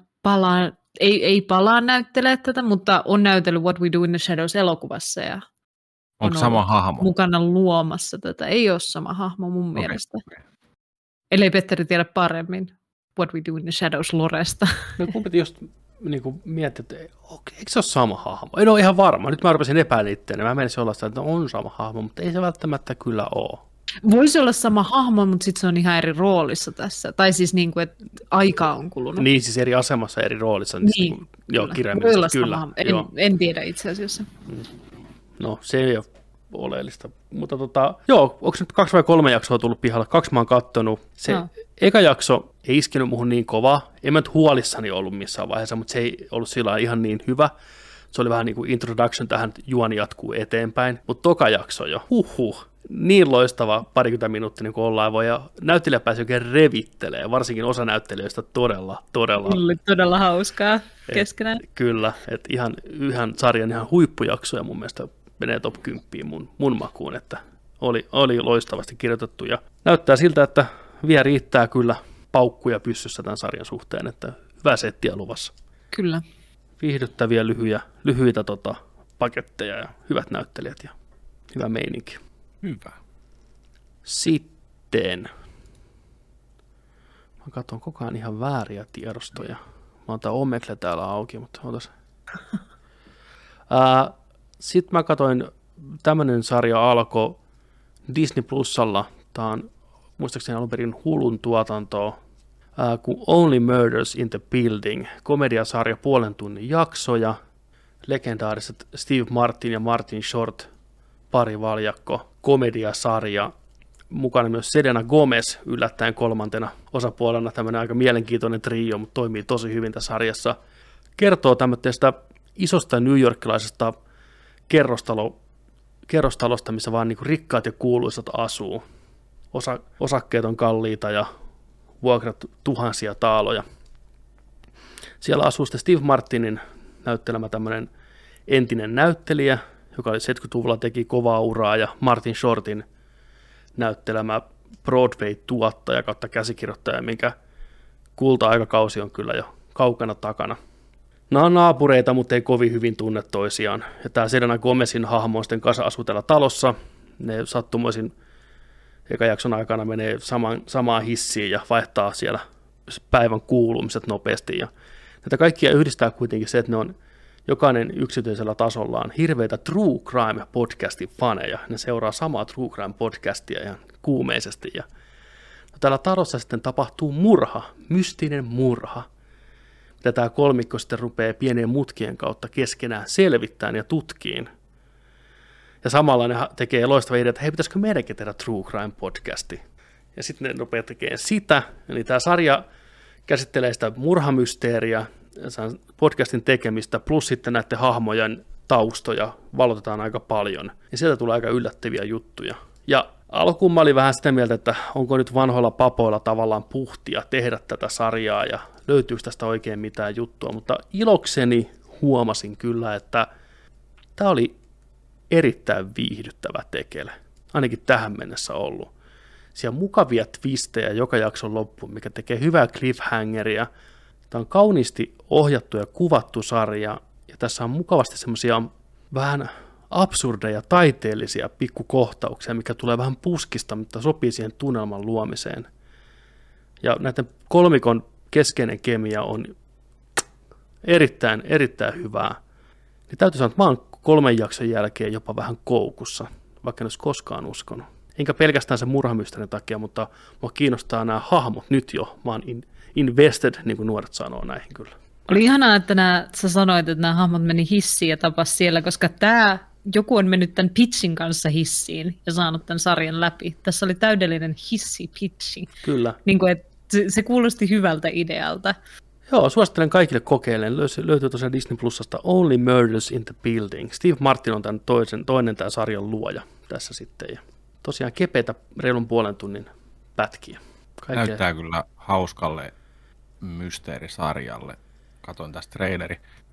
ei palaa näyttelee tätä, mutta on näytellyt What We Do in the Shadows -elokuvassa ja onko sama hahmo mukana luomassa tätä. Ei ole sama hahmo mun mielestä. Okay. Ellei Petteri tiedä paremmin What We Do in the Shadows -loresta. No kun piti just niin miettiä, että eikö se ole sama hahmo? En ole ihan varma. Nyt mä rupesin epäilemään itseäni. Mä menisin olla sitä, että on sama hahmo, mutta ei se välttämättä kyllä ole. Voisi olla sama hahmo, mutta sitten se on ihan eri roolissa tässä. Tai siis niin kuin, että aikaa on kulunut. Niin, siis eri asemassa, eri roolissa. Niin, joo, kirjaimellisesti. Kyllä. En tiedä itse asiassa. No, se ei ole oleellista. Mutta joo, onko nyt 2 vai 3 jaksoa tullut pihalle? 2 mä oon kattonut. Se eka jakso ei iskenyt muhun niin kovaa. En mä nyt huolissani ollut missään vaiheessa, mutta se ei ollut sillä ihan niin hyvä. Se oli vähän niin kuin introduction tähän, juoni jatkuu eteenpäin. Mutta toka jakso jo, niin loistava 20 minuuttia niin kuin ollaan voi. Ja näyttelijä pääsi oikein revittelee, varsinkin osa näyttelijöistä todella. Oli todella hauskaa keskenään. Kyllä, että ihan sarjan ihan huippujaksoja mun mielestä menee top 10 mun makuun, että oli loistavasti kirjoitettu ja näyttää siltä, että vielä riittää kyllä paukkuja pyssyssä tämän sarjan suhteen, että hyvä settiä luvassa. Kyllä. Viihdyttäviä lyhyitä paketteja ja hyvät näyttelijät ja hyvä meininki. Hyvä. Sitten mä katson koko ajan ihan vääriä tiedostoja. Mä oon tää Omegle täällä auki, mutta otas. Sitten mä katsoin, tämmönen sarja alkoi Disney Plusalla. Tää on muistaakseni alun perin Hulun tuotantoa, kuin Only Murders in the Building. Komediasarja 0,5 tunnin jaksoja. Legendaariset Steve Martin ja Martin Short parivaljakko komediasarja. Mukana myös Selena Gomez yllättäen 3. osapuolena. Tämmöinen aika mielenkiintoinen trio, mutta toimii tosi hyvin tässä sarjassa. Kertoo tämmöistä isosta newyorkilaisesta kerrostalosta, missä vaan niinku rikkaat ja kuuluisat asuu. Osakkeet on kalliita ja vuokrat tuhansia taaloja. Siellä asuu sitten Steve Martinin näyttelemä tämmöinen entinen näyttelijä, joka oli 70-luvulla teki kovaa uraa, ja Martin Shortin näyttelemä Broadway-tuottaja kautta käsikirjoittaja, minkä kulta-aikakausi on kyllä jo kaukana takana. Nämä on naapureita, mutta ei kovin hyvin tunne toisiaan. Ja tämä Selena Gomezin hahmo sitten kanssa asuu täällä talossa. Ne sattumoisin eka jakson aikana menee samaan hissiin ja vaihtaa siellä päivän kuulumiset nopeasti. Ja tätä kaikkia yhdistää kuitenkin se, että ne on jokainen yksityisellä tasollaan hirveitä True Crime-podcastin faneja. Ne seuraa samaa True Crime-podcastia ihan kuumeisesti. Ja täällä talossa sitten tapahtuu mystinen murha. Mitä tämä kolmikko sitten rupeaa pienien mutkien kautta keskenään selvittämään ja tutkiin. Ja samalla ne tekee loistavia ideoita, että hei, pitäisikö meidänkin tehdä True Crime-podcasti. Ja sitten ne rupeaa tekemään sitä. Eli tämä sarja käsittelee sitä murhamysteeriä, podcastin tekemistä, plus sitten näiden hahmojen taustoja valotetaan aika paljon. Ja sieltä tulee aika yllättäviä juttuja. Ja alkuun mä olin vähän sitä mieltä, että onko nyt vanhoilla papoilla tavallaan puhtia tehdä tätä sarjaa ja löytyykö tästä oikein mitään juttua. Mutta ilokseni huomasin kyllä, että tämä oli erittäin viihdyttävä tekele. Ainakin tähän mennessä ollut. Siellä on mukavia twistejä joka jakson loppuun, mikä tekee hyvää cliffhangeria. Tämä on kauniisti ohjattu ja kuvattu sarja, ja tässä on mukavasti semmoisia vähän absurdeja, taiteellisia pikkukohtauksia, mikä tulee vähän puskista, mutta sopii siihen tunnelman luomiseen. Ja näiden kolmikon keskeinen kemia on erittäin, erittäin hyvää. Niin täytyy sanoa, että mä oon 3 jakson jälkeen jopa vähän koukussa, vaikka en olisi koskaan uskonut. Enkä pelkästään sen murhamysteerin takia, mutta mua kiinnostaa nämä hahmot nyt jo. Mä oon invested, niin kuin nuoret sanoo näihin kyllä. Oli ihanaa, että sä sanoit, että nämä hahmot meni hissiin ja tapas siellä, koska joku on mennyt tämän pitchin kanssa hissiin ja saanut tämän sarjan läpi. Tässä oli täydellinen hissi-pitchi. Kyllä. Niin kuin, että se kuulosti hyvältä idealta. Joo, suosittelen kaikille kokeilemaan. Löytyy tosiaan Disney Plusasta Only Murders in the Building. Steve Martin on tämän toinen tämän sarjan luoja tässä sitten. Ja tosiaan kepeitä reilun puolen tunnin pätkiä. Näyttää kyllä hauskalle mysteerisarjalle. Katoin tästä traileri.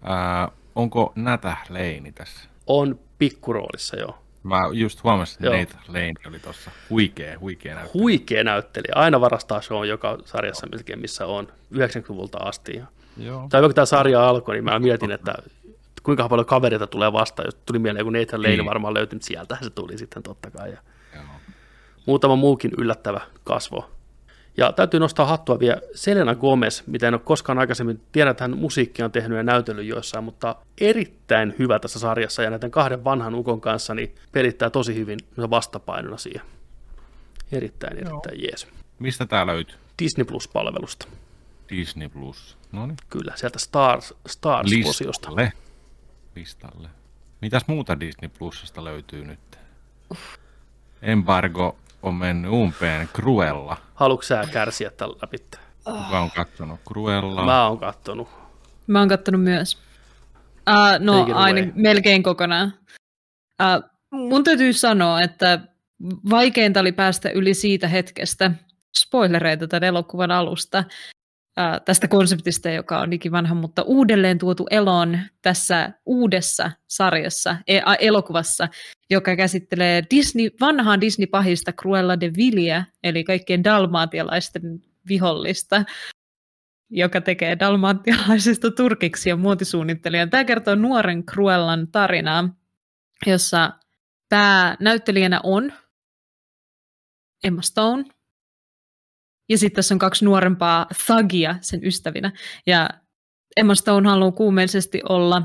Onko Nathan Lane tässä? On pikkuroolissa, joo. Mä just huomasin, että Nathan Lane oli tuossa huikea näyttelijä. Huikea näyttelijä. Aina varastaa show joka sarjassa melkein, missä on 90-luvulta asti. Joo. Tai kun tämä sarja alkoi, niin mä mietin, että kuinka paljon kavereita tulee vastaan. Jos tuli mieleen, kun Nathan Lane varmaan löytynyt sieltä, se tuli sitten totta kai. Ja muutama muukin yllättävä kasvo. Ja täytyy nostaa hattua vielä Selena Gomez, mitä en ole koskaan aikaisemmin, tiedän, että hän musiikkia on tehnyt ja näytellyt joissain, mutta erittäin hyvä tässä sarjassa ja näiden 2 vanhan ukon kanssa niin pelittää tosi hyvin vastapainona siihen. Erittäin jees. Mistä tää löytyy? Disney Plus-palvelusta. Disney Plus, no niin. Kyllä, sieltä Stars-osiosta. Listalle. Mitäs muuta Disney Plusasta löytyy nyt? Embargo on mennyt umpeen. Cruella. Haluatko sä kärsiä tällä läpi? Kuka on kattonut Cruella? Mä oon kattonut. Mä oon kattonut myös. Aina melkein kokonaan. Mun täytyy sanoa, että vaikeinta oli päästä yli siitä hetkestä, spoilereita tämän elokuvan alusta, tästä konseptista, joka on ikivanha, mutta uudelleen tuotu eloon tässä uudessa sarjassa, elokuvassa, joka käsittelee vanhaa Disney-pahista Cruella de Villiä, eli kaikkien dalmaatialaisten vihollista, joka tekee dalmaatialaisista turkiksi ja muotisuunnittelijan. Tämä kertoo nuoren Cruellan tarinaa, jossa päänäyttelijänä on Emma Stone, ja sitten tässä on 2 nuorempaa thugia sen ystävinä. Ja Emma Stone haluaa kuumeisesti olla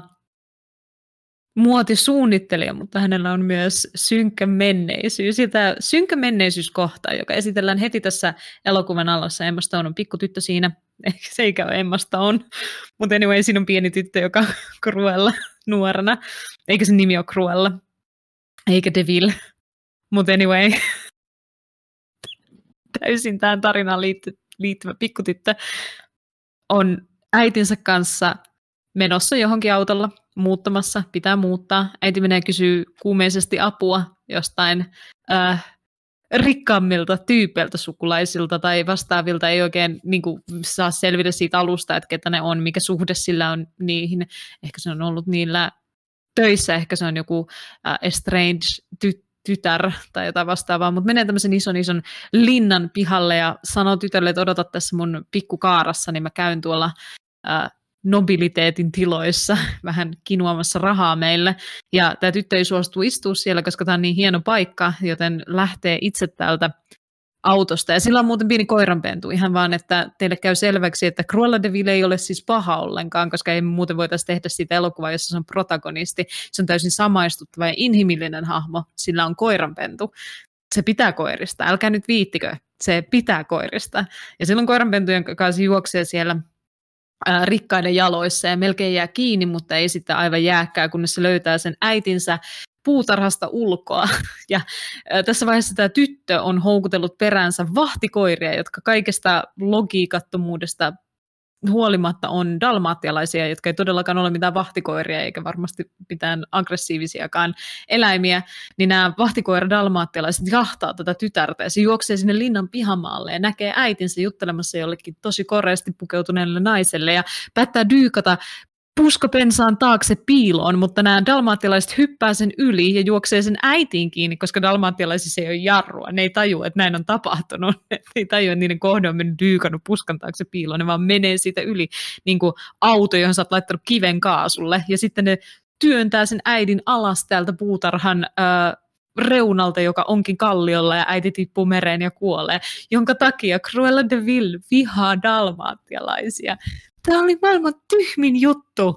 muotisuunnittelija, mutta hänellä on myös synkkä menneisyys. Ja tämä synkkä menneisyyskohta, joka esitellään heti tässä elokuvan alussa. Emma Stone on pikkutyttö siinä. Se eikä ole Emma Stone. Mutta anyway, siinä on pieni tyttö, joka on Cruella nuorena. Eikä se nimi ole Cruella. Eikä Deville. Mutta anyway. Täysin tähän tarinaan liittyvä pikkutyttö on äitinsä kanssa menossa johonkin autolla, muuttamassa, pitää muuttaa. Äiti menee kysyy kuumeisesti apua jostain rikkaammilta tyypeiltä, sukulaisilta tai vastaavilta, ei oikein niin kuin, saa selville siitä alusta, että ketä ne on, mikä suhde sillä on niihin. Ehkä se on ollut niillä töissä, ehkä se on joku estranged tytär tai jotain vastaavaa, mutta menee tämmöisen ison linnan pihalle ja sanoo tytölle, että odota tässä mun pikkukaarassa, niin mä käyn tuolla nobiliteetin tiloissa vähän kinuamassa rahaa meille. Ja tämä tyttö ei suostu istua siellä, koska tämä on niin hieno paikka, joten lähtee itse täältä autosta. Ja sillä on muuten pieni koiranpentu, ihan vaan, että teille käy selväksi, että Cruella de Vil ei ole siis paha ollenkaan, koska ei muuten voitaisiin tehdä siitä elokuvaa, jossa se on protagonisti. Se on täysin samaistuttava ja inhimillinen hahmo, sillä on koiranpentu. Se pitää koirista, älkää nyt viittikö, se pitää koirista. Ja silloin koiranpentu, jonka kanssa juoksee siellä rikkaiden jaloissa ja melkein jää kiinni, mutta ei sitten aivan jääkään, kunnes se löytää sen äitinsä puutarhasta ulkoa. Ja tässä vaiheessa tämä tyttö on houkutellut peräänsä vahtikoiria, jotka kaikesta logiikattomuudesta huolimatta on dalmaattialaisia, jotka ei todellakaan ole mitään vahtikoiria eikä varmasti mitään aggressiivisiakaan eläimiä, niin nämä vahtikoira-dalmaattialaiset jahtaa tätä tytärtä ja se juoksee sinne linnan pihamaalle ja näkee äitinsä juttelemassa jollekin tosi koreasti pukeutuneelle naiselle ja päättää dyykata puskapensaan taakse piiloon, mutta nämä dalmaattialaiset hyppää sen yli ja juoksee sen äitiin kiinni, koska dalmaattialaisissa ei ole jarrua. Ne ei tajua, että näin on tapahtunut. Ne ei tajua, että niiden kohde on mennyt dyykannut puskan taakse piiloon. Ne vaan menee siitä yli niin kuin auto, johon sä oot laittanut kiven kaasulle. Ja sitten ne työntää sen äidin alas täältä puutarhan reunalta, joka onkin kalliolla ja äiti tippuu mereen ja kuolee, jonka takia Cruella de Vil vihaa dalmaattialaisia. Tämä oli maailman tyhmin juttu.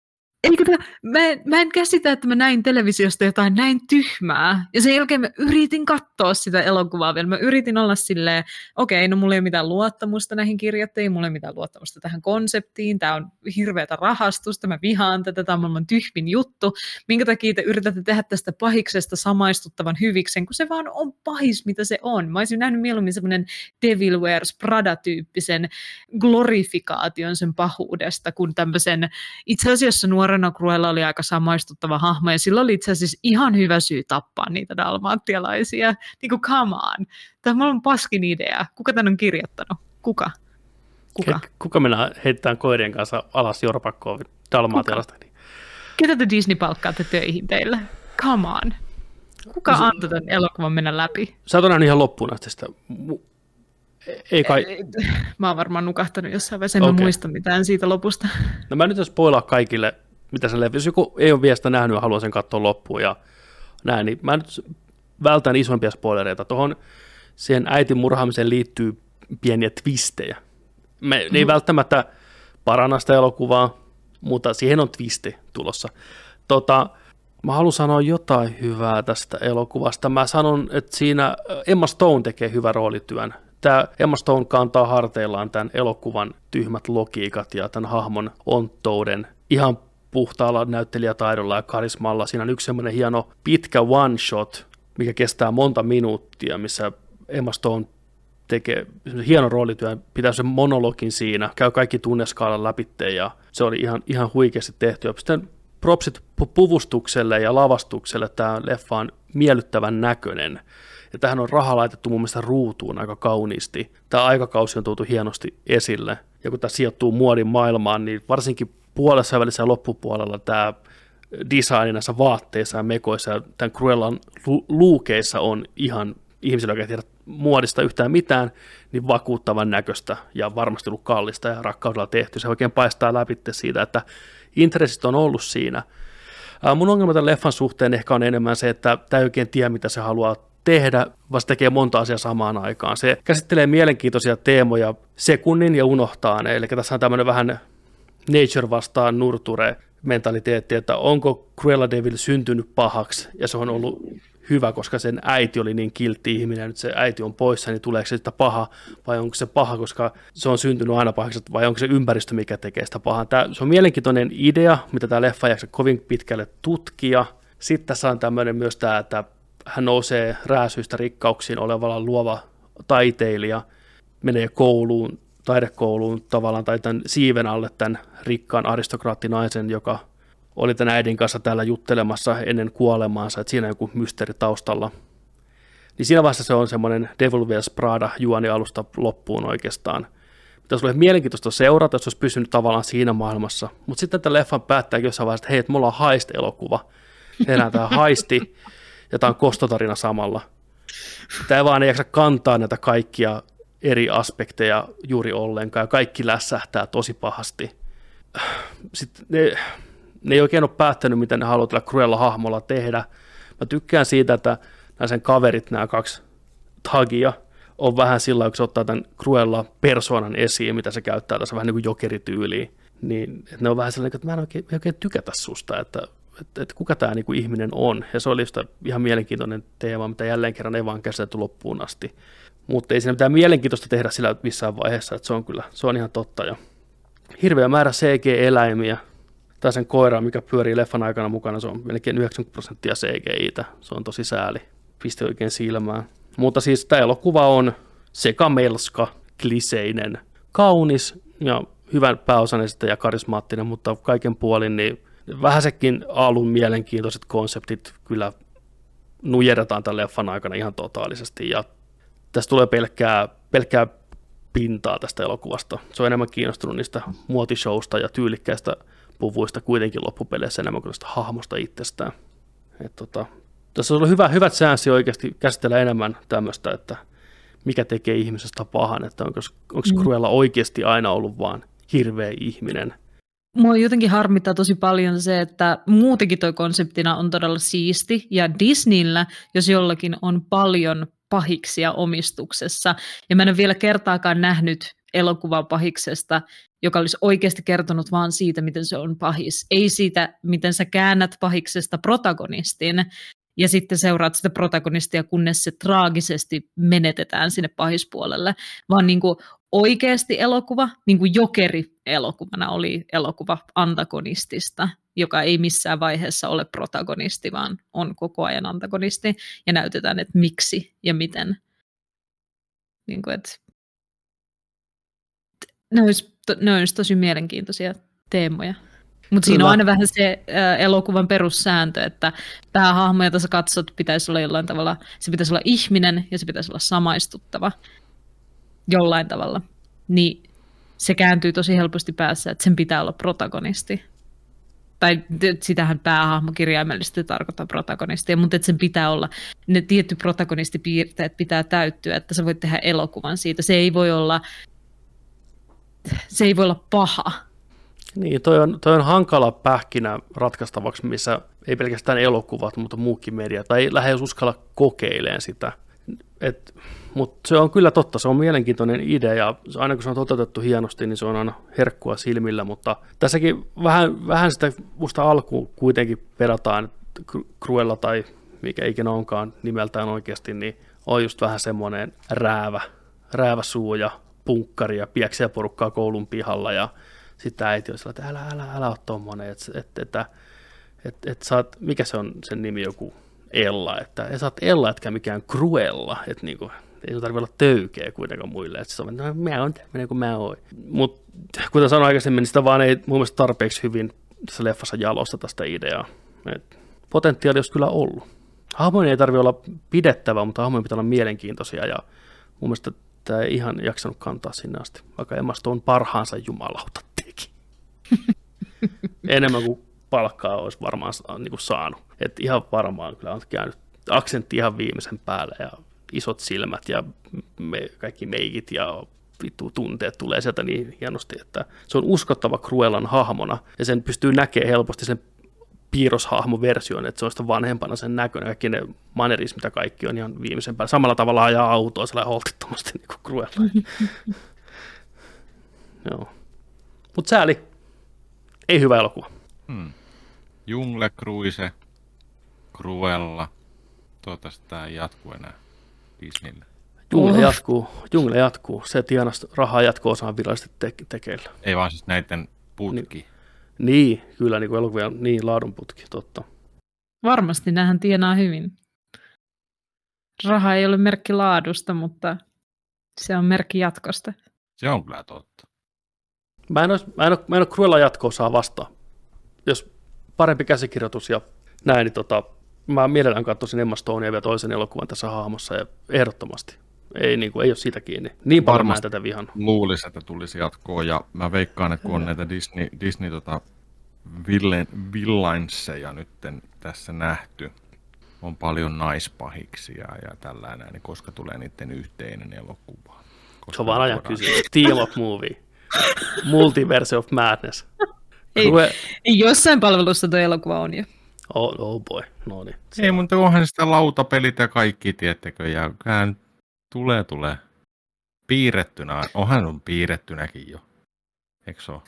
Mä en käsitä, että mä näin televisiosta jotain näin tyhmää. Ja sen jälkeen mä yritin katsoa sitä elokuvaa vielä. Mä yritin olla silleen, okei, no mulla ei ole mitään luottamusta näihin kirjoittajiin, mulla ei ole mitään luottamusta tähän konseptiin, tää on hirveätä rahastusta, mä vihaan tätä, tää on maailman tyhmin juttu. Minkä takia te yritätte tehdä tästä pahiksesta samaistuttavan hyviksen, kun se vaan on pahis, mitä se on. Mä olisin nähnyt mieluummin semmoinen Devil Wears Prada-tyyppisen glorifikaation sen pahuudesta, kuin tämmöisen itse asiassa nuorena Cruella oli aika samaistuttava hahmo, ja sillä oli itse asiassa ihan hyvä syy tappaa niitä dalmaattialaisia. Niin kuin come on. Tämä on paskin idea. Kuka tämän on kirjoittanut? Kuka? Kuka mennään heittämään koirien kanssa alas jorpakkoon dalmaatialasta? Ketä te Disney palkkaatte töihin teille? Come on. Kuka antoi tämän elokuvan mennä läpi? Sä oot nähnyt ihan loppuun asti sitä. Ei kai. Mä oon varmaan nukahtanut jossain vaiheessa, en mä muista mitään siitä lopusta. No mä nyt jos spoilaa kaikille, mitä se leffa. Jos joku ei ole vielä sitä nähnyt ja haluaa sen katsoa loppuun ja näin, niin mä nyt vältän isompia spoilereita. Tuohon siihen äitin murhaamiseen liittyy pieniä twistejä. Ne ei välttämättä paranna sitä elokuvaa, mutta siihen on twisti tulossa. Mä haluan sanoa jotain hyvää tästä elokuvasta. Mä sanon, että siinä Emma Stone tekee hyvän roolityön. Tämä Emma Stone kantaa harteillaan tämän elokuvan tyhmät logiikat ja tämän hahmon onttouden ihan puhtaalla näyttelijätaidolla ja karismalla. Siinä on yksi semmoinen hieno pitkä one shot, mikä kestää monta minuuttia, missä Emma Stone tekee hieno roolityön, pitää sen monologin siinä, käy kaikki tunneskaalan läpi ja se oli ihan huikeasti tehty. Ja sitten propsit puvustukselle ja lavastukselle, tämä leffa on miellyttävän näköinen. Ja tähän on raha laitettu mun mielestä ruutuun aika kauniisti. Tämä aikakausi on tuotu hienosti esille. Ja kun tämä sijoittuu muodin maailmaan, niin varsinkin puolessa välissä ja loppupuolella tämä design näissä vaatteissa ja mekoissa ja tämän Cruellan luukeissa on ihan ihmisillä, jotka ei tiedä muodista yhtään mitään, niin vakuuttavan näköistä ja varmasti ollut kallista ja rakkaudella tehty. Se oikein paistaa läpi siitä, että intressit on ollut siinä. Mun ongelma tämän leffan suhteen ehkä on enemmän se, että tämä ei oikein tiedä, mitä se haluaa tehdä, vaan se tekee monta asiaa samaan aikaan. Se käsittelee mielenkiintoisia teemoja sekunnin ja unohtaa ne. Eli tässä on tämmöinen vähän nature vastaan nurture mentaliteetti, että onko Cruella de Vil syntynyt pahaksi, ja se on ollut hyvä, koska sen äiti oli niin kiltti ihminen, ja nyt se äiti on poissa, niin tuleeko se sitä paha, vai onko se paha, koska se on syntynyt aina pahaksi, vai onko se ympäristö, mikä tekee sitä pahaa. Se on mielenkiintoinen idea, mitä tämä leffa jaksaa kovin pitkälle tutkia. Sitten tässä on tämmöinen myös tämä, että hän nousee rääsyistä rikkauksiin olevalla luova taiteilija, menee kouluun, taidekouluun tavallaan, tai tämän siiven alle tämän rikkaan aristokraattinaisen, joka oli tämän äidin kanssa täällä juttelemassa ennen kuolemaansa, että siinä on joku mysteeri taustalla. Niin siinä vaiheessa se on semmoinen Devil Wears Prada juoni alusta loppuun oikeastaan. Pitäisi olla mielenkiintoista seurata, jos olisi pysynyt tavallaan siinä maailmassa. Mutta sitten tämän leffan päättääkin jossain vaiheessa, että hei, että me ollaan heist-elokuva. Tehdään tämä heisti, ja tämä on kostotarina samalla. Tämä vaan ei jaksa kantaa näitä kaikkia eri aspekteja juuri ollenkaan, ja kaikki lässähtää tosi pahasti. Sitten ne ei oikein ole päättänyt, mitä ne haluaa tällä Cruella-hahmolla tehdä. Mä tykkään siitä, että nämä sen kaverit, nämä kaksi tagia, on vähän sillä, kun se ottaa tämän Cruella-persoonan esiin, mitä se käyttää tässä vähän niin kuin jokerityyliin, niin että ne on vähän sellainen, että mä en oikein tykätä susta, että kuka tämä niin kuin ihminen on. Ja se oli sitä ihan mielenkiintoinen teema, mitä jälleen kerran ei vaan käsitelty loppuun asti. Mutta ei siinä mitään mielenkiintoista tehdä sillä missään vaiheessa, että se on ihan totta. Ja hirveä määrä CG-eläimiä. Tai sen koira, mikä pyörii leffan aikana mukana, se on melkein 90% CGI-tä. Se on tosi sääli. Pisti oikein silmään. Mutta siis tämä elokuva on sekamelska, kliseinen, kaunis ja hyvän pääosan ja karismaattinen, mutta kaiken puolin niin vähäsekin alun mielenkiintoiset konseptit kyllä nujerretaan tämän leffan aikana ihan totaalisesti. Ja tästä tulee pelkkää pintaa tästä elokuvasta. Se on enemmän kiinnostunut niistä muotishowsta ja tyylikkäistä puvuista kuitenkin loppupeleissä enemmän kuin tästä hahmosta itsestään. Tässä on ollut hyvät säänssi oikeasti käsitellä enemmän tämmöistä, että mikä tekee ihmisestä pahan, että onko Cruella oikeasti aina ollut vaan hirveä ihminen. Mua jotenkin harmittaa tosi paljon se, että muutenkin toi konseptina on todella siisti, ja Disneyllä, jos jollakin, on paljon pahiksia omistuksessa, ja mä en ole vielä kertaakaan nähnyt elokuvaa pahiksesta, joka olisi oikeasti kertonut vaan siitä, miten se on pahis. Ei siitä, miten sä käännät pahiksesta protagonistin, ja sitten seuraat sitä protagonistia, kunnes se traagisesti menetetään sinne pahispuolelle, vaan niin kuin oikeasti elokuva, niin kuin Jokeri-elokuvana oli elokuva antagonistista, joka ei missään vaiheessa ole protagonisti, vaan on koko ajan antagonisti, ja näytetään, että miksi ja miten. Niin kuin, että ne olisi tosi mielenkiintoisia teemoja. Mutta siinä on aina vähän se elokuvan perussääntö, että päähahmo, jota sä katsot, pitäisi olla jollain tavalla, se pitäisi olla ihminen ja se pitäisi olla samaistuttava jollain tavalla. Niin se kääntyy tosi helposti päässä, että sen pitää olla protagonisti. Tai sitähän päähahmo kirjaimellisesti tarkoittaa protagonistia, mutta että sen pitää olla, ne tietty protagonistipiirteet pitää täyttyä, että sä voit tehdä elokuvan siitä. Se ei voi olla paha. Niin, toi on hankala pähkinä ratkaistavaksi, missä ei pelkästään elokuvat, mutta muukin media, tai ei lähde uskalla kokeilemaan sitä. Mutta se on kyllä totta, se on mielenkiintoinen idea, ja aina kun se on toteutettu hienosti, niin se on aina herkkua silmillä, mutta tässäkin vähän sitä musta alkuun kuitenkin perataan, että Cruella tai mikä ikinä onkaan nimeltään oikeasti, niin on just vähän semmoinen räävä suu ja punkkari ja pieksiä porukkaa koulun pihalla, ja sitten äiti on sillä, että älä ole tommonen, että sä oot, mikä se on sen nimi, joku Ella, että sä oot Ella, etkä mikään Cruella, että niinku, ei sun tarvitse olla töykeä kuitenkaan muille, että se on, no, mä oon tämmöinen kuin mä oon. Mutta kuten sanoin aikaisemmin, niin sitä vaan ei mun mielestä tarpeeksi hyvin tässä leffassa jalosteta sitä ideaa. Potentiaali olisi kyllä ollut. Hahmojen ei tarvitse olla pidettävä, mutta hahmojen pitää olla mielenkiintoisia, ja mun mielestä tämä ei ihan jaksanut kantaa sinne asti, vaikka Emma Stone parhaansa jumalauta teki. Enemmän kuin palkkaa olisi varmaan niin kuin saanut. Et ihan varmaan kyllä on käynyt aksentti ihan viimeisen päälle ja isot silmät ja kaikki meikit ja tunteet tulee sieltä niin hienosti, että se on uskottava Cruellan hahmona ja sen pystyy näkemään helposti sen piirroshahmoversion, että se on sitä vanhempana sen näköinen, kaikki ne manerismit ja kaikki on ihan viimeisen päällä. Samalla tavalla ajaa autoa sellainen holtittomasti niin kuin Cruella. Joo. Mutta sääli. Ei hyvä elokuva. Jungle Cruise, Cruella. Toivottavasti tämä ei jatku enää Disneylle. Jungle jatkuu. Se tienasi rahaa jatko-osaan virallisesti tekeillä. Ei vaan siis näiden putki. Niin, kyllä niin kuin elokuvia niin laadunputki, totta. Varmasti nämähän tienaa hyvin. Raha ei ole merkki laadusta, mutta se on merkki jatkosta. Se on kyllä totta. Mä en ole Cruella jatko-osaa vastaan. Jos parempi käsikirjoitus ja näin, niin mä mielellään katsoisin Emma Stonea vielä toisen elokuvan tässä hahmossa ja ehdottomasti. Ei ole siitä kiinni. Niin paljon mä tätä vihan. Luulisin, että tulisi jatkoa ja mä veikkaan, että kun on näitä Disney villainsseja nyt tässä nähty, on paljon naispahiksia ja tällainen, niin koska tulee niiden yhteinen elokuva. Se on vaan ajan kysymys. Team of movie. Multiverse of madness. Ei jossain palvelussa tuo elokuva on jo. Oh boy, no niin. Ei, mutta onhan sitä lautapelit ja kaikki, tiettekö, ja kyllähän tulee. Piirrettynä, onhan on piirrettynäkin jo, eikö se ole?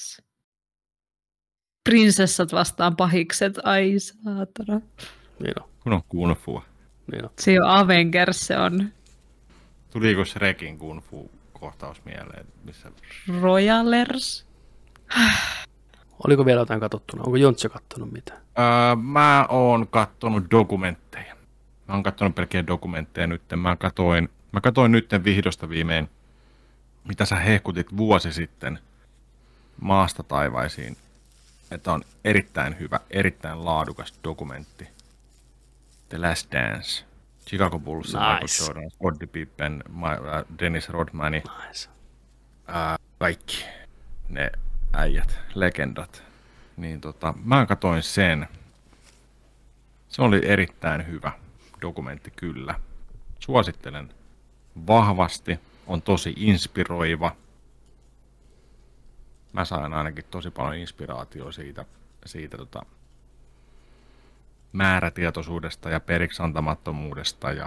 Prinsessat vastaan pahikset, ai saatana. Niin on. Kun on kung fua. Niin on. Se ei ole Avengers, se on... Tuliko Shrekin kung fu kohtaus mieleen? Missä... Royalers? Oliko vielä jotain katsottuna? Onko Jontse kattonut mitään? Mä oon kattonut dokumentteja. Mä oon kattonut pelkkiä dokumentteja nyt. Mä katoin nyt vihdosta viimein, mitä sä hehkutit vuosi sitten Maasta taivaisiin. Että on erittäin hyvä, erittäin laadukas dokumentti. The Last Dance. Chicago Bulls, nice. Michael Jordan, Scottie Pippen, Dennis Rodmani. Nice. Kaikki ne äijät, legendat. Niin mä katoin sen. Se oli erittäin hyvä dokumentti kyllä. Suosittelen vahvasti. On tosi inspiroiva. Mä sain ainakin tosi paljon inspiraatiota siitä määrätietoisuudesta ja periksi antamattomuudesta ja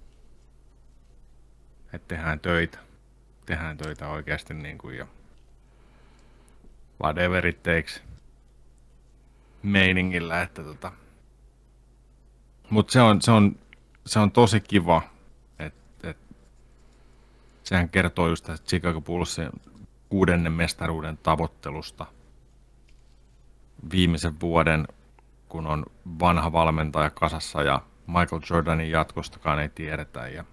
että tehdään töitä oikeasti niin kuin ja whatever it takes meiningillä, että mutta se on tosi kiva, että sehän kertoo just tästä Chicago Bullsin 6. mestaruuden tavoittelusta viimeisen vuoden, kun on vanha valmentaja kasassa ja Michael Jordanin jatkostakaan ei tiedetä ja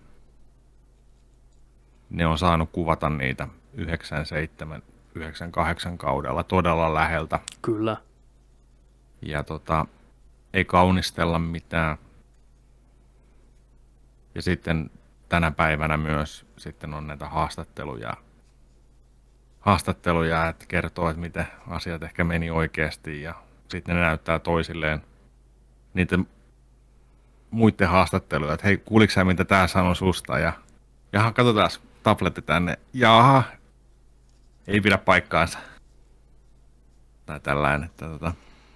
ne on saanut kuvata niitä 97, 98 kaudella todella läheltä. Kyllä. Ja ei kaunistella mitään. Ja sitten tänä päivänä myös sitten on näitä haastatteluja, että kertoo, että miten asiat ehkä meni oikeasti ja sitten ne näyttää toisilleen niitä muiden haastatteluja, että hei, kuuliko sä mitä tää sanoi susta ja jaha, katsotaan tabletti tänne, jaha, ei pidä paikkaansa. Tai tällainen, että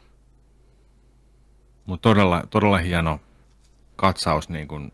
mutta todella hieno katsaus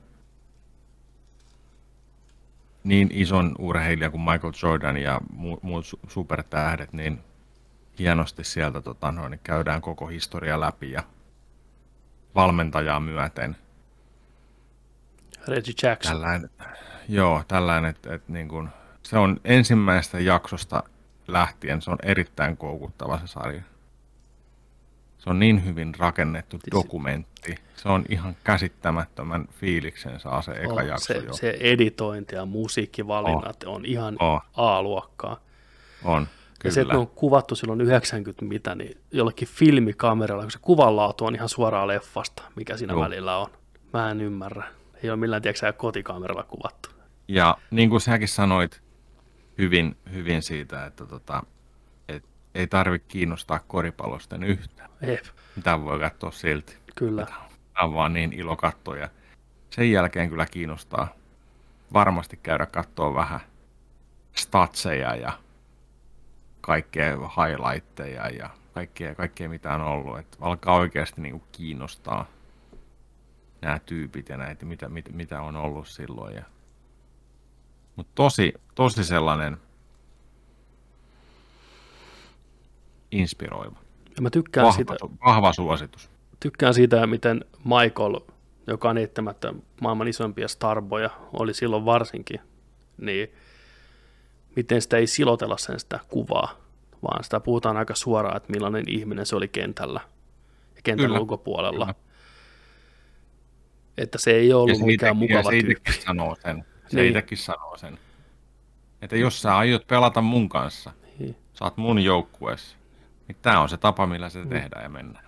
niin ison urheilija kuin Michael Jordan ja muut supertähdet, niin hienosti sieltä niin käydään koko historia läpi ja valmentajaa myöten. Reggie Jackson. Tällainen, että niin kuin, se on ensimmäisestä jaksosta lähtien, se on erittäin koukuttava se sarja. Se on niin hyvin rakennettu dokumentti. Se on ihan käsittämättömän fiiliksen saa se eka jakso jo. Se editointi ja musiikkivalinnat on ihan A-luokkaa. On, kyllä. Ja se, että ne on kuvattu silloin 90 mitä, niin jollekin filmikameralla, kun se kuvanlaatu on ihan suoraan leffasta, mikä siinä välillä on. Mä en ymmärrä. Ei ole millään, tiedätkö, kotikameralla kuvattu. Ja niin kuin säkin sanoit hyvin siitä, että ei tarvitse kiinnostaa koripallosten yhtään. Mitä voi katsoa silti. Kyllä. Tämä on vaan niin ilo katsoa. Ja sen jälkeen kyllä kiinnostaa varmasti käydä katsoa vähän statseja ja kaikkea highlightteja ja kaikkea mitä on ollut. Että alkaa oikeasti niin kuin kiinnostaa nämä tyypit ja näitä, mitä on ollut silloin. Mutta tosi sellainen inspiroiva. Ja mä tykkään vahva suositus. Tykkään siitä, miten Michael, joka on eittämättä maailman isompia starboja, oli silloin varsinkin, niin miten sitä ei silotella sitä kuvaa, vaan sitä puhutaan aika suoraan, että millainen ihminen se oli kentällä ja kentän ulkopuolella. Kyllä. Että se ei ollut mikään mukava tyyppi. Se itsekin sanoo sen. Että jos sä aiot pelata mun kanssa, sä oot mun joukkueessa, niin tää on se tapa, millä se tehdään ja mennään.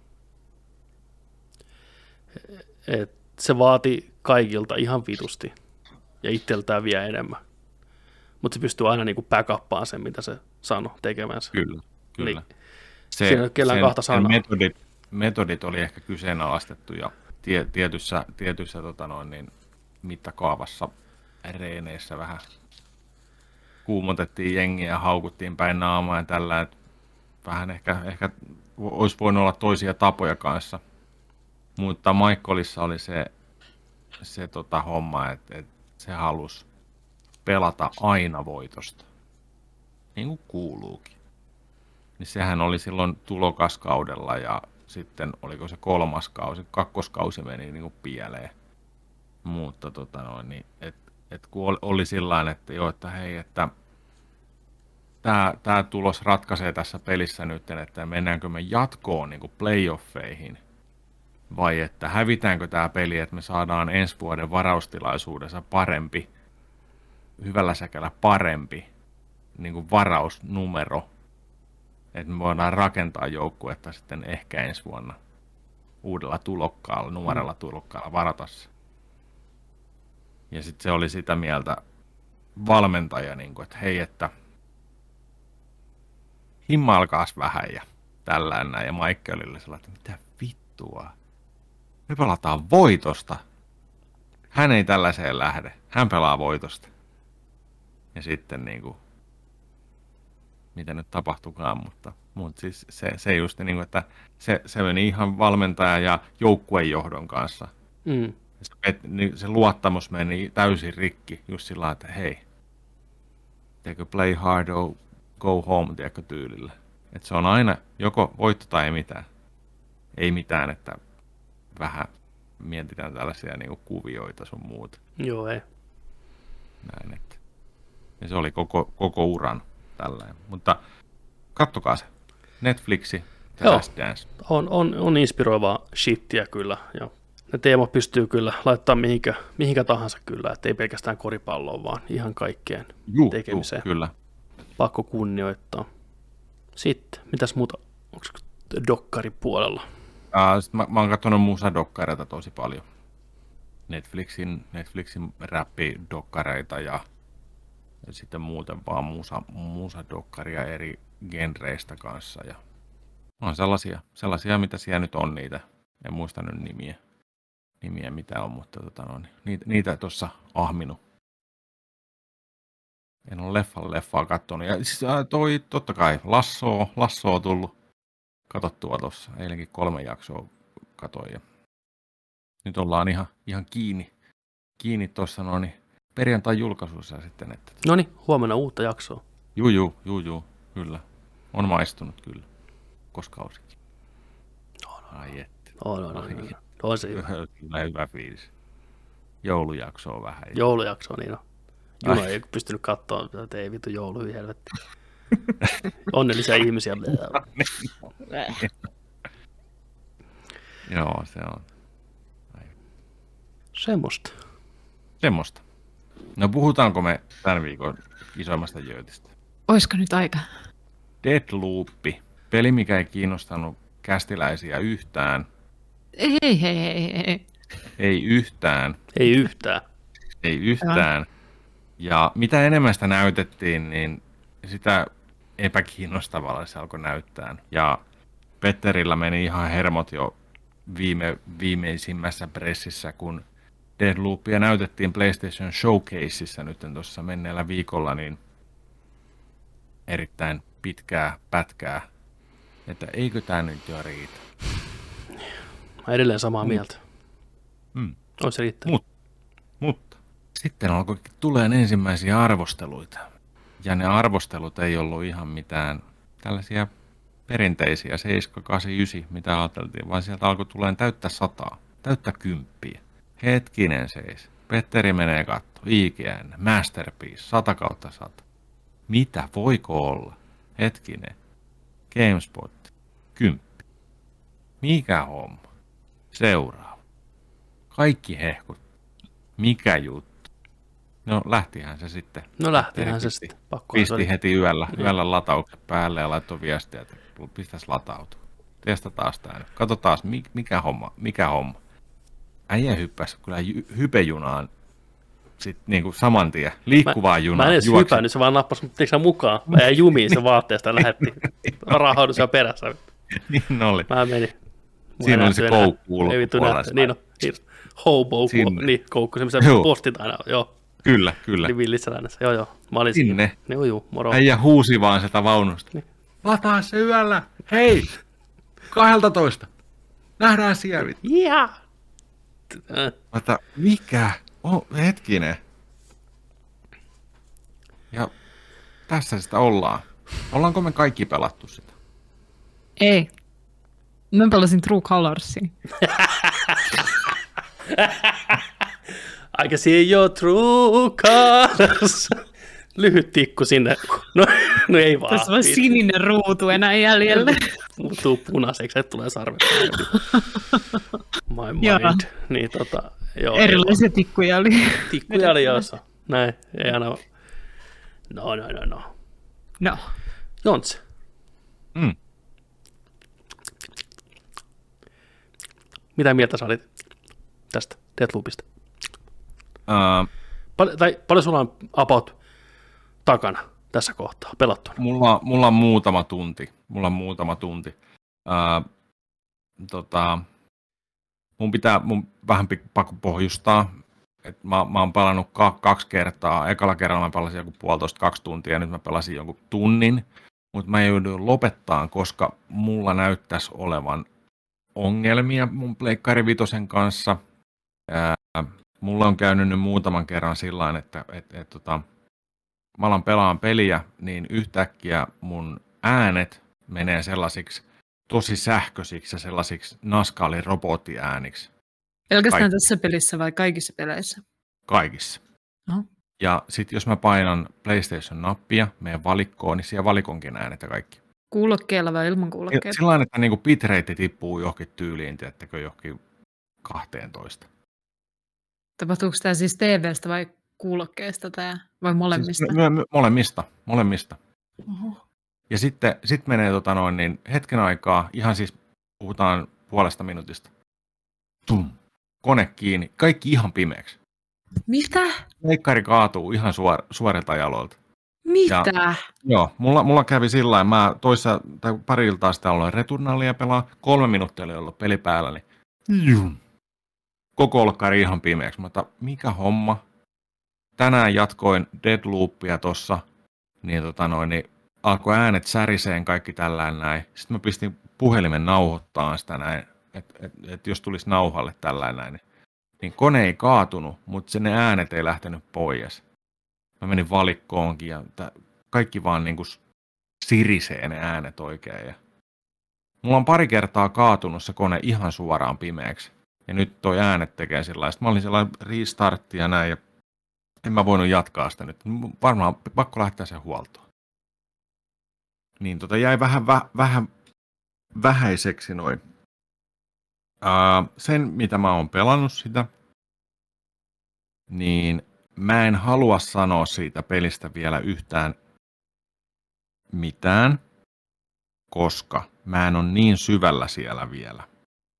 Se vaati kaikilta ihan vitusti ja itseltään vielä enemmän. Mutta se pystyy aina niinku backuppaan sen, mitä se sanoi tekemänsä. Kyllä. Niin, siinä ei kellään kahta sanaa. Metodit oli ehkä kyseenalaistettu ja tietyssä mittakaavassa reeneissä vähän kuumotettiin jengiä ja haukuttiin päin naamaa ja tällä, että vähän ehkä olisi voinut olla toisia tapoja kanssa, mutta Michaelissa oli se homma, että se halusi pelata aina voitosta, niin kuin kuuluukin. Niin sehän oli silloin tulokaskaudella ja sitten oliko se kakkoskausi meni niin kuin pieleen. Mutta niin, kun oli sillain, että joo, että hei, että tämä tulos ratkaisee tässä pelissä nyt, että mennäänkö me jatkoon niin kuin playoffeihin, vai että hävitäänkö tämä peli, että me saadaan ensi vuoden varaustilaisuudessa parempi, hyvällä säkällä parempi niin kuin varausnumero, että me voidaan rakentaa joukkuetta sitten ehkä ensi vuonna uudella tulokkaalla, numerolla tulokkaalla varata se. Ja sitten se oli sitä mieltä valmentaja, niin kuin, että hei, että himmailkaas vähän ja tällään näin. Ja Mike oli sellainen, että mitä vittua? Me pelataan voitosta. Hän ei tällaiseen lähde. Hän pelaa voitosta. Ja sitten niin kuin, mitä nyt tapahtukaan, mutta siis se just niin kuin, että se meni ihan valmentaja ja joukkuejohdon kanssa. Mm. Se luottamus meni täysin rikki just sillä lailla, että hei, teekö play hard or go home, tiedätkö, tyylillä. Että se on aina joko voitto tai ei mitään. Ei mitään, että vähän mietitään tällaisia niin kuin kuvioita sun muuta. Joo, ei. Näin, että. Ja se oli koko uran tällainen. Mutta kattokaa se. Netflixi, The Last Dance. On inspiroivaa shittiä kyllä. Ja ne teemat pystyy kyllä laittamaan mihinkä tahansa kyllä. Että ei pelkästään koripalloon, vaan ihan kaikkeen tekemiseen. Kyllä. Pakko kunnioittaa. Sitten, mitäs muuta? Onko dokkarin puolella? Mä oon katsonut musadokkareita tosi paljon. Netflixin räppidokkareita ja sitten muuten vaan musadokkaria eri genreistä kanssa. Ja on sellaisia, mitä siellä nyt on niitä. En muista nyt nimiä mitä on, mutta niitä tuossa ahminut. En ole leffaa katsonut. Ja siis, totta kai Lasso on tullut katsottua tuossa. Eilenkin 3 jaksoa katoin. Ja nyt ollaan ihan kiinni tuossa perjantai julkaisussa sitten. Että. Noniin, huomenna uutta jaksoa. Juu, kyllä. On maistunut kyllä. Koskausikin. Ai että. On se hyvä. Kyllä hyvä fiilis. Joulujakso on vähän. Joulujakso, niin on. Juno ei pystynyt katsoa, että ei vittu jouluihin helvetti. Onnellisia ihmisiä. Joo, se on. Semmosta. No puhutaanko me tämän viikon isoimmasta jöötistä? Oisko nyt aika? Deathloop. Peli, mikä ei kiinnostanut kästiläisiä yhtään. Ei. Ei yhtään. Ei yhtään. Ja mitä enemmän sitä näytettiin, niin sitä epäkiinnostavalla se alkoi näyttää. Ja Petterillä meni ihan hermot jo viimeisimmässä pressissä, kun Deathloopia näytettiin PlayStation Showcaseissa nyt tuossa menneellä viikolla, niin erittäin pitkää pätkää, että eikö tämä nyt jo riitä. Mä edelleen samaa mieltä. On se riittää. Mutta sitten alkoi tulemaan ensimmäisiä arvosteluita. Ja ne arvostelut ei ollut ihan mitään tällaisia perinteisiä 7, 8, 9, mitä ajateltiin, vaan sieltä alkoi tulemaan täyttä 100, täyttä 10. Hetkinen seis. Petteri menee katto. IGN, Masterpiece, 100/100. Mitä? Voiko olla? Hetkinen. GameSpot, 10. Mikä homma? Seuraava. Kaikki hehkut. Mikä juttu? No lähtihän se sitten. Pisti heti yöllä latauksen päälle ja laittoi viestiä, että pistäisi latautua. Testataan sitä nyt. Katsotaan mikä homma. Äijä hyppäsi kyllä hypejunaan sitten niinku saman tien. Liikkuvaa junaa. Mä en edes hypännyt, se vaan nappasi mukaan. Mä jäin jumiin sen vaatteesta ja lähetti. Rahaudun siellä perässä. Niin oli. Mä menin. Siinä oli se koukku ulkopuolella. Niin on. Hobo, niin koukku, semmoisen postit aina, joo. Kyllä. Niin Villissälännessä, joo. Mä olin sinne. Joo, moro. Äijä huusi vaan sitä vaunusta. Niin. Lataa se yöllä. Hei! 12. Nähdään siellä. Yeah. Mutta mikä? Hetkinen. Ja tässä sitä ollaan. Ollaanko me kaikki pelattu sitä? Ei. Mä pelasin True Colorsia. I can see your true colors. lyhyt tikku sinne. No ei vaan. Tässä on sininen ruutu enää jäljellä. Muuttuu punaiseksi, että tulee sarvet. My Joo. mind. Niin, joo, Erilaisia tikkuja oli. tikkuja oli jossa. Näin, ei aina. No. No. Jontse. Mitä mieltä sä olit tästä Deathloopista? Paljon sulla on about takana tässä kohtaa pelattuna? Mulla on muutama tunti. Mun vähän pakko pohjustaa. Mä oon pelannut 2 kertaa. Ekalla kerralla mä pelasin joku 1,5-2 tuntia ja nyt mä pelasin jonkun tunnin. Mutta mä joudun lopettaa, koska mulla näyttäisi olevan ongelmia mun Pleikkari Vitosen kanssa. Mulla on käynyt nyt muutaman kerran sillain, että mä alan pelaan peliä, niin yhtäkkiä mun äänet menee sellaisiksi tosi sähköisiksi ja sellaisiksi naskaalin robottiääniksi. Pelkästään tässä pelissä vai kaikissa peleissä? Kaikissa. No. Ja sitten jos mä painan PlayStation-nappia, meidän valikkoon, niin siellä valikonkin äänet ja kaikki. Kuulokkeella vai ilman kuulokkeita? Sillain, että niinku bitrate tippuu johonkin tyyliin, tiedättekö, johonkin 12. Tapahtuuko tämä siis TV:stä vai kuulokkeesta vai molemmista? Siis molemmista. Oho. Ja sitten menee niin hetken aikaa, ihan siis puhutaan 0,5 minuutista. Tum. Kone kiinni, kaikki ihan pimeäksi. Mitä? Pleikkari kaatuu ihan suorilta jaloilta. Mitä? Joo, mulla kävi sillä lailla, mä pari iltaa sitten aloin Returnalia pelaa, 3 minuuttia oli ollut peli päällä, niin koko olkkari ihan pimeäksi. Mutta mikä homma? Tänään jatkoin Deathloopia tossa, niin, niin alkoi äänet säriseen kaikki tällään näin. Sitten mä pistin puhelimen nauhoittaa sitä näin, että jos tulisi nauhalle tällään näin, niin kone ei kaatunut, mutta ne äänet ei lähtenyt pois. Mä menin valikkoonkin ja kaikki vaan niinku sirisee ne äänet oikein. Ja mulla on pari kertaa kaatunut se kone ihan suoraan pimeäksi. Ja nyt toi äänet tekee sillä. Mä olin sellainen restartti ja näin ja en mä voinut jatkaa sitä nyt. Varmaan pakko lähteä sen huoltoon. Niin jäi vähän vähäiseksi noin. Sen mitä mä oon pelannut sitä, niin mä en halua sanoa siitä pelistä vielä yhtään mitään, koska mä en ole niin syvällä siellä vielä.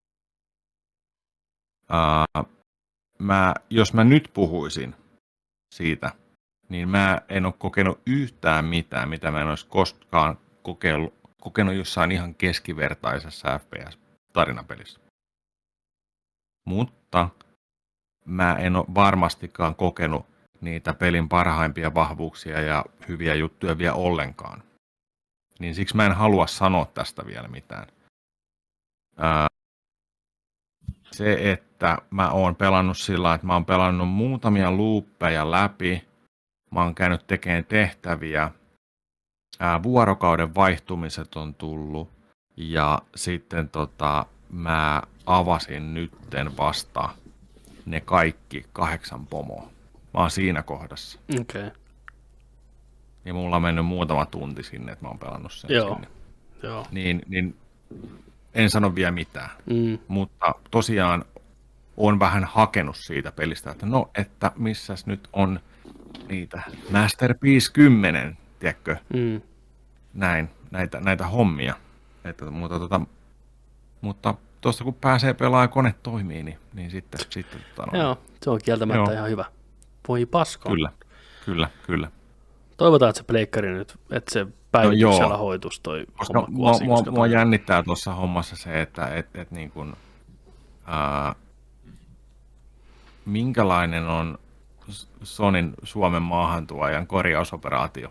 Jos mä nyt puhuisin siitä, niin mä en ole kokenut yhtään mitään, mitä mä en olisi koskaan kokenut jossain ihan keskivertaisessa FPS-tarinapelissä. Mutta mä en ole varmastikaan kokenut niitä pelin parhaimpia vahvuuksia ja hyviä juttuja vielä ollenkaan. Niin siksi mä en halua sanoa tästä vielä mitään. Se, että mä oon pelannut sillä, että mä oon pelannut muutamia looppeja läpi, mä oon käynyt tekemään tehtäviä, vuorokauden vaihtumiset on tullut ja sitten mä avasin nytten vasta ne kaikki 8 pomoa. Mä oon siinä kohdassa. Okei. Ja mulla on mennyt muutama tunti sinne, että mä oon pelannut sen sinne. Joo. Niin en sano vielä mitään. Mutta tosiaan on vähän hakenut siitä pelistä, että no, että missäs nyt on niitä Masterpiece 10, tiedätkö? Näin, näitä hommia. Mutta tuosta kun pääsee pelaamaan ja kone toimii, niin sitten Joo, se on kieltämättä ihan hyvä. Voi paska. Kyllä. Toivotaan, että se pleikkari nyt, että se päivityksellä hoitus toi homma. Mua jännittää tuossa hommassa se, että niin kuin, minkälainen on Sonyn Suomen maahantuojan korjausoperaatio?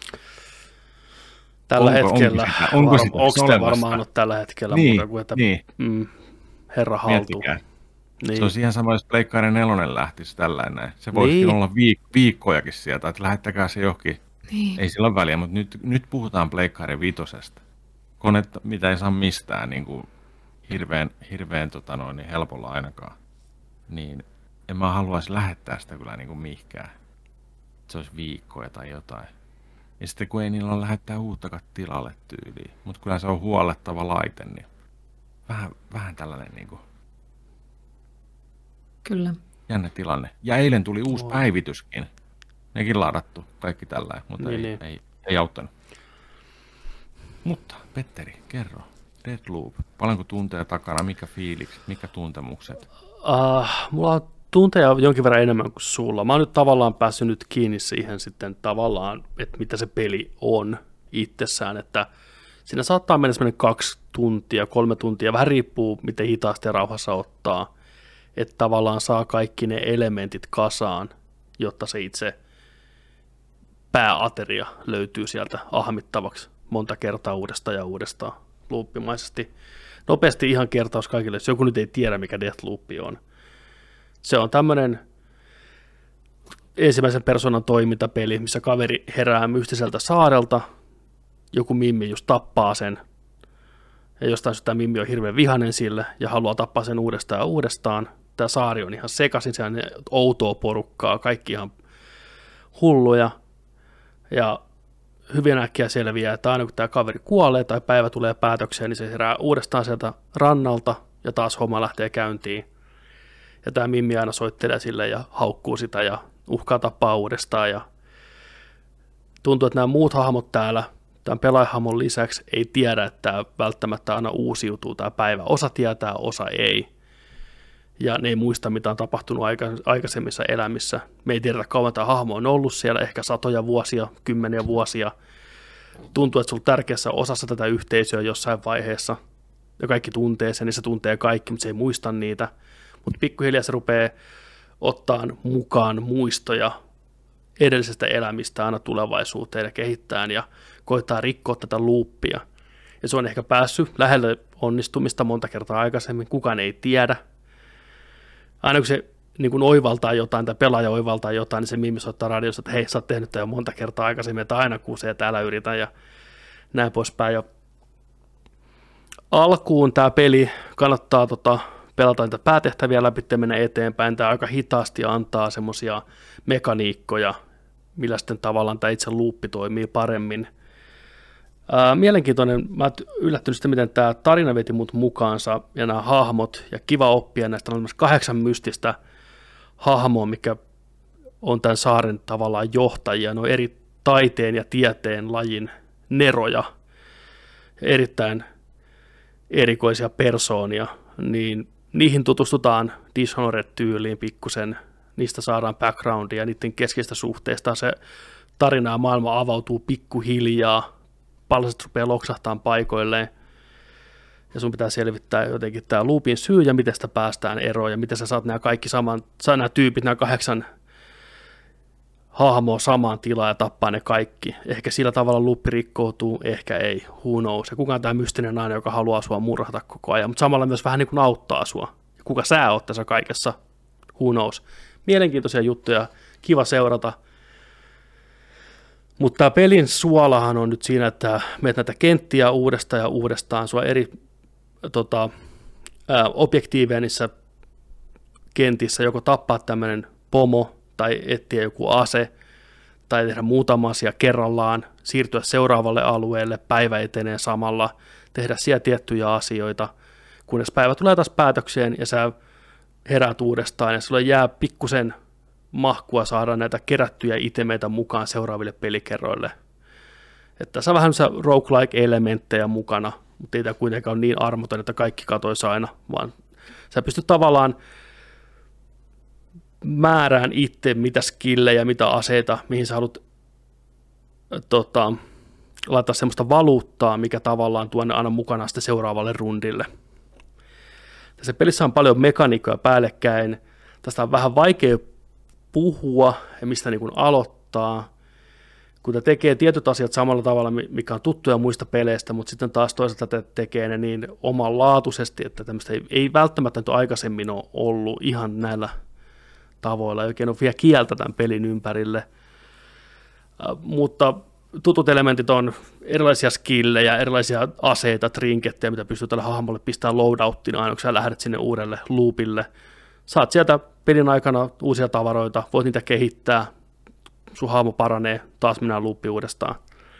Tällä hetkellä. Onko se varmaan ollut tällä hetkellä muuta kuin, että herra haltuu. Niin. Se on ihan sama, jos Pleikkari 4 lähtisi tällainen. Se voisi olla viikkojakin sieltä, että lähettäkää se johonkin. Niin. Ei sillä ole väliä, mutta nyt puhutaan Pleikkari 5. Konetta, mitä ei saa mistään niin kuin hirveän helpolla ainakaan. Niin en mä haluaisi lähettää sitä kyllä niin kuin mihinkään. se olisi viikkoja tai jotain. Ja sitten kun ei niillä ole lähettää uuttakaan tilalle tyyliin. Mutta kyllä se on huollettava laite, niin vähän tällainen niinku Kyllä. jännä tilanne. Ja eilen tuli uusi päivityskin. Nekin ladattu, kaikki tällainen, mutta ei auttanut. Mutta Petteri, kerro. Deathloop. Paljonko tunteja takana? Mikä fiilikset? Mikä tuntemukset? Mulla on tunteja jonkin verran enemmän kuin sulla. Mä oon nyt tavallaan päässyt nyt kiinni siihen sitten tavallaan, että mitä se peli on itsessään. Että siinä saattaa mennä semmoinen 2 tuntia, 3 tuntia. Vähän riippuu, miten hitaasti ja rauhassa ottaa. Että tavallaan saa kaikki ne elementit kasaan, jotta se itse pääateria löytyy sieltä ahmittavaksi monta kertaa uudestaan ja uudestaan looppimaisesti. Nopeasti ihan kertaus kaikille, jos joku nyt ei tiedä, mikä Deathloop on. Se on tämmöinen ensimmäisen persoonan toimintapeli, missä kaveri herää mystiseltä saarelta, joku mimmi just tappaa sen, ja jostain syystä mimmi on hirveän vihainen sille, ja haluaa tappaa sen uudestaan ja uudestaan. Tämä saari on ihan sekaisin, se on outoa porukkaa, kaikki ihan hulluja, ja hyvin äkkiä selviää, että aina kun tämä kaveri kuolee tai päivä tulee päätökseen, niin se herää uudestaan sieltä rannalta, ja taas homma lähtee käyntiin. Ja tämä mimmi aina soittelee sille ja haukkuu sitä ja uhkaa tappaa uudestaan. Ja tuntuu, että nämä muut hahmot täällä, tämän pelaajahahmon lisäksi, ei tiedä, että tämä välttämättä aina uusiutuu tämä päivä. Osa tietää, osa ei. Ja ne ei muista, mitä on tapahtunut aikaisemmissa elämissä. Me ei tiedetä, kauan tämä hahmo on ollut siellä, ehkä 100 vuosia, 10 vuosia. Tuntuu, että sulla tärkeässä osassa tätä yhteisöä jossain vaiheessa. Ja kaikki tuntee sen, niin se tuntee kaikki, mutta se ei muista niitä. Mutta pikkuhiljaa se rupeaa ottaa mukaan muistoja edellisestä elämistä aina tulevaisuuteen ja kehittämään ja koittaa rikkoa tätä loopia. Ja se on ehkä päässyt lähelle onnistumista monta kertaa aikaisemmin, kukaan ei tiedä. Aina kun se niin kun oivaltaa jotain tai pelaaja oivaltaa jotain, niin se mimmi soittaa radiossa, että hei, sä oot tehnyt tämän jo monta kertaa aikaisemmin, että aina kuusee, että älä yritä ja näin poispäin. Ja alkuun tämä peli kannattaa pelata niitä päätehtäviä läpi, mennä eteenpäin. Tämä aika hitaasti antaa semmoisia mekaniikkoja, millä sitten tavallaan tämä itse luuppi toimii paremmin. Mielenkiintoinen, mä oon yllättynyt sitä, miten tämä tarina veti mut mukaansa ja nämä hahmot, ja kiva oppia näistä on 8 mystistä hahmoa, mikä on tämän saaren tavallaan johtajia, ne on eri taiteen ja tieteen lajin neroja, erittäin erikoisia persoonia, niin niihin tutustutaan Dishonored-tyyliin pikkusen, niistä saadaan backgroundia ja niiden keskeistä suhteesta. Se tarina ja maailma avautuu pikkuhiljaa, palaset rupeaa loksahtamaan paikoilleen, ja sun pitää selvittää jotenkin tämä loopin syy ja miten sitä päästään eroon, ja miten sä saat nämä kaikki nämä tyypit, nämä 8 hahmoa samaan tilaan ja tappaa ne kaikki. Ehkä sillä tavalla loopi rikkoutuu, ehkä ei, who knows. Ja kuka on tämä mystinen nainen, joka haluaa sua murhata koko ajan, mutta samalla myös vähän niin kuin auttaa sua. Kuka sä oot tässä kaikessa, who knows. Mielenkiintoisia juttuja, kiva seurata. Mutta tämä pelin suolahan on nyt siinä, että meet näitä kenttiä uudestaan ja uudestaan, sua eri objektiiveja niissä kentissä, joko tappaa tämmöinen pomo, tai etsiä joku ase, tai tehdä muutama asia kerrallaan, siirtyä seuraavalle alueelle, päivä etenee samalla, tehdä siellä tiettyjä asioita, kunnes päivä tulee taas päätökseen, ja sä heräät uudestaan, ja sulle jää pikkusen mahkua saada näitä kerättyjä itemeitä mukaan seuraaville pelikerroille. Että tässä on vähän roguelike-elementtejä mukana, mutta ei tämä kuitenkaan ole niin armoton, että kaikki katoisi aina, vaan sä pystyt tavallaan määrään itse, mitä skillejä, mitä aseita, mihin sä haluat laittaa semmoista valuuttaa, mikä tavallaan tuonne aina mukana sitten seuraavalle rundille. Tässä pelissä on paljon mekaniikkoja päällekkäin. Tästä on vähän vaikea puhua ja mistä niin kuin aloittaa, kun te tekee tietyt asiat samalla tavalla, mikä on tuttuja muista peleistä, mutta sitten taas toisaalta tekee ne niin omanlaatuisesti, että tämmöistä ei välttämättä nyt aikaisemmin ole ollut ihan näillä tavoilla, ei oikein ole vielä kieltä tämän pelin ympärille, mutta tutut elementit on erilaisia skillejä, erilaisia aseita, trinkettejä, mitä pystyy tälle hahmolle pistämään loadouttiin aina, kun sä lähdet sinne uudelle loopille. Saat sieltä pelin aikana uusia tavaroita, voit niitä kehittää, sun hahmo paranee, taas mennään loopiin uudestaan.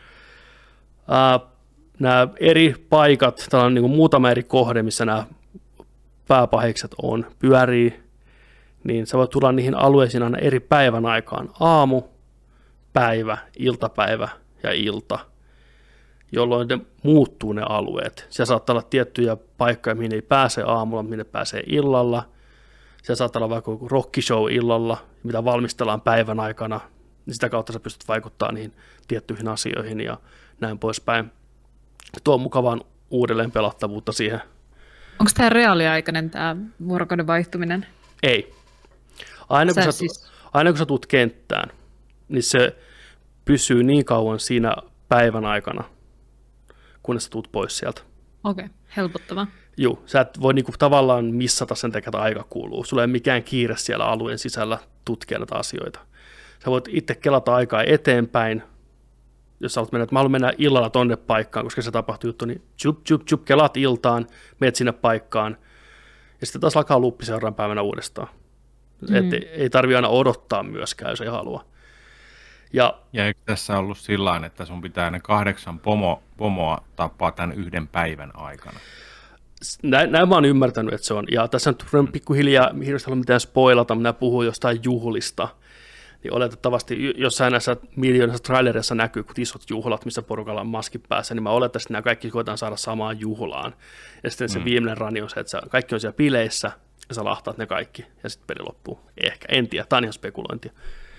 Nämä eri paikat, täällä on niin kuin muutama eri kohde, missä nämä pääpahikset pyörii, niin sä voit tulla niihin alueisiin aina eri päivän aikaan. Aamu, päivä, iltapäivä ja ilta, jolloin ne muuttuu ne alueet. Siellä saattaa olla tiettyjä paikkoja, mihin ei pääse aamulla, minne pääsee illalla. Siellä saattaa olla vaikka joku rockishow illalla, mitä valmistellaan päivän aikana. Niin sitä kautta sä pystyt vaikuttamaan niihin tiettyihin asioihin ja näin poispäin. Tuo on mukavaan uudelleen pelattavuutta siihen. Onko tämä reaaliaikainen tämä vuorokauden vaihtuminen? Ei. Aina kun sä tulet kenttään, niin se pysyy niin kauan siinä päivän aikana, kunnes sä tulet pois sieltä. Okei, helpottava. Joo, sä et voi niinku tavallaan missata sen takia, että aika kuluu. Sulla ei ole mikään kiire siellä alueen sisällä tutkia näitä asioita. Sä voit itse kelata aikaa eteenpäin. Jos sä haluat mennä, että mä haluan mennä illalla tonne paikkaan, koska se tapahtuu juttu, niin chup, kelaat iltaan, menet sinne paikkaan, ja sitten taas alkaa luppi seuraavan päivänä uudestaan. Ei tarvitse aina odottaa myöskään, jos ei halua. Ja eikö tässä ollut sillain, että sun pitää ne 8 pomoa tappaa tämän yhden päivän aikana? Näin mä oon ymmärtänyt, että se on. Ja tässä on pikkuhiljaa, hirveästi haluan mitään spoilata, minä puhun jostain juhlista. Niin oletettavasti jossain näissä miljoonissa trailerissa näkyy isot juhlat, missä porukalla on maskit päässä, niin mä olettaisin, että nämä kaikki koetaan saada samaan juhlaan. Ja sitten se viimeinen rani on se, että kaikki on siellä bileissä, ja sä lahtaat ne kaikki, ja sitten peli loppuu. Ehkä, en tiedä, tämä on ihan spekulointia.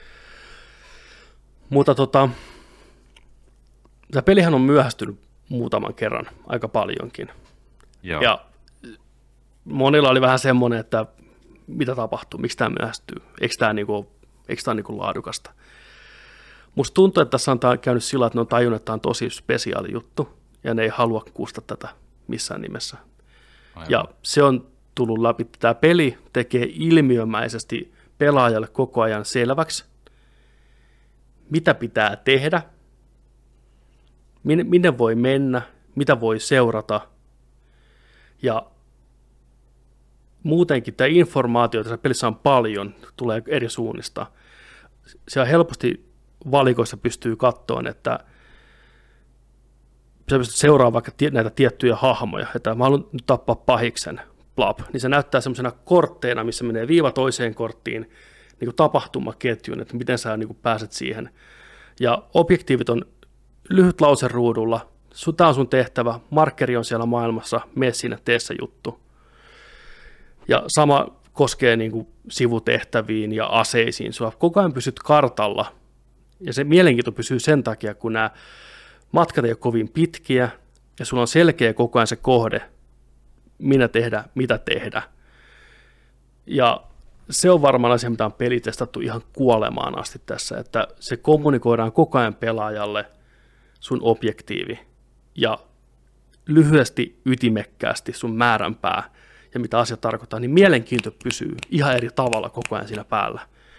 Mutta tämä pelihän on myöhästynyt muutaman kerran, aika paljonkin. Joo. Ja monilla oli vähän semmoinen, että mitä tapahtuu, miksi tämä myöhästyy, eikö tämä niinku laadukasta. Musta tuntuu, että tässä on käynyt sillä, että ne on tajunnut, että tämä on tosi spesiaali juttu, ja ne ei halua kuusta tätä missään nimessä. Aivan. Ja se on tullut läpi. Tämä peli tekee ilmiömäisesti pelaajalle koko ajan selväksi, mitä pitää tehdä, minne voi mennä, mitä voi seurata, ja muutenkin tämä informaatio, että tässä pelissä on paljon, tulee eri suunnista. Siellä helposti valikoissa pystyy katsoa, että sä pystyt seuraamaan vaikka näitä tiettyjä hahmoja, että mä haluan nyt tappaa pahiksen, blab, niin se näyttää semmoisena kortteina, missä menee viiva toiseen korttiin, niin kuin tapahtumaketjun, että miten sä niin kuin pääset siihen. Ja objektiivit on lyhyt lause ruudulla, tämä on sun tehtävä, markkeri on siellä maailmassa, mene sinne, tee se juttu. Ja sama koskee niin kuin sivutehtäviin ja aseisiin. Sua koko ajan pysyt kartalla, ja se mielenkiinto pysyy sen takia, kun nämä matkat ei ole kovin pitkiä, ja sulla on selkeä koko ajan se kohde, minä tehdä, mitä tehdä. Ja se on varmaan asia, mitä on pelitestattu ihan kuolemaan asti tässä, että se kommunikoidaan koko ajan pelaajalle sun objektiivi, ja lyhyesti, ytimekkäästi sun määränpää, ja mitä asia tarkoittaa, niin mielenkiinto pysyy ihan eri tavalla koko ajan siinä päällä.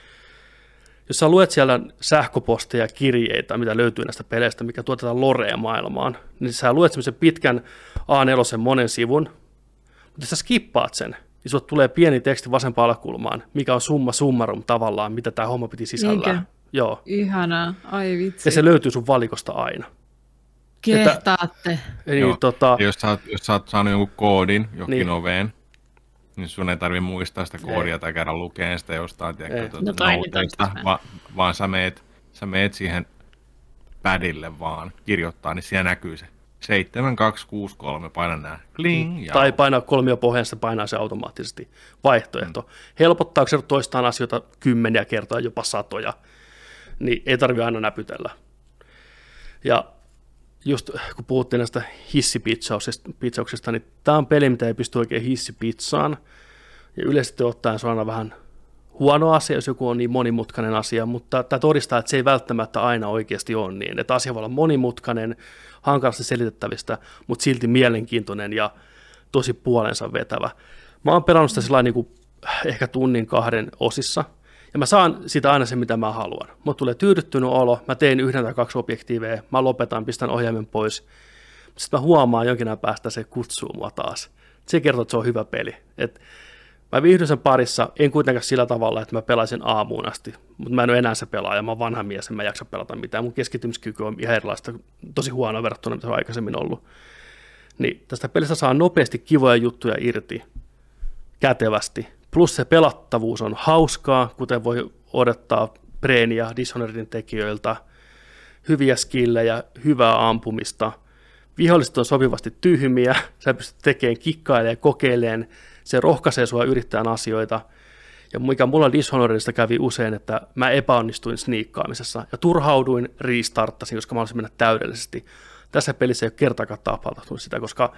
Jos sä luet siellä sähköposteja ja kirjeitä, mitä löytyy näistä peleistä, mikä tuotetaan lorea maailmaan, niin sä luet semmoisen pitkän A4 monen sivun, mutta jos sä skippaat sen, niin sulle tulee pieni teksti vasempaan alakulmaan, mikä on summa summarum tavallaan, mitä tämä homma piti sisällään. Niinkö? Joo. Ihanaa, ai vitsi. Ja se löytyy sun valikosta aina. Kehtaatte. Niin, jos sä oot saanut jonkun koodin johonkin oveen, niin sun ei tarvitse muistaa sitä koodia tai käydä lukemaan sitä jostain noteista, vaan sä meet siihen padille vaan kirjoittaa, niin siellä näkyy se 7263, paina nää, kling. Tai painaa kolmiopohjasta, painaa se automaattisesti vaihtoehto. Helpottaako se toistaan asioita 10 kertaa, jopa 100, niin ei tarvitse aina näpytellä. Ja just kun puhuttiin näistä hissipitsauksista, niin tämä on peli, mitä ei pysty oikein hissipitsaan. Ja yleisesti ottaen se on aina vähän huono asia, jos joku on niin monimutkainen asia, mutta tämä todistaa, että se ei välttämättä aina oikeasti ole niin. Että asia voi olla monimutkainen, hankalasti selitettävistä, mutta silti mielenkiintoinen ja tosi puolensa vetävä. Mä oon pelannut sitä sillä niin kuin ehkä tunnin 2 osissa, ja mä saan sitä aina se, mitä mä haluan. Mulle tulee tyydyttynyt olo, mä tein 1 tai 2 objektiiveja, mä lopetan, pistän ohjaimen pois. Sitten mä huomaan jonkin ajan päästä, se kutsuu mua taas. Se kertoo, että se on hyvä peli. Et Mä viihdyn sen parissa, en kuitenkaan sillä tavalla, että mä pelaisin aamuun asti, mutta mä en ole enää se pelaaja, mä oon vanha mies, en mä jaksa pelata mitään. Mun keskittymiskyky on ihan erilaista, tosi huonoa verrattuna, mitä se on aikaisemmin ollut. Niin tästä pelistä saa nopeasti kivoja juttuja irti, kätevästi. Plus se pelattavuus on hauskaa, kuten voi odottaa Brain ja Dishonoredin tekijöiltä. Hyviä skillejä, hyvää ampumista. Viholliset on sopivasti tyhmiä, sä pystyt tekemään, kikkailemaan ja kokeilemaan. Se rohkaisee sua yrittämään asioita. Ja mikä mulla Dishonoredista kävi usein, että mä epäonnistuin sniikkaamisessa ja turhauduin, restarttasin, koska mä haluaisin mennä täydellisesti. Tässä pelissä ei ole kertaakaan tapahtunut sitä, koska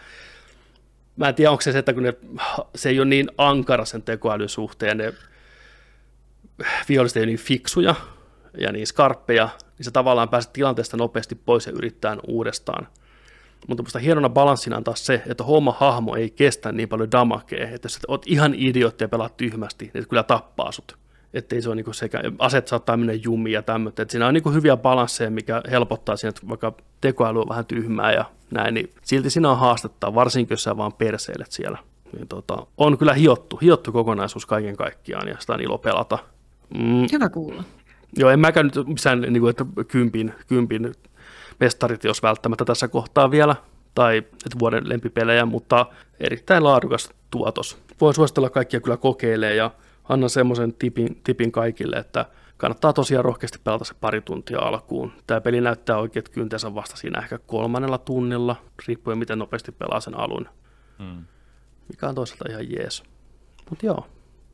mä en tiedä, onko se että kun se ei ole niin ankara sen tekoälyn suhteen, ne viholliset ei ole niin fiksuja ja niin skarppeja, niin se tavallaan pääset tilanteesta nopeasti pois ja yrittää uudestaan. Mutta minusta hienona balanssina on taas se, että hahmo ei kestä niin paljon damakea, että jos olet ihan idiootti ja pelaat tyhmästi, niin kyllä tappaa sut. Että ei se ole niinku sekä, aset saattaa mennä jumiin ja tämmöistä. Että siinä on niinku hyviä balansseja, mikä helpottaa siinä, että vaikka tekoäly on vähän tyhmää ja näin, niin silti siinä on haastetta, varsinkin jos sä vaan perseilet siellä. Niin on kyllä hiottu kokonaisuus kaiken kaikkiaan ja sitä on ilo pelata. Hyvä kuulla. Joo, en mäkään nyt missään niinku, että kympin mestarit, jos välttämättä tässä kohtaa vielä, tai että vuoden lempipelejä, mutta erittäin laadukas tuotos. Voin suositella kaikkia kyllä kokeilemaan ja annan semmoisen tipin kaikille, että kannattaa tosiaan rohkeasti pelata se pari tuntia alkuun. Tämä peli näyttää oikeat kyntensä vasta siinä ehkä 3. tunnilla, riippuen miten nopeasti pelaa sen alun, mikä on toisaalta ihan jees. Mutta joo,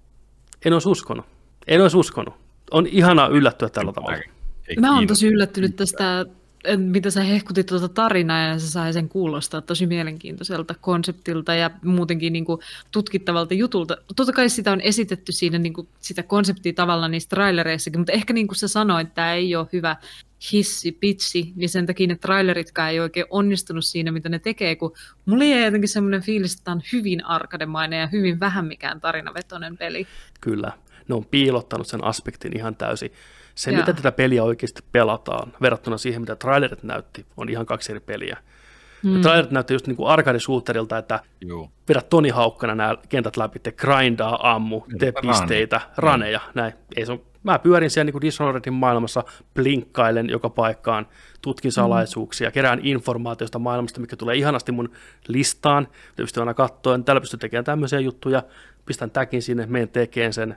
en olisi uskonut. On ihanaa yllättyä tällä tavalla. Mä oon tosi yllättynyt tästä, mitä sä hehkutit tuota tarinaa ja se sai sen kuulostaa tosi mielenkiintoiselta konseptilta ja muutenkin niin kuin tutkittavalta jutulta. Totta kai sitä on esitetty siinä niin kuin sitä konseptia tavallaan niissä trailereissakin, mutta ehkä niin kuin sä sanoit, että tämä ei ole hyvä hissi-pitsi, niin sen takia ne traileritkaan ei oikein onnistunut siinä, mitä ne tekee, kun mulla jäi jotenkin semmoinen fiilis, että tämä on hyvin arkademainen ja hyvin vähän mikään tarinavetoinen peli. Kyllä, ne on piilottanut sen aspektin ihan täysin. Se, miten tätä peliä oikeasti pelataan, verrattuna siihen, mitä trailerit näytti, on ihan 2 eri peliä. Trailerit näytti just niin kuin arcade-shooterilta, että vedät Tony Hawkkana nämä kentät läpi, te grindaa, ammu, tee pisteitä, raneja, näin. Ei se on, mä pyörin siellä niin kuin Dishonoredin maailmassa, blinkkailen joka paikkaan, tutkin salaisuuksia, kerään informaatiosta maailmasta, mikä tulee ihanasti mun listaan, pystyy aina katsoa, täällä pystyy tekemään tämmöisiä juttuja, pistän tagin sinne, menen tekemään sen,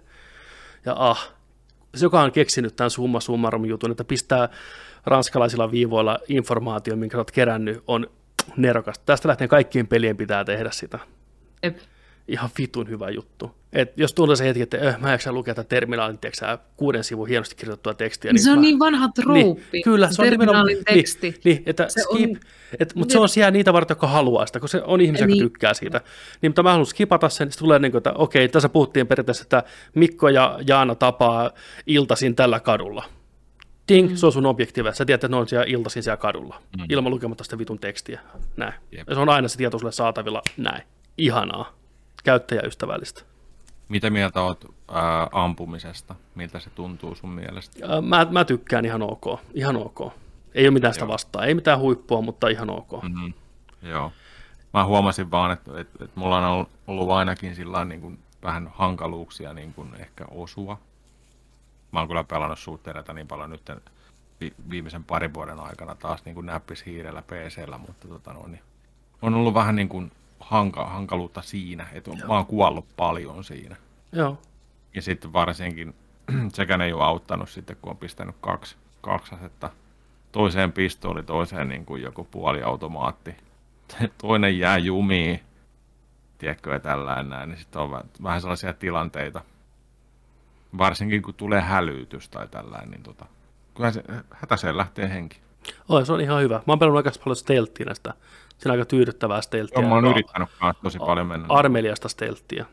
ja se, joka on keksinyt tämän summa summarum jutun, että pistää ranskalaisilla viivoilla informaatio, minkä olet kerännyt, on nerokasta. Tästä lähtien kaikkien pelien pitää tehdä sitä. Ihan vitun hyvä juttu. Et jos tulee se hetki, että mä en jaksa lukea tätä terminaalin 6 sivun hienosti kirjoitettua tekstiä. Niin se on niin vanha trouppi, kyllä, se on terminaalin teksti. Että skip, mutta se on siellä niitä varten, jotka haluaa sitä, kun se on ihmisiä, jotka tykkää siitä. Niin, mutta mä haluan skipata sen, sitten tulee niin kuin, että okei, tässä puhuttiin periaatteessa, että Mikko ja Jaana tapaa iltaisin tällä kadulla. Ting, se on sun objektiive. Sä tiedät, että ne on siellä iltaisin siellä kadulla, ilman lukematta sitä vitun tekstiä. Näin. Ja se on aina se tieto sulle saatavilla. Näin. Ihanaa. Käyttäjäystävällistä. Mitä mieltä olet ampumisesta? Miltä se tuntuu sun mielestä? Mä tykkään ihan ok. Ihan ok. Ei ole mitään sitä vastaan. Ei mitään huippua, mutta ihan ok. Joo. Mä huomasin vaan, että mulla on ollut ainakin sillain niin kuin vähän hankaluuksia niin kuin ehkä osua. Mä oon kyllä pelannut shootereita niin paljon nyt viimeisen 2 vuoden aikana taas niin kuin näppishiirellä PC:llä, mutta niin on ollut vähän niin kuin hankaluutta siinä, että mä oon kuollut paljon siinä. Joo. Ja sitten varsinkin sekään ei ole auttanut sitten, kun on pistänyt kaksi asetta. Toiseen pistooli, toiseen niin kuin joku puoliautomaatti. Toinen jää jumiin, tiedätkö, ja tällään näin, niin sitten on vähän sellaisia tilanteita. Varsinkin kun tulee hälytys tai tällään, niin kyllä se hätäiseen lähtee henki. Se on ihan hyvä. Mä oon pelannut aika paljon stealthia näistä. Se on aika tyydyttävää stealthia. Mä oon yrittänyt tosi paljon mennä. Armeliasta stealthia.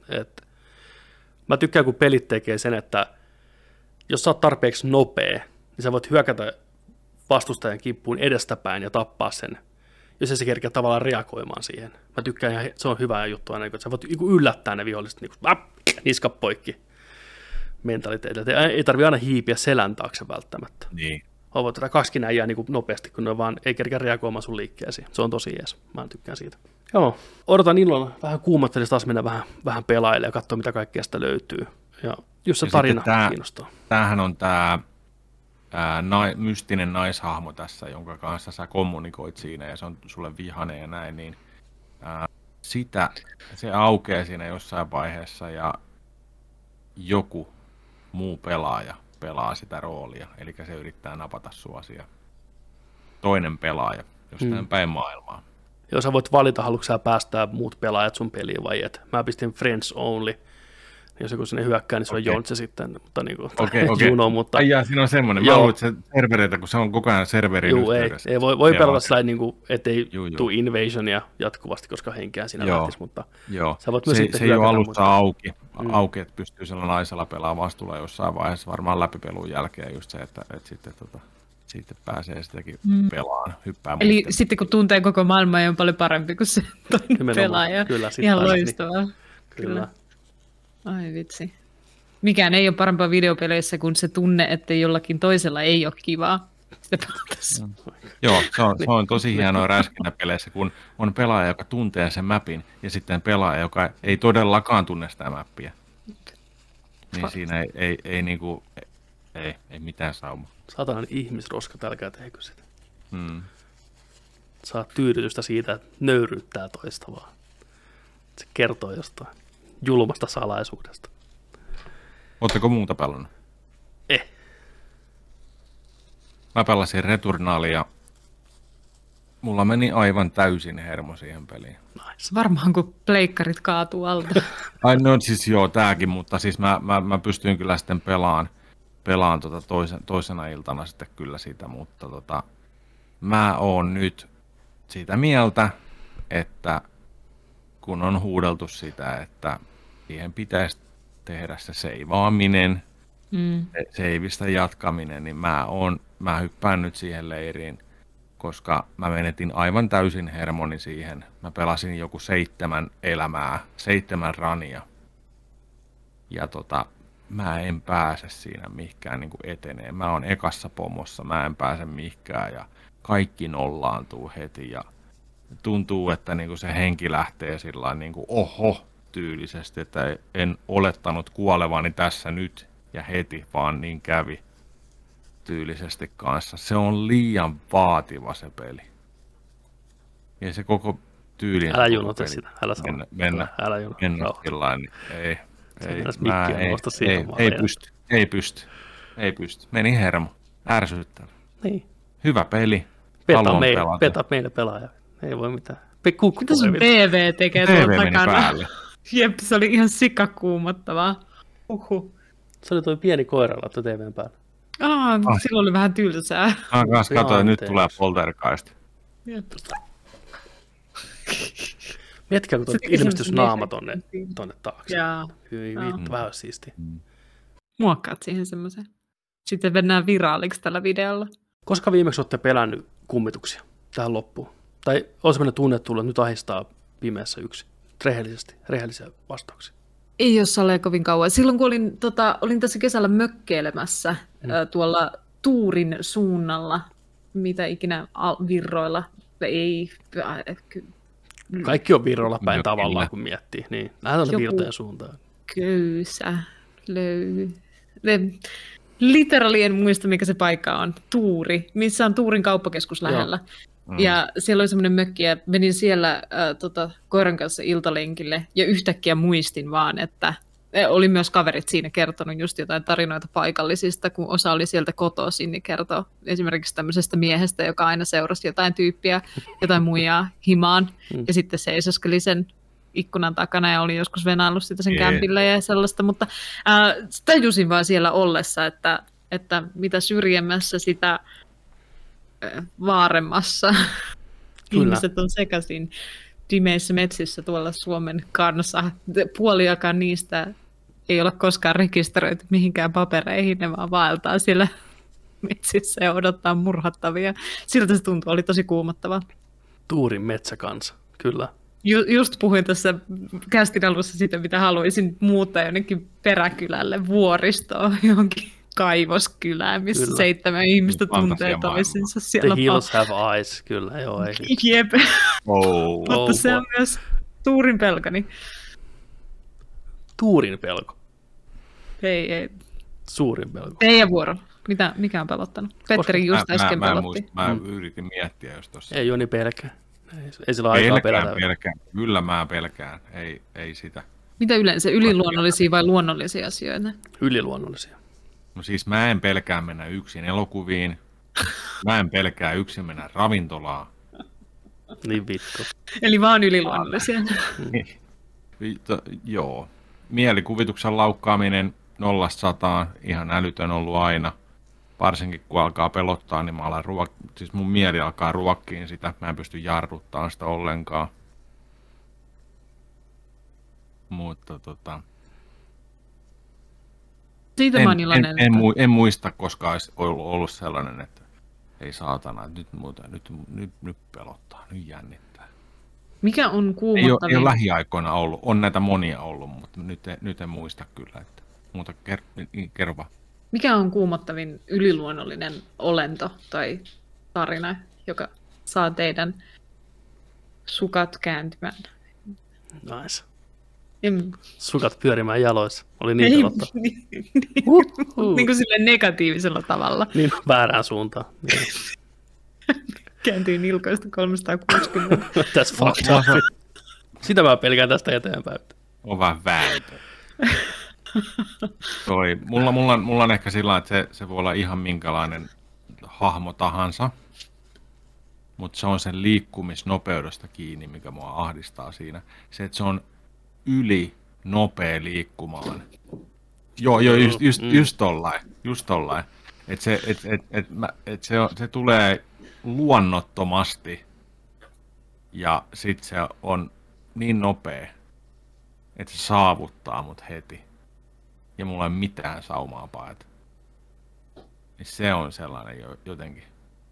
Mä tykkään, kun pelit tekee sen, että jos sä oot tarpeeksi nopea, niin sä voit hyökätä vastustajan kimppuun edestäpäin ja tappaa sen, jos ei se kerkeä tavallaan reagoimaan siihen. Mä tykkään, se on hyvä juttu aina, että sä voit yllättää ne viholliset niska poikki mentaliteetillä. Ei tarvitse aina hiipiä selän taakse välttämättä. Niin. ovat tätä kaksikin äijää niin nopeasti, kun ne vaan ei kerkeä reagoimaan sun liikkeisiin. Se on tosi jees. Mä tykkään siitä. Joo, odotan innolla. Vähän kuumattelisi taas mennä vähän pelailemaan ja katsoa, mitä kaikkea sitä löytyy. Ja jos se tarina kiinnostaa. Tämähän on tämä mystinen naishahmo tässä, jonka kanssa sä kommunikoit siinä ja se on sulle vihainen ja näin, niin se aukeaa siinä jossain vaiheessa ja joku muu pelaaja pelaa sitä roolia, eli se yrittää napata sua siellä. Toinen pelaaja, jostain päin maailmaa. Jos sä voit valita, haluatko sä päästää muut pelaajat sun peliin vai et. Mä pistin Friends Only. Jos joku sinne hyökkää, niin se on Jontse sitten. Mutta niin kuin, Juno, mutta... Ai jaa, siinä on semmoinen. Mä luulen, että se servereitä, kun se on koko ajan serverin yhteydessä. Ei voi pelata sellainen, niin kuin, ettei tule invasionia jatkuvasti, koska henkeä siinä lähtisi, mutta sä voit myös sitten se ei ole alussa auki, että pystyy sellaisella pelaamaan vastuulla jossain vaiheessa, varmaan läpipelun jälkeen just se, että sitten pääsee sitäkin pelaan, hyppää. Eli muuten. Sitten kun tuntee koko maailmaa, on paljon parempi kuin se toinen pelaaja. Kyllä, ihan loistavaa. Niin. Kyllä. Ai vitsi. Mikään ei ole parempaa videopeleissä kuin se tunne, että jollakin toisella ei ole kivaa. Joo, se on tosi hienoa räiskintäpeleissä, kun on pelaaja, joka tuntee sen mapin, ja sitten pelaaja, joka ei todellakaan tunne sitä mappia. Niin siinä ei mitään saumaa. Satanan ihmisroska, älkää tehkö sitä. Saa tyydytystä siitä, että nöyryyttää toista vaan. Se kertoo jostain julmasta salaisuudesta. Oletteko muuta pelannut? Mä pelasin Returnalia. Mulla meni aivan täysin hermo siihen peliin. Nice. Varmaan kun pleikkarit kaatuu alta. Ai no siis joo, tääkin, mutta siis mä pystyin kyllä sitten pelaan toisena iltana sitten kyllä sitä, mutta mä oon nyt siitä mieltä, että kun on huudeltu sitä, että siihen pitäisi tehdä se seivaaminen, seivistä jatkaminen, niin mä hyppään nyt siihen leiriin, koska mä menetin aivan täysin hermoni siihen. Mä pelasin joku 7 elämää, 7 rania. Ja mä en pääse siinä mihinkään niin kuin etenee. Mä oon ekassa pomossa, mä en pääse mihinkään ja kaikki nollaantuu heti ja tuntuu, että niin kuin se henki lähtee sillä niin kuin tyylisesti, että en olettanut kuolevani tässä nyt ja heti, vaan niin kävi tyylisesti kanssa. Se on liian vaativa se peli. Ja se koko tyyli. Älä junota sitä, älä sano. Mennä sillain, ei. Ei pysty. Meni hermo. Ärsyttävä. Niin. Hyvä peli. Peta meille pelaaja. Ei voi mitään. Mitä sun TV tekee tuolla takana? Jep, se oli ihan sikakuumottavaa. Se oli toi pieni koira laittu TVn päälle. Silloin oli vähän tylsää. Katsoin, nyt tulee Poltergeist. Miettikää, kun ilmestys naama tonne taakse. Hyi vittu, vähän siistiä. Muokkaat siihen semmoisen. Sitten mennään viraaliksi tällä videolla. Koska viimeksi olette pelännyt kummituksia tähän loppuun? Tai on semmoinen tunne tullut, että nyt ahistaa pimeässä yksi. Rehellisiä vastauksia. Ei ole salee kovin kauan. Silloin kun olin tässä kesällä mökkeilemässä tuolla Tuurin suunnalla, mitä ikinä virroilla, kaikki on virroilla päin tavallaan, kun miettii. Niin, lähdetään tuonne virtojen suuntaan. Köysä, literally en muista, mikä se paikka on. Tuuri, missä on Tuurin kauppakeskus lähellä. Ja siellä oli semmoinen mökki, ja menin siellä koiran kanssa iltalenkille, ja yhtäkkiä muistin vaan, että oli myös kaverit siinä kertonut just jotain tarinoita paikallisista, kun osa oli sieltä kotoisin, niin kertoo esimerkiksi tämmöisestä miehestä, joka aina seurasi jotain tyyppiä, jotain muijaa himaan, ja sitten seisoskeli sen ikkunan takana ja oli joskus venaillut sitä sen kämpillä ja sellaista, mutta tajusin vaan siellä ollessa, että mitä syrjemmässä sitä vaaremmassa ihmiset on sekaisin pimeissä metsissä tuolla Suomen kanssa. Puoliakaan niistä ei ole koskaan rekisteröity mihinkään papereihin, ne vaan vaeltaa siellä metsissä ja odottaa murhattavia. Siltä se tuntuu, oli tosi kuumottavaa. Tuurin metsäkansa, kyllä. Just puhuin tässä kästin alussa siitä, mitä haluaisin muuttaa jonnekin peräkylälle vuoristoon, johonkin kaivoskylää, missä Kyllä. 7 ihmistä tuntee Fantasiamaailma. toisensa The siellä. Hills Have Eyes, kyllä, joo. Ei. Jep, Oh. mutta se on myös suurin pelkoni. Tuurin pelko. Ei. Suurin pelko. Teidän vuoro. Mikä on pelottanut? Petteri just äsken pelotti. Mä yritin miettiä, jos tossa... Ei Joni pelkää. Ei sillä aikaa pelätä. Pelkään. Kyllä mä pelkään. Ei sitä. Mitä yleensä, yliluonnollisia vai luonnollisia asioita? Yliluonnollisia. No siis mä en pelkää mennä yksin elokuviin. Mä en pelkää yksin mennä ravintolaan. Niin vittu. Eli vaan yliluonnollisia. Joo. Mielikuvituksen laukkaaminen 0-100, ihan älytön ollut aina. Varsinkin kun alkaa pelottaa, niin siis mun mieli alkaa ruokkiin sitä. Mä en pysty jarruttamaan sitä ollenkaan. Mutta Siitä mä oon iloinen. en muista, koska olisi ollut sellainen, että ei saatana, nyt pelottaa, nyt jännittää. Mikä on Ei kuumottavin? ole lähiaikoina ollut, on näitä monia ollut, mutta nyt en muista kyllä. Että muuta kerro vaan. Mikä on kuumottavin yliluonnollinen olento tai tarina, joka saa teidän sukat kääntymään? Nice. En... Sukat pyörimään jaloissa. Oli niin pelottava. Niin kuin sille negatiivisella tavalla. Niin väärään suuntaan. Niin. Kääntyy nilkoista 360. That's fucked up. Sitä mä pelkään tästä eteenpäin. On vähän vääntö. Mulla on ehkä sillä, että se voi olla ihan minkälainen hahmo tahansa, mutta se on sen liikkumisnopeudesta kiinni, mikä mua ahdistaa siinä. Se, että se on yli nopea liikkumaan. Joo, just tollain. Että se tulee luonnottomasti ja sit se on niin nopea, että se saavuttaa mut heti. Ja mulla ei ole mitään saumaa paeta. Niin se on sellainen jotenkin.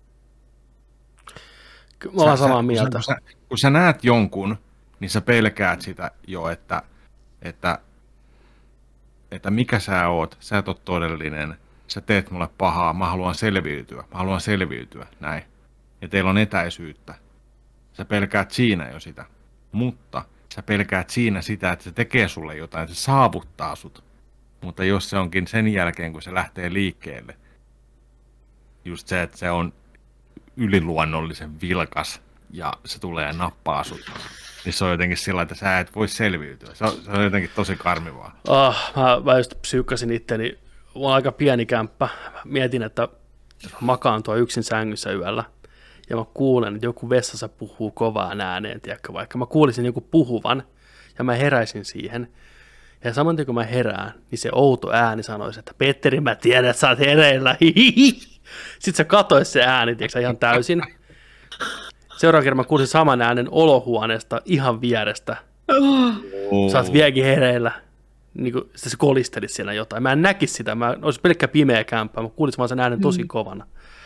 Mä olen samaa mieltä. Kun sä näet jonkun, niin sä pelkäät sitä jo, että mikä sä oot, sä et ole todellinen, sä teet mulle pahaa, mä haluan selviytyä, näin. Ja teillä on etäisyyttä. Sä pelkäät siinä jo sitä, mutta sä pelkäät siinä sitä, että se tekee sulle jotain, että se saavuttaa sut. Mutta jos se onkin sen jälkeen, kun se lähtee liikkeelle, just se, että se on yliluonnollisen vilkas ja se tulee ja nappaa sut, niin se on jotenkin sillä, että sä et voi selviytyä. Se on jotenkin tosi karmivaa. Mä just psyykkasin itteni. Mulla on aika pieni kämppä. Mä mietin, että jos mä makaan tuo yksin sängyssä yöllä ja mä kuulen, että joku vessassa puhuu kovaan ääneen, tiedätkö, vaikka mä kuulisin joku puhuvan ja mä heräisin siihen. Ja saman kun mä herään, niin se outo ääni sanoisi, että Petteri, mä tiedän, että sä oot hereillä. Sitten se katoisi se ääni, tiedätkö, ihan täysin. Seuraavan kerran mä kuulin saman äänen olohuoneesta ihan vierestä. Sä oot vieläkin hereillä. Niin kuin se kolistelit siellä jotain. Mä en näkisi sitä. Mä olisi pelkkä pimeä kämppä. Mä kuulisin vaan sen äänen tosi kovana.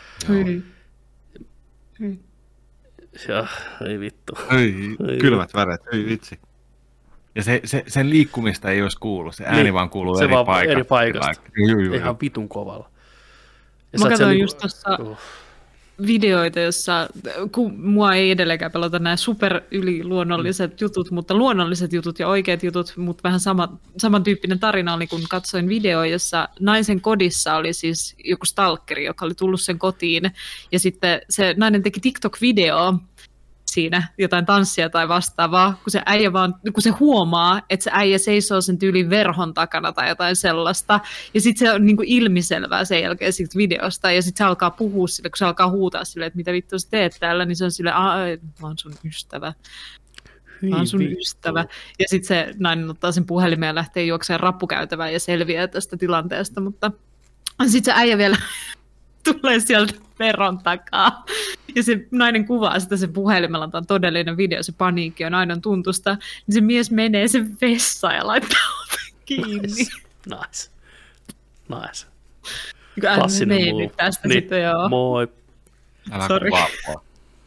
Ja, ei vittu. Kylmät väret, ei vitsi. Ja sen liikkumista ei olisi kuullut. Se ääni vaan kuuluu eri paikasta. Ihan vitun kovalla. Ja mä katsoin just tuossa videoita, jossa mua ei edelleenkään pelota nämä super yliluonnolliset jutut, mutta luonnolliset jutut ja oikeat jutut, mutta vähän samantyyppinen tarina oli, kun katsoin video, jossa naisen kodissa oli siis joku stalkeri, joka oli tullut sen kotiin, ja sitten se nainen teki TikTok-videoa siinä, jotain tanssia tai vastaavaa, kun se huomaa, että se äijä seisoo sen tyylin verhon takana tai jotain sellaista, ja sitten se on niin kuin ilmiselvää sen jälkeen siitä videosta, ja sitten se alkaa puhua sille, kun se alkaa huutaa sille, että mitä vittua sä teet täällä, niin se on silleen, mä oon sun ystävä. Mä oon sun ystävä. Ja sitten se nainen ottaa sen puhelimen ja lähtee juokseen rappukäytävään ja selviää tästä tilanteesta, mutta sitten se äijä vielä tulee sieltä verron takaa. Ja se nainen kuvaa sitä sen puhelimella, tämä on todellinen video, se paniikki on aina tuntusta. Niin se mies menee sen vessaan ja laittaa oven kiinni. Nice. Klassinen move. Tästä niin, sitten, joo. Moi. Älä kuvaa.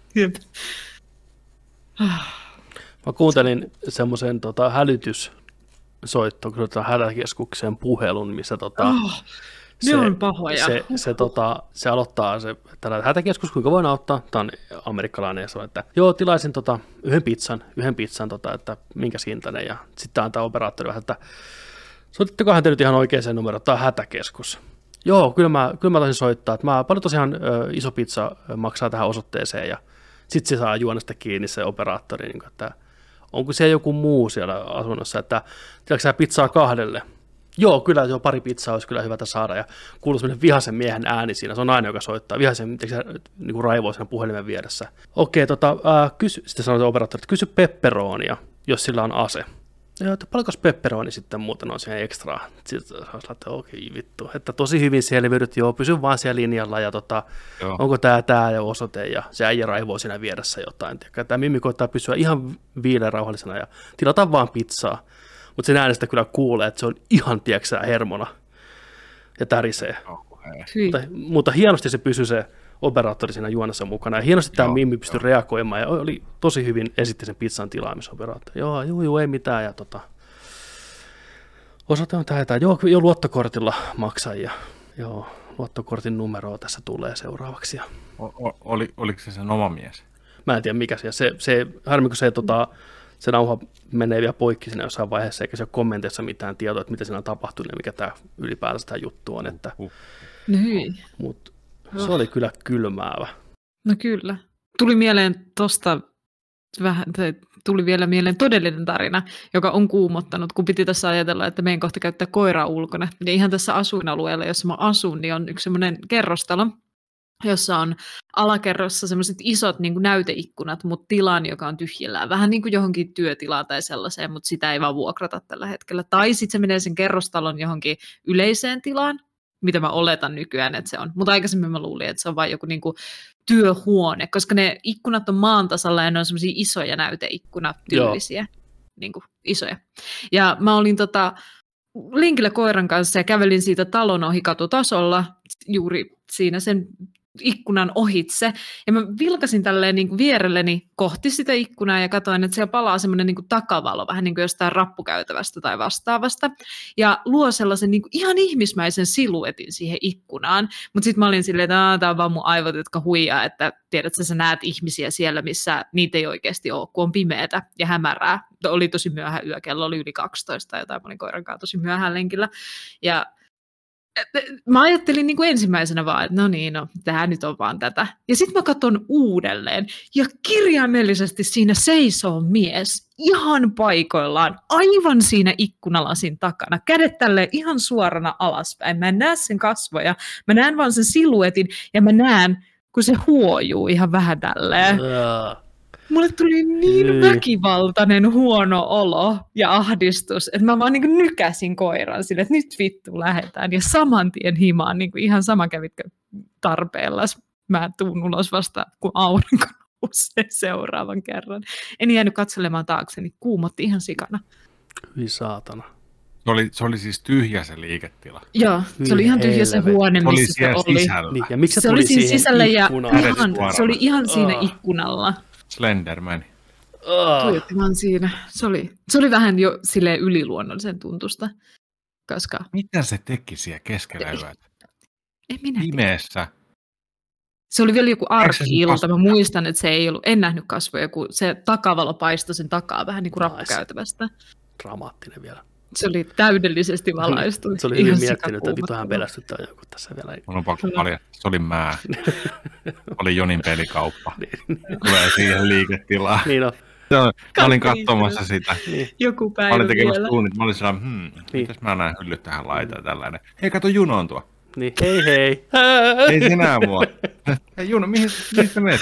Mä kuuntelin semmoisen hälytyssoitto, kun hätäkeskuksen puhelun, missä Ne on pahoja. Se aloittaa tällä hätäkeskus, kuinka voin auttaa. Tämä on amerikkalainen ja sanoo, että joo, tilaisin yhden pizzan, että minkä hintainen. Ja sitten antaa operaattori vähän, että soitittekohan te nyt ihan oikeaan numeroon, tämä on hätäkeskus. Joo, kyllä mä taisin soittaa, että paljon tosiaan iso pizza maksaa tähän osoitteeseen. Ja sitten se saa juonesta kiinni se operaattori, niin kuin, että onko siellä joku muu siellä asunnossa, että tiedätkö sä pizzaa 2? Joo, kyllä jo pari pizzaa olisi kyllä hyvä saada, ja kuuluu sellainen vihaisen miehen ääni siinä, se on aina, joka soittaa, vihaisen, niin raivoo siinä puhelimen vieressä. Okei, sitten sanoo se operaattori, että kysy pepperonia, jos sillä on ase. Joo, että paljonko pepperoni sitten muuten on siihen ekstraa. Sitten olisi että okei, vittu, että tosi hyvin selviydyt, joo, pysy vaan siellä linjalla, ja onko tämä ja osoite, ja se äijä raivoo siinä vieressä jotain. Tämä Mimmi koittaa pysyä ihan viileän rauhallisena, ja tilataan vaan pizzaa. Mutta sen äänestä kyllä kuulee, että se on ihan, tieksää, hermona ja tärisee. Mutta hienosti se pysyy se operaattori siinä juonessa mukana. Ja hienosti tämä Mimmi pystyi reagoimaan ja oli tosi hyvin esitti sen pizzan tilaamisoperaattori. Joo, ei mitään. Ja osoite on tämä, joo, luottokortilla maksan. Joo, luottokortin numeroa tässä tulee seuraavaksi. Oliko se sen oma mies? Mä en tiedä mikä se harmi, kun se nauha menee vielä poikki siinä jossain vaiheessa, eikä se ole kommenteissa mitään tietoa, että mitä siinä on tapahtunut ja mikä tämä ylipäänsä tämä juttu on. Mutta se oli kyllä kylmäävä. No kyllä. Tuli vielä mieleen todellinen tarina, joka on kuumottanut, kun piti tässä ajatella, että meidän kohta käyttää koiraa ulkona. Ja ihan tässä asuinalueella, jossa mä asun, niin on yksi semmoinen kerrostalo, jossa on alakerrossa semmoiset isot niin kuin näyteikkunat, mutta tilan, joka on tyhjillään. Vähän niin kuin johonkin työtilaan tai sellaiseen, mutta sitä ei vaan vuokrata tällä hetkellä. Tai sitten se menee sen kerrostalon johonkin yleiseen tilaan, mitä mä oletan nykyään, että se on. Mutta aikaisemmin mä luulin, että se on vain joku niin kuin työhuone, koska ne ikkunat on maan tasalla ja ne on semmoisia isoja näyteikkunatyylisiä, niin kuin isoja. Ja mä olin linkillä koiran kanssa ja kävelin siitä talon ohi katutasolla juuri siinä sen ikkunan ohitse. Ja mä vilkasin tälleen niin kuin vierelleni kohti sitä ikkunaa ja katsoin, että siellä palaa semmoinen niin kuin takavalo, vähän niin kuin jostain rappukäytävästä tai vastaavasta. Ja luo sellaisen niin kuin ihan ihmismäisen siluetin siihen ikkunaan. Mutta sitten mä olin silleen, että tämä on vaan mun aivot, jotka huijaa, että tiedätkö, sä näet ihmisiä siellä, missä niitä ei oikeasti ole, kun on pimeätä ja hämärää. Oli tosi myöhä yö, kello oli yli 12 tai jotain, mä olin koiran kanssa tosi myöhään lenkillä. Ja mä ajattelin niin kuin ensimmäisenä vaan, että tämä nyt on vaan tätä. Ja sitten mä katson uudelleen, ja kirjaimellisesti siinä seisoo mies ihan paikoillaan, aivan siinä ikkunalasin takana, kädet tälleen ihan suorana alaspäin. Mä en näe sen kasvoja, mä näen vaan sen siluetin, ja mä näen, kun se huojuu ihan vähän tälleen. Mulle tuli niin väkivaltainen huono olo ja ahdistus, että mä vaan niin kuin nykäsin koiran sille, että nyt vittu lähdetään. Ja saman tien himaan, niin kuin ihan sama kävitkö tarpeellas. Mä tuun ulos vasta, kun aurinko nousee seuraavan kerran. En jäänyt katselemaan taakse, niin kuumotti ihan sikana. Hyi saatana. Se oli siis tyhjä se liiketila. Joo, se oli ihan tyhjä se huone, missä se oli. Sisällä. Ja miksi se oli siinä sisällä ja se oli ihan siinä Oh. ikkunalla. Slenderman. Tuijottimaan siinä. Se oli vähän jo silleen yliluonnollisen tuntusta. Koska... Mitä se teki siellä keskellä yötä? En minä tiedä. Pimeässä. Se oli vielä joku arki-ilta. Mä muistan, että se ei ollut, en nähnyt kasvoja, kun se takavalo paistoi sen takaa vähän niin kuin rappukäytävästä. Dramaattinen vielä. Se oli täydellisesti valaistu. Se oli hyvin miettinyt, että vittu hän pelästyttää joku tässä vielä. Mun on pakko paljon. Se oli mä. Oli Jonin pelikauppa. Tulee siihen liiketilaan. Niin on. Mä olin katsomassa sitä. Joku päivä mä olin tekemässä vielä. tuunit. Mä olin sellainen, mitäs mä näen hyllyt tähän laitaan tällainen. Hei, kato Juno on tuo. Niin, hei. Ei se näe mua. Hei Juno, mihin sä menet?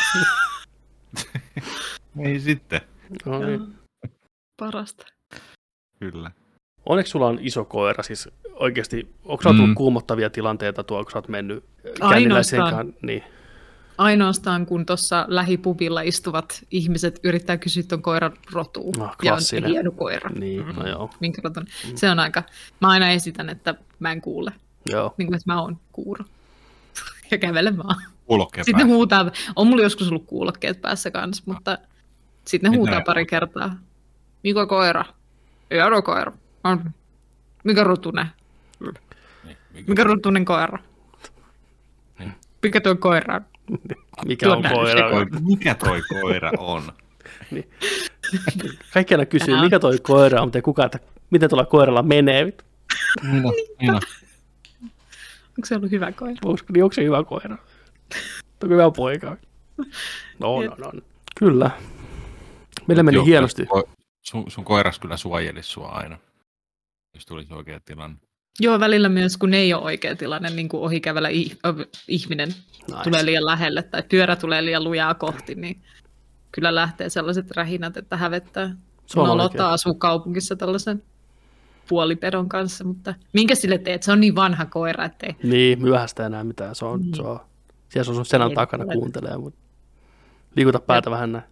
Ei sitten. No niin. Parasta. Kyllä. Onneksi sulla on iso koira, siis oikeasti, onko sulla tullut kuumottavia tilanteita tuolla, kun sä oot mennyt känniläisenkaan? Niin. Ainoastaan, kun tuossa lähipubilla istuvat ihmiset yrittää kysyä ton koiran rotua. Ja on se hieno koira. Niin, no joo. Minkä roton. Se on aika, mä aina esitän, että mä en kuule. Joo. Niin kuin, että mä oon kuuro. Ja kävelen vaan. Kuulokkeet sitten ne huutaa, on mulla joskus ollut kuulokkeet päässä kanssa, mutta sitten ne huutaa pari kertaa. Mikä koira? Hieno koira. Mikä rotunen? Mikä rotuinen koira? Niin. Mikä tuo koira on? Mikä on koira? Mikä toi koira on? Niin. Kaikki aina kysyy, mikä toi koira on, mutta ei kukaan, että miten tuolla koiralla menee. Niin. Onko se ollut hyvä koira? Onko se hyvä koira? Onko hyvä poika? No. Kyllä. Meillä meni hienosti. Sun koiras kyllä suojelisi sua aina, jos tulisi oikea tilanne. Joo, välillä myös, kun ei ole oikea tilanne, niin kuin ohikävellä ihminen tulee liian lähelle tai pyörä tulee liian lujaa kohti, niin kyllä lähtee sellaiset rähinät, että hävettää. Nolottaa asuu kaupungissa tällaisen puolipedon kanssa, mutta minkä sille teet? Se on niin vanha koira, ettei... Niin, myöhäistä enää mitään. Se on, siellä se on sun selän takana kuuntelee, mutta liikuta päätä vähän näin.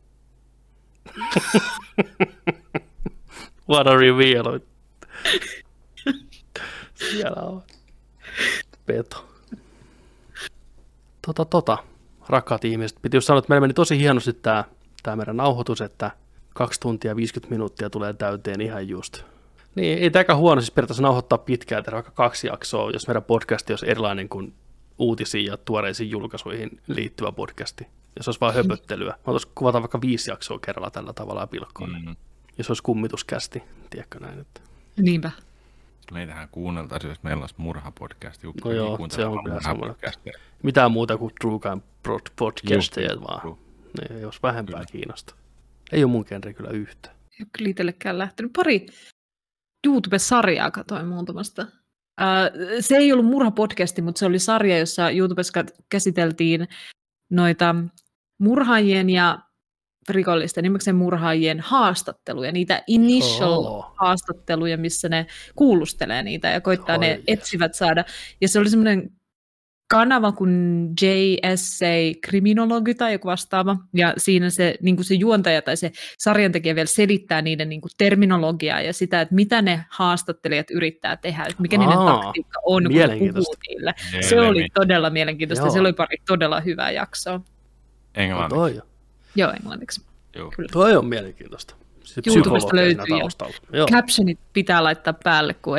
What a reveal. Siellä on peto. Rakkaat ihmiset, piti just sanoa, että meillä meni tosi hienosti tämä meidän nauhoitus, että 2 tuntia 50 minuuttia tulee täyteen ihan just. Niin, ei tämäkään huono siis periaatteessa nauhoittaa pitkään, tehdä vaikka 2 jaksoa, jos meidän podcasti olisi erilainen kuin uutisiin ja tuoreisiin julkaisuihin liittyvä podcasti. Jos olisi vain höpöttelyä. Me voitaisiin kuvata vaikka 5 jaksoa kerralla tällä tavalla pilkkoon. Jos olisi kummituskästi, tiedätkö näin. Että... Niinpä. Meitähän kuunneltaisiin, jos meillä olisi murhapodcasti. No joo, se on kyllä semmoinen. Mitään muuta kuin True Crime podcasteja vaan. Ne ei olisi vähempää kiinnostaa. Ei ole mun genre kyllä yhtään. Ei ole kyllä itsellekään lähtenyt. Pari YouTube-sarjaa katoin muutamasta. Se ei ollut murhapodcasti, mutta se oli sarja, jossa YouTubessa käsiteltiin noita murhaajien ja rikollisten, nimekseen murhaajien haastatteluja, niitä initial-haastatteluja, missä ne kuulustelee niitä ja koittaa ne etsivät saada. Ja se oli semmoinen kanava kuin JSA Criminology tai joku vastaava, ja siinä se, niin kuin se juontaja tai se sarjantekijä vielä selittää niiden niin kuin terminologiaa ja sitä, että mitä ne haastattelijat yrittää tehdä, että mikä niiden taktiikka on, kun ne puhuu niille. Se oli todella mielenkiintoista, se oli pari todella hyvää jaksoa. Englanniksi. Joo, englanniksi. Joo. Toi on mielenkiintoista. YouTubesta löytyy ja captionit pitää laittaa päälle, kun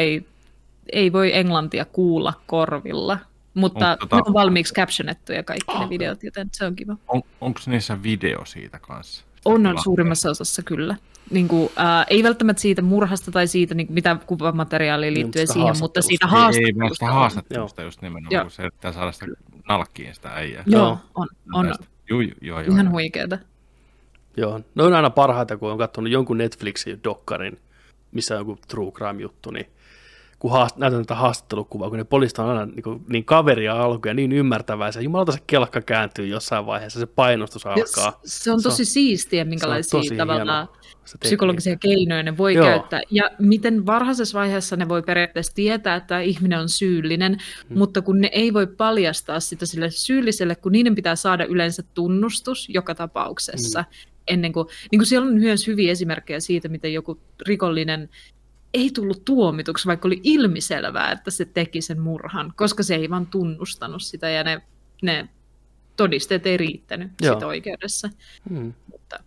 ei voi englantia kuulla korvilla. Mutta ne on valmiiksi captionettuja kaikki ne videot, joten se on kiva. Onko niissä video siitä kanssa? On suurimmassa osassa kyllä. Niin kuin, ei välttämättä siitä murhasta tai siitä, niin mitä kuvamateriaalia liittyen siihen, mutta siitä haastattelusta. Ei haastattelusta just nimenomaan, kun se yrittää saada sitä nalkkiin sitä äijää. Joo, on. Joo. Ihan huikeeta. Joo, ne on aina parhaita, kun on katsonut jonkun Netflixin dokkarin, missä on joku true crime juttu, niin kun näytän tätä haastattelukuvaa, kun ne poliisit on aina niin kaveria alkuun ja niin ymmärtävää, ja jumalauta se kelkka kääntyy jossain vaiheessa, se painostus alkaa. Se on tosi siistiä, minkälaisia tavallaan psykologisia keinoja ne voi käyttää, ja miten varhaisessa vaiheessa ne voi periaatteessa tietää, että ihminen on syyllinen, mutta kun ne ei voi paljastaa sitä sille syylliselle, kun niiden pitää saada yleensä tunnustus joka tapauksessa, ennen kuin, niin kuin siellä on myös hyviä esimerkkejä siitä, miten joku rikollinen ei tullut tuomituksi, vaikka oli ilmiselvää, että se teki sen murhan, koska se ei vaan tunnustanut sitä ja ne todisteet ei riittänyt sitä oikeudessa. Mutta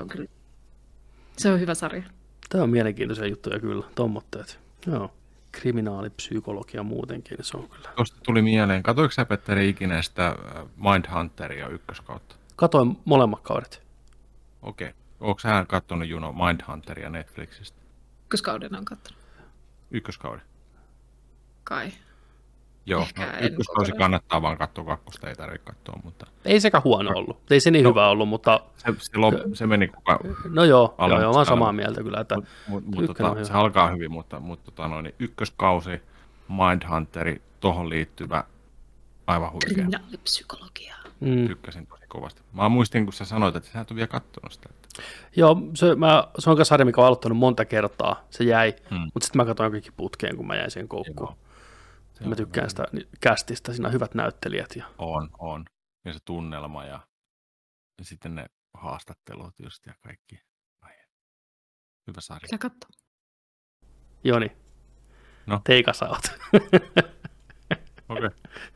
se on hyvä sarja. Tämä on mielenkiintoisia juttuja kyllä, tommotteet. Joo, kriminaalipsykologia muutenkin, se on kyllä. Tuosta tuli mieleen, katoiko sä Petteri ikinä sitä Mindhunteria ykköskautta? Katoin molemmat kaudet. Okei. Oletko sä katsonut Juno Mindhunteria Netflixistä? Ykköskauden on katsonut. Ykköskauden? Kai. Joo, ykköskausi kannattaa vaan katsoa, kakkosta ei tarvitse katsoa, mutta... Ei sekä huono ollut, ei se niin hyvä ollut, mutta... Se meni kukaan... No joo, mä oon samaa mieltä kyllä, että... Se alkaa hyvin, mutta niin ykköskausi, Mindhunteri, tohon liittyvä, aivan huikea. Kriminaalipsykologia. Tykkäsin tosi kovasti. Mä muistin, kun sä sanoit, että sä et ole vielä katsonut sitä. Joo, se on sarja, mikä on aloittanut monta kertaa, se jäi, mutta sitten mä katsoin kaikki putkeen, kun mä jäin siihen koukkuun. Mä tykkään sitä kästistä, siinä on hyvät näyttelijät. Ja... On. Ja se tunnelma ja sitten ne haastattelut just ja kaikki. Hyvä sarja. Mitä katsoa? Joni, no? Teika sä oot. Okei.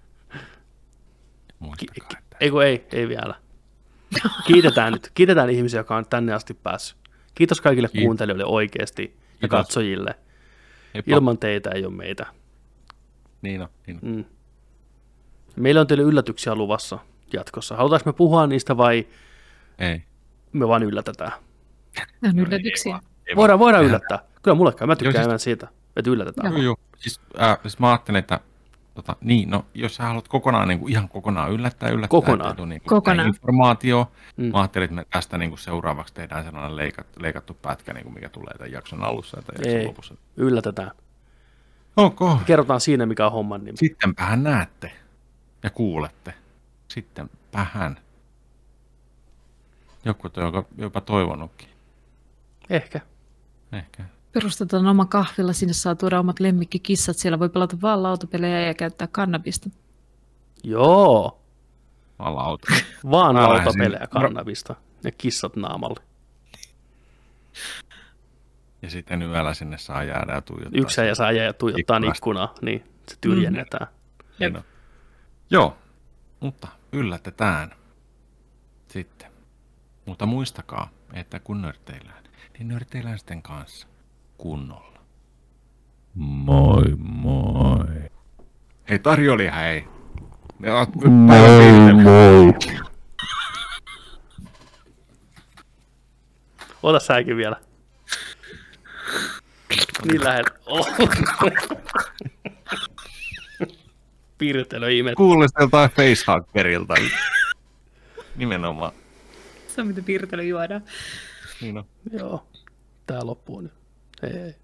Ei vielä. Kiitetään ihmisiä, jotka on tänne asti päässyt. Kiitos kaikille kuuntelijoille oikeasti ja katsojille. Ilman teitä ei ole meitä. Niin on. Mm. Meillä on teille yllätyksiä luvassa jatkossa. Halutaanko me puhua niistä vai Ei. me vaan yllätetään? Ne on yllätyksiä. Voidaan yllättää. Kyllä mulle käy. Mä tykkään enemmän siitä, että yllätetään. Joo. Siis mä ajattelin, että jos sä haluat kokonaan, niin kuin, ihan kokonaan yllättää, niin kokonaan. Informaatio. Mä ajattelin, että me tästä niin kuin seuraavaksi tehdään sellainen leikattu pätkä, niin kuin mikä tulee tämän jakson alussa tai jakson lopussa. Yllätetään. Okay. Kerrotaan siinä, mikä on homman nimi. Sittenpähän näette ja kuulette. Sittenpähän. Joku on jopa toivonutkin. Ehkä. Perustetaan oma kahvila, sinne saa tuoda omat lemmikkikissat, siellä voi pelata vaan lautapelejä ja käyttää kannabista. Joo. Vaan lautapelejä, kannabista ja kissat naamalle. Ja sitten yöllä sinne saa jäädä ja tuijottaa. Yksi ja saa jäädä ja tuijottaa ikkunaa, niin se tyhjennetään. Joo, mutta yllätetään sitten. Mutta muistakaa, että kun nörtteillään, niin nörtteillään sitten kanssa kunnolla. Moi. Hei tarjoilija, hei. Moi. Ota säkin vielä. Niin lähellä. Piirtely ihme. Kuulosti joltain facehuggerilta. Nimenomaan. Se on mitä piirtely juodaan. Niin on. Joo. Tää loppuu nyt. Hei.